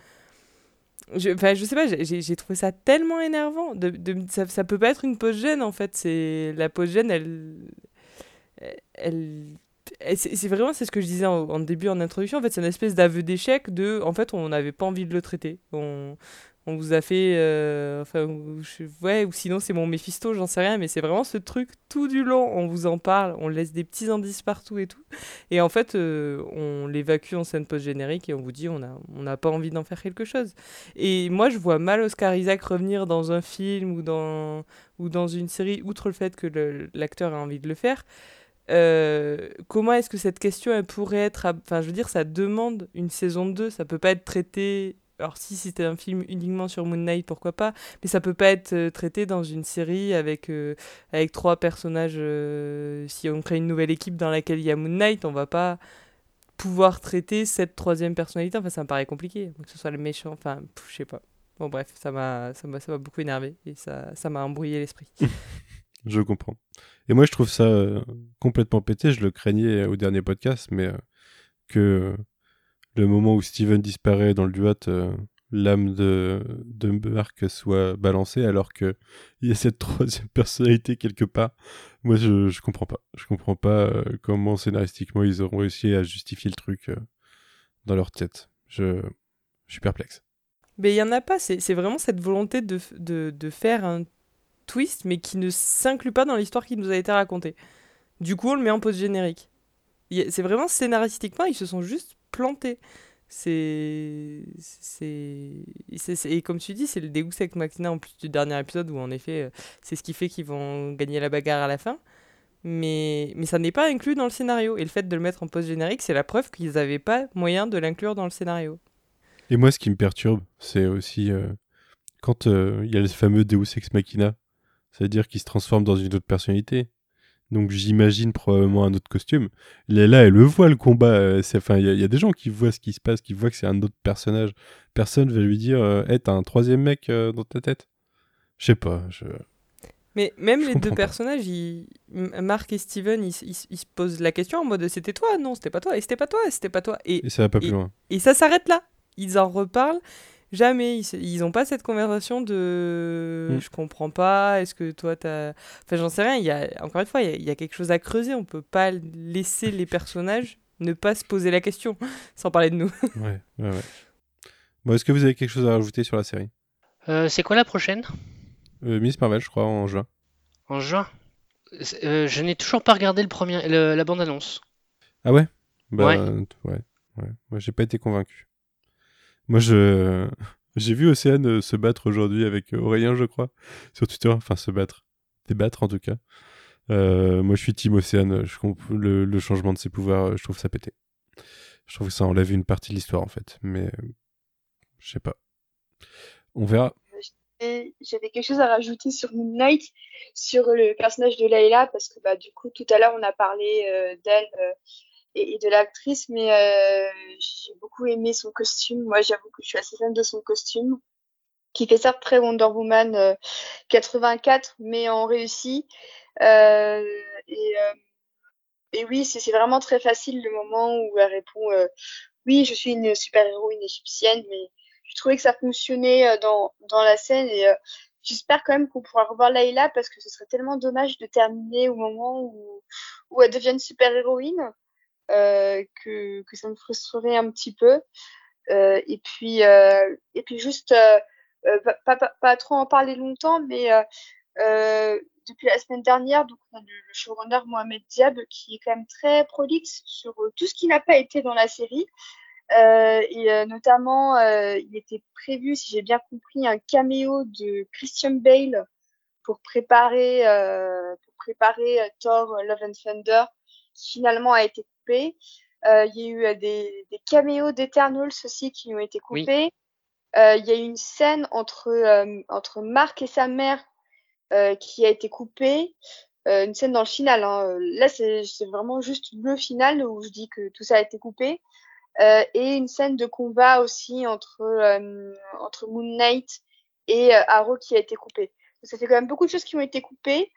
je, enfin, je sais pas, j'ai- j'ai j'ai trouvé ça tellement énervant. De, de- ça, ça peut pas être une pause gêne en fait. C'est la pause gêne, elle, elle, elle- c'est c'est vraiment c'est ce que je disais en, en début en introduction. En fait, c'est une espèce d'aveu d'échec de, en fait, on n'avait pas envie de le traiter. On, on vous a fait, euh, enfin, ou- je- ouais, ou sinon c'est mon Méphisto, j'en sais rien, mais c'est vraiment ce truc tout du long. On vous en parle, on laisse des petits indices partout et tout. Et en fait, euh, on l'évacue en scène post-générique et on vous dit on a, on n'a pas envie d'en faire quelque chose. Et moi, je vois mal Oscar Isaac revenir dans un film ou dans, ou dans une série, outre le fait que le- l'acteur a envie de le faire. Euh, comment est-ce que cette question elle pourrait être... ab- Enfin, je veux dire, ça demande une saison deux, ça peut pas être traité... Alors si c'était un film uniquement sur Moon Knight, pourquoi pas, mais ça peut pas être euh, traité dans une série avec, euh, avec trois personnages. euh, si on crée une nouvelle équipe dans laquelle il y a Moon Knight, on va pas pouvoir traiter cette troisième personnalité. Enfin, ça me paraît compliqué, que ce soit le méchant, enfin, pff, je sais pas. Bon bref, ça m'a, ça m'a, ça m'a beaucoup énervé et ça, ça m'a embrouillé l'esprit. Je comprends. Et moi, je trouve ça euh, complètement pété. Je le craignais au dernier podcast, mais euh, que euh, le moment où Steven disparaît dans le duat, euh, l'âme de, de Mark soit balancée alors qu'il y a cette troisième personnalité quelque part. Moi, je, je comprends pas. Je comprends pas euh, comment scénaristiquement ils auront réussi à justifier le truc euh, dans leur tête. Je, je suis perplexe. Mais il y en a pas, c'est c'est vraiment cette volonté de, f- de, de faire un twist, mais qui ne s'inclut pas dans l'histoire qui nous a été racontée. Du coup, on le met en post-générique. Il y a- C'est vraiment scénaristiquement, ils se sont juste plantés. C'est. C'est. c'est- c'est- Et comme tu dis, c'est le Deus Ex Machina en plus du dernier épisode où en effet, euh, c'est ce qui fait qu'ils vont gagner la bagarre à la fin. Mais, mais ça n'est pas inclus dans le scénario. Et le fait de le mettre en post-générique, c'est la preuve qu'ils n'avaient pas moyen de l'inclure dans le scénario. Et moi, ce qui me perturbe, c'est aussi euh, quand euh, il y a le fameux Deus Ex Machina, ça veut dire qu'il se transforme dans une autre personnalité. Donc j'imagine probablement un autre costume. Là, là, elle le voit le combat. euh, c'est- Enfin, il y, a- il y a des gens qui voient ce qui se passe, qui voient que c'est un autre personnage. Personne va lui dire, euh, hey, t'as un troisième mec euh, dans ta tête. Je sais pas. Je... Mais même Je les deux comprends pas. personnages, ils- M- Mark et Steven, ils, s- ils s- ils se posent la question en mode c'était toi, non, c'était pas toi, et c'était pas toi, et c'était pas toi. Et, Et ça va pas plus et, loin. et ça s'arrête là. Ils en reparlent jamais. Ils, se- ils ont pas cette conversation de Mm. je comprends pas, est-ce que toi t'as. Enfin, j'en sais rien. Il y a, encore une fois, il y, a, il y a quelque chose à creuser. On peut pas laisser les personnages ne pas se poser la question, sans parler de nous. Ouais, ouais, ouais. Bon, est-ce que vous avez quelque chose à rajouter sur la série Euh, c'est quoi la prochaine? euh, Miss Marvel, je crois, en juin. En juin? C'est- euh, je n'ai toujours pas regardé le premier, le- la bande-annonce. Ah ouais Bah, Ouais. ouais, ouais. Moi, j'ai pas été convaincu. Moi, je... j'ai vu Océane euh, se battre aujourd'hui avec euh, Aurélien, je crois, sur Twitter. Enfin, se battre. Débattre, en tout cas. Euh, moi, je suis team Océane. Je comp- le, le changement de ses pouvoirs, euh, je trouve ça pété. Je trouve que ça enlève une partie de l'histoire, en fait. Mais, euh, je sais pas. On verra. Et j'avais quelque chose à rajouter sur Moon Knight, sur le personnage de Layla, parce que bah, du coup, tout à l'heure, on a parlé euh, d'elle euh, et, et de l'actrice, mais euh, j'ai beaucoup aimé son costume. Moi, j'avoue que je suis assez fan de son costume, qui fait certes très Wonder Woman euh, quatre-vingt-quatre, mais en réussi. Euh, et, euh, et oui, c'est c'est vraiment très facile le moment où elle répond euh, oui, je suis une super-héroïne égyptienne, mais je trouvais que ça fonctionnait euh, dans, dans la scène et euh, j'espère quand même qu'on pourra revoir Layla parce que ce serait tellement dommage de terminer au moment où, où elle devient une super-héroïne euh, que, que ça me frustrerait un petit peu. Euh, et puis, euh, et puis juste, euh, euh, pas, pas, pas trop en parler longtemps, mais euh, euh, depuis la semaine dernière, donc on a le, le showrunner Mohamed Diab qui est quand même très prolixe sur euh, tout ce qui n'a pas été dans la série. Euh, et euh, notamment, euh, il était prévu, si j'ai bien compris, un caméo de Christian Bale pour préparer, euh, pour préparer euh, Thor Love and Thunder, qui finalement a été coupé. Euh, il y a eu euh, des, des caméos d'Eternals aussi qui ont été Oui. coupés. Euh, il y a eu une scène entre, euh, entre Mark et sa mère euh, qui a été coupée. Euh, une scène dans le final. Hein. Là, c'est c'est vraiment juste le final où je dis que tout ça a été coupé. Euh, et une scène de combat aussi entre, euh, entre Moon Knight et euh, Arrow qui a été coupée. Ça fait quand même beaucoup de choses qui ont été coupées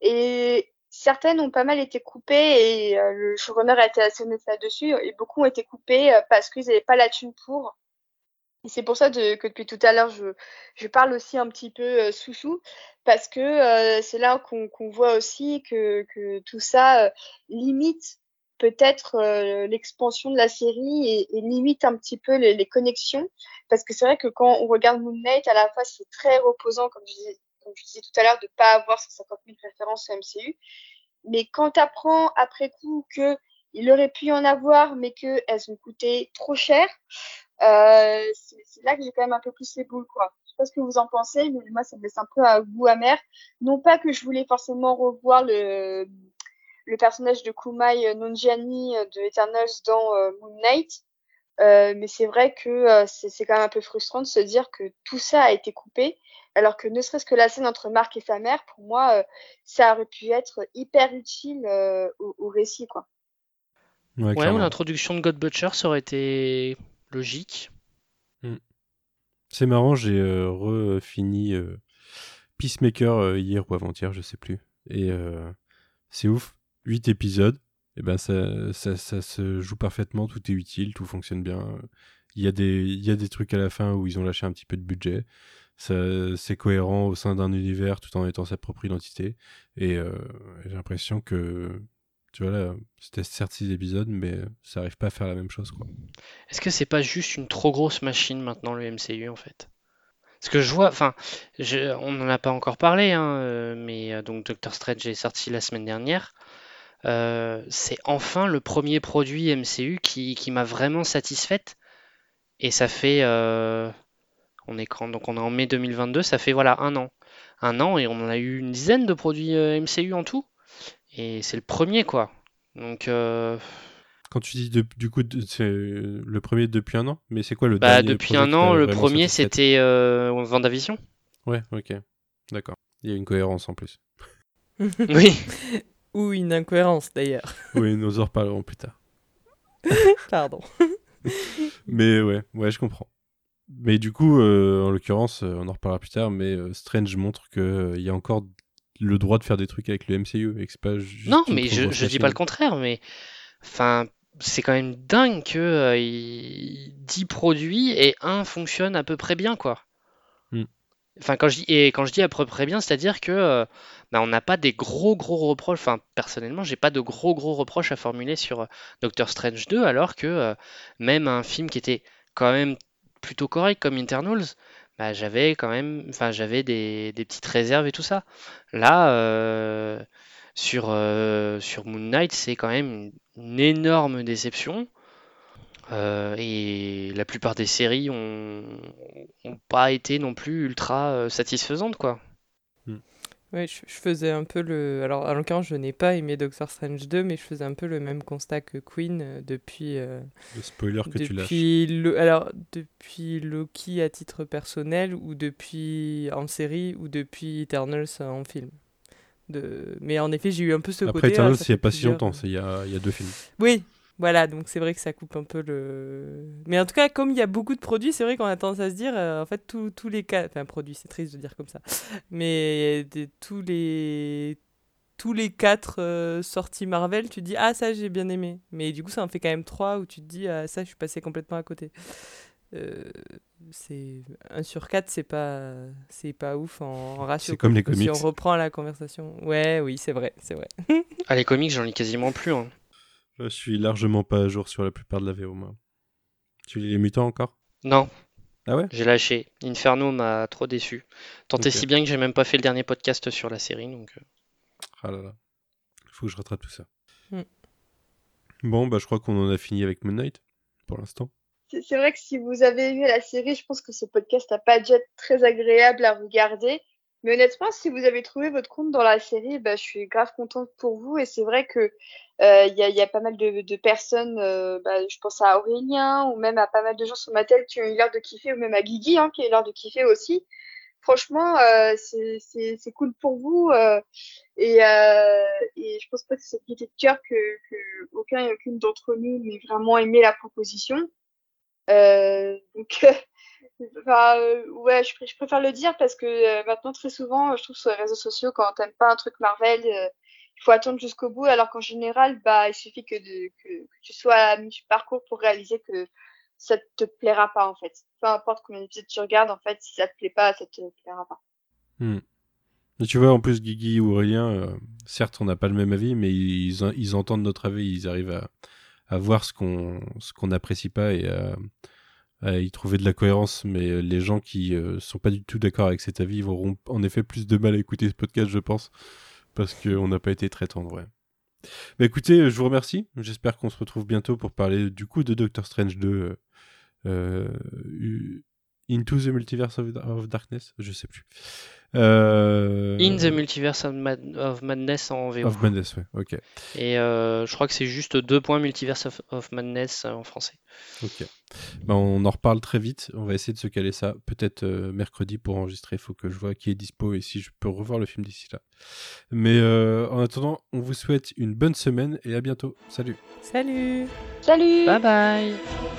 et certaines ont pas mal été coupées et euh, le showrunner a été assez honnête là-dessus et beaucoup ont été coupées euh, parce qu'ils n'avaient pas la thune pour. Et c'est pour ça de, que depuis tout à l'heure, je, je parle aussi un petit peu euh, sous-sous, parce que euh, c'est là qu'on qu'on voit aussi que, que tout ça euh, limite peut-être euh, l'expansion de la série et, et limite un petit peu les, les connexions. Parce que c'est vrai que quand on regarde Moon Knight, à la fois c'est très reposant, comme je disais, comme je disais tout à l'heure, de pas avoir cent cinquante mille références au M C U. Mais quand tu apprends après coup que il aurait pu y en avoir, mais qu'elles ont coûté trop cher, euh, c'est c'est là que j'ai quand même un peu plus les boules, quoi. Je sais pas ce que vous en pensez, mais moi, ça me laisse un peu un goût amer. Non pas que je voulais forcément revoir le, le personnage de Kumail Nanjiani de Eternals dans euh, Moon Knight, euh, mais c'est vrai que euh, c'est c'est quand même un peu frustrant de se dire que tout ça a été coupé, alors que ne serait-ce que la scène entre Mark et sa mère, pour moi, euh, ça aurait pu être hyper utile euh, au, au récit, quoi. Ouais, Ouais, ou clairement. l'introduction de God Butcher, ça aurait été logique. C'est marrant, j'ai euh, refini euh, Peacemaker euh, hier ou avant-hier, je sais plus. Et euh, c'est ouf. huit épisodes. Et ben ça, ça, ça se joue parfaitement, tout est utile, tout fonctionne bien. Il y a des, il y a des trucs à la fin où ils ont lâché un petit peu de budget. Ça, c'est cohérent au sein d'un univers tout en étant sa propre identité. Et euh, j'ai l'impression que, tu vois là, c'était certes six épisodes, mais ça arrive pas à faire la même chose, quoi. Est-ce que c'est pas juste une trop grosse machine maintenant, le M C U, en fait? Parce que je vois, enfin, je- on n'en a pas encore parlé, hein, euh, mais euh, donc Doctor Strange est sorti la semaine dernière. Euh, c'est enfin le premier produit M C U qui, qui m'a vraiment satisfaite. Et ça fait, euh, on est quand, donc on est en mai deux mille vingt-deux, ça fait voilà un an. Un an et on en a eu une dizaine de produits euh, M C U en tout. Et c'est le premier quoi. Donc, euh, Quand tu dis de- du coup, de- c'est le premier depuis un an, mais c'est quoi le bah, dernier depuis projet un qui t'a an, le vraiment premier satisfaite? c'était euh, WandaVision. Ouais, ok, d'accord. Il y a une cohérence en plus. Oui. Ou une incohérence d'ailleurs. Oui, nous en reparlerons plus tard. Pardon. Mais ouais, ouais, je comprends. Mais du coup, euh, en l'occurrence, euh, on en reparlera plus tard, mais euh, Strange montre qu'il y a encore le droit de faire des trucs avec le M C U et que c'est pas juste Non, une mais trop je, grosse je dis pas le machine. contraire, mais enfin, c'est quand même dingue que euh, il- dix produits et un fonctionne à peu près bien quoi. Hmm. Enfin, quand je dis, et quand je dis à peu près bien, c'est-à-dire que euh, bah, on n'a pas des gros gros reproches. Enfin, personnellement, j'ai pas de gros gros reproches à formuler sur euh, Doctor Strange deux, alors que euh, même un film qui était quand même plutôt correct comme Eternals, bah, j'avais quand même, enfin, j'avais des, des petites réserves et tout ça. Là, euh, sur euh, sur Moon Knight, c'est quand même une, une énorme déception. Euh, et la plupart des séries ont, ont pas été non plus ultra euh, satisfaisantes, quoi. Hmm. Ouais, je, je faisais un peu le. Alors, en l'occurrence, je n'ai pas aimé Doctor Strange deux, mais je faisais un peu le même constat que Queen euh, depuis. euh, Le spoiler que tu lâches. depuis le... Alors, depuis Loki à titre personnel, ou depuis en série, ou depuis Eternals en film. De... Mais en effet, j'ai eu un peu ce Après côté. Ah, Eternals, ça il y a fait pas si plusieurs. longtemps, c'est il y a, il y a deux films. Oui, voilà, donc c'est vrai que ça coupe un peu le. Mais en tout cas, comme il y a beaucoup de produits, c'est vrai qu'on a tendance à se dire, euh, en fait, tous tous les cas. Enfin, produits, c'est triste de dire comme ça. Mais de, tous les. Tous les quatre euh, sorties Marvel, tu te dis, ah, ça, j'ai bien aimé. Mais du coup, ça en fait quand même trois où tu te dis, ah, ça, je suis passé complètement à côté. Euh, c'est un sur quatre, c'est pas c'est pas ouf en, en ratio C'est quoi. comme les Du coup, si on comics. reprend la conversation, ouais, oui, c'est vrai, c'est vrai. Ah, les comics, j'en lis quasiment plus, hein. Je suis largement pas à jour sur la plupart de la V O, moi. Tu lis les mutants encore? Non, Ah ouais? j'ai lâché. Inferno m'a trop déçu. Tant et Ok. si bien que j'ai même pas fait le dernier podcast sur la série, donc. euh, Ah là là. Faut que je rattrape tout ça. Mm. Bon, bah je crois qu'on en a fini avec Moon Knight, pour l'instant. C'est c'est vrai que si vous avez vu la série, je pense que ce podcast n'a pas dû être très agréable à regarder. Mais honnêtement, si vous avez trouvé votre compte dans la série, bah, je suis grave contente pour vous. Et c'est vrai que euh, il y a, il y a pas mal de, de personnes, euh, bah, je pense à Aurélien ou même à pas mal de gens sur ma tête qui ont eu l'air de kiffer, ou même à Guigui hein, qui a eu l'air de kiffer aussi. Franchement, euh, c'est c'est c'est cool pour vous euh, et euh, et je pense pas que c'est cette gaieté de cœur que que aucun et aucune d'entre nous n'ait vraiment aimé la proposition. Euh, donc, enfin, euh, ouais, je, pr- je préfère le dire parce que euh, maintenant, très souvent, je trouve sur les réseaux sociaux, quand t'aimes pas un truc Marvel, euh, il faut attendre jusqu'au bout, alors qu'en général, bah, il suffit que, de, que, que tu sois à mi-parcours pour réaliser que ça te plaira pas, en fait. Peu importe combien d'épisodes tu regardes, en fait, si ça te plaît pas, ça te plaira pas. Hmm. Mais tu vois, en plus, Guigui ou Aurélien, euh, certes, on n'a pas le même avis, mais ils, ils entendent notre avis, ils arrivent à, à voir ce qu'on ce qu'on n'apprécie pas et à, à y trouver de la cohérence. Mais les gens qui euh, sont pas du tout d'accord avec cet avis auront en effet plus de mal à écouter ce podcast, je pense, parce qu'on n'a pas été très tendre, ouais. Bah écoutez, je vous remercie. J'espère qu'on se retrouve bientôt pour parler du coup de Doctor Strange deux. Euh, euh, Into the Multiverse of, of Darkness, je sais plus. Euh... In the Multiverse of, Mad- of Madness en V O. Of Madness, ouais, ok. Et euh, je crois que c'est juste deux points Multiverse of, of Madness euh, en français. Ok. Bah, on en reparle très vite. On va essayer de se caler ça. Peut-être euh, mercredi pour enregistrer. Il faut que je vois qui est dispo et si je peux revoir le film d'ici là. Mais euh, en attendant, on vous souhaite une bonne semaine et à bientôt. Salut. Salut. Salut! Bye bye!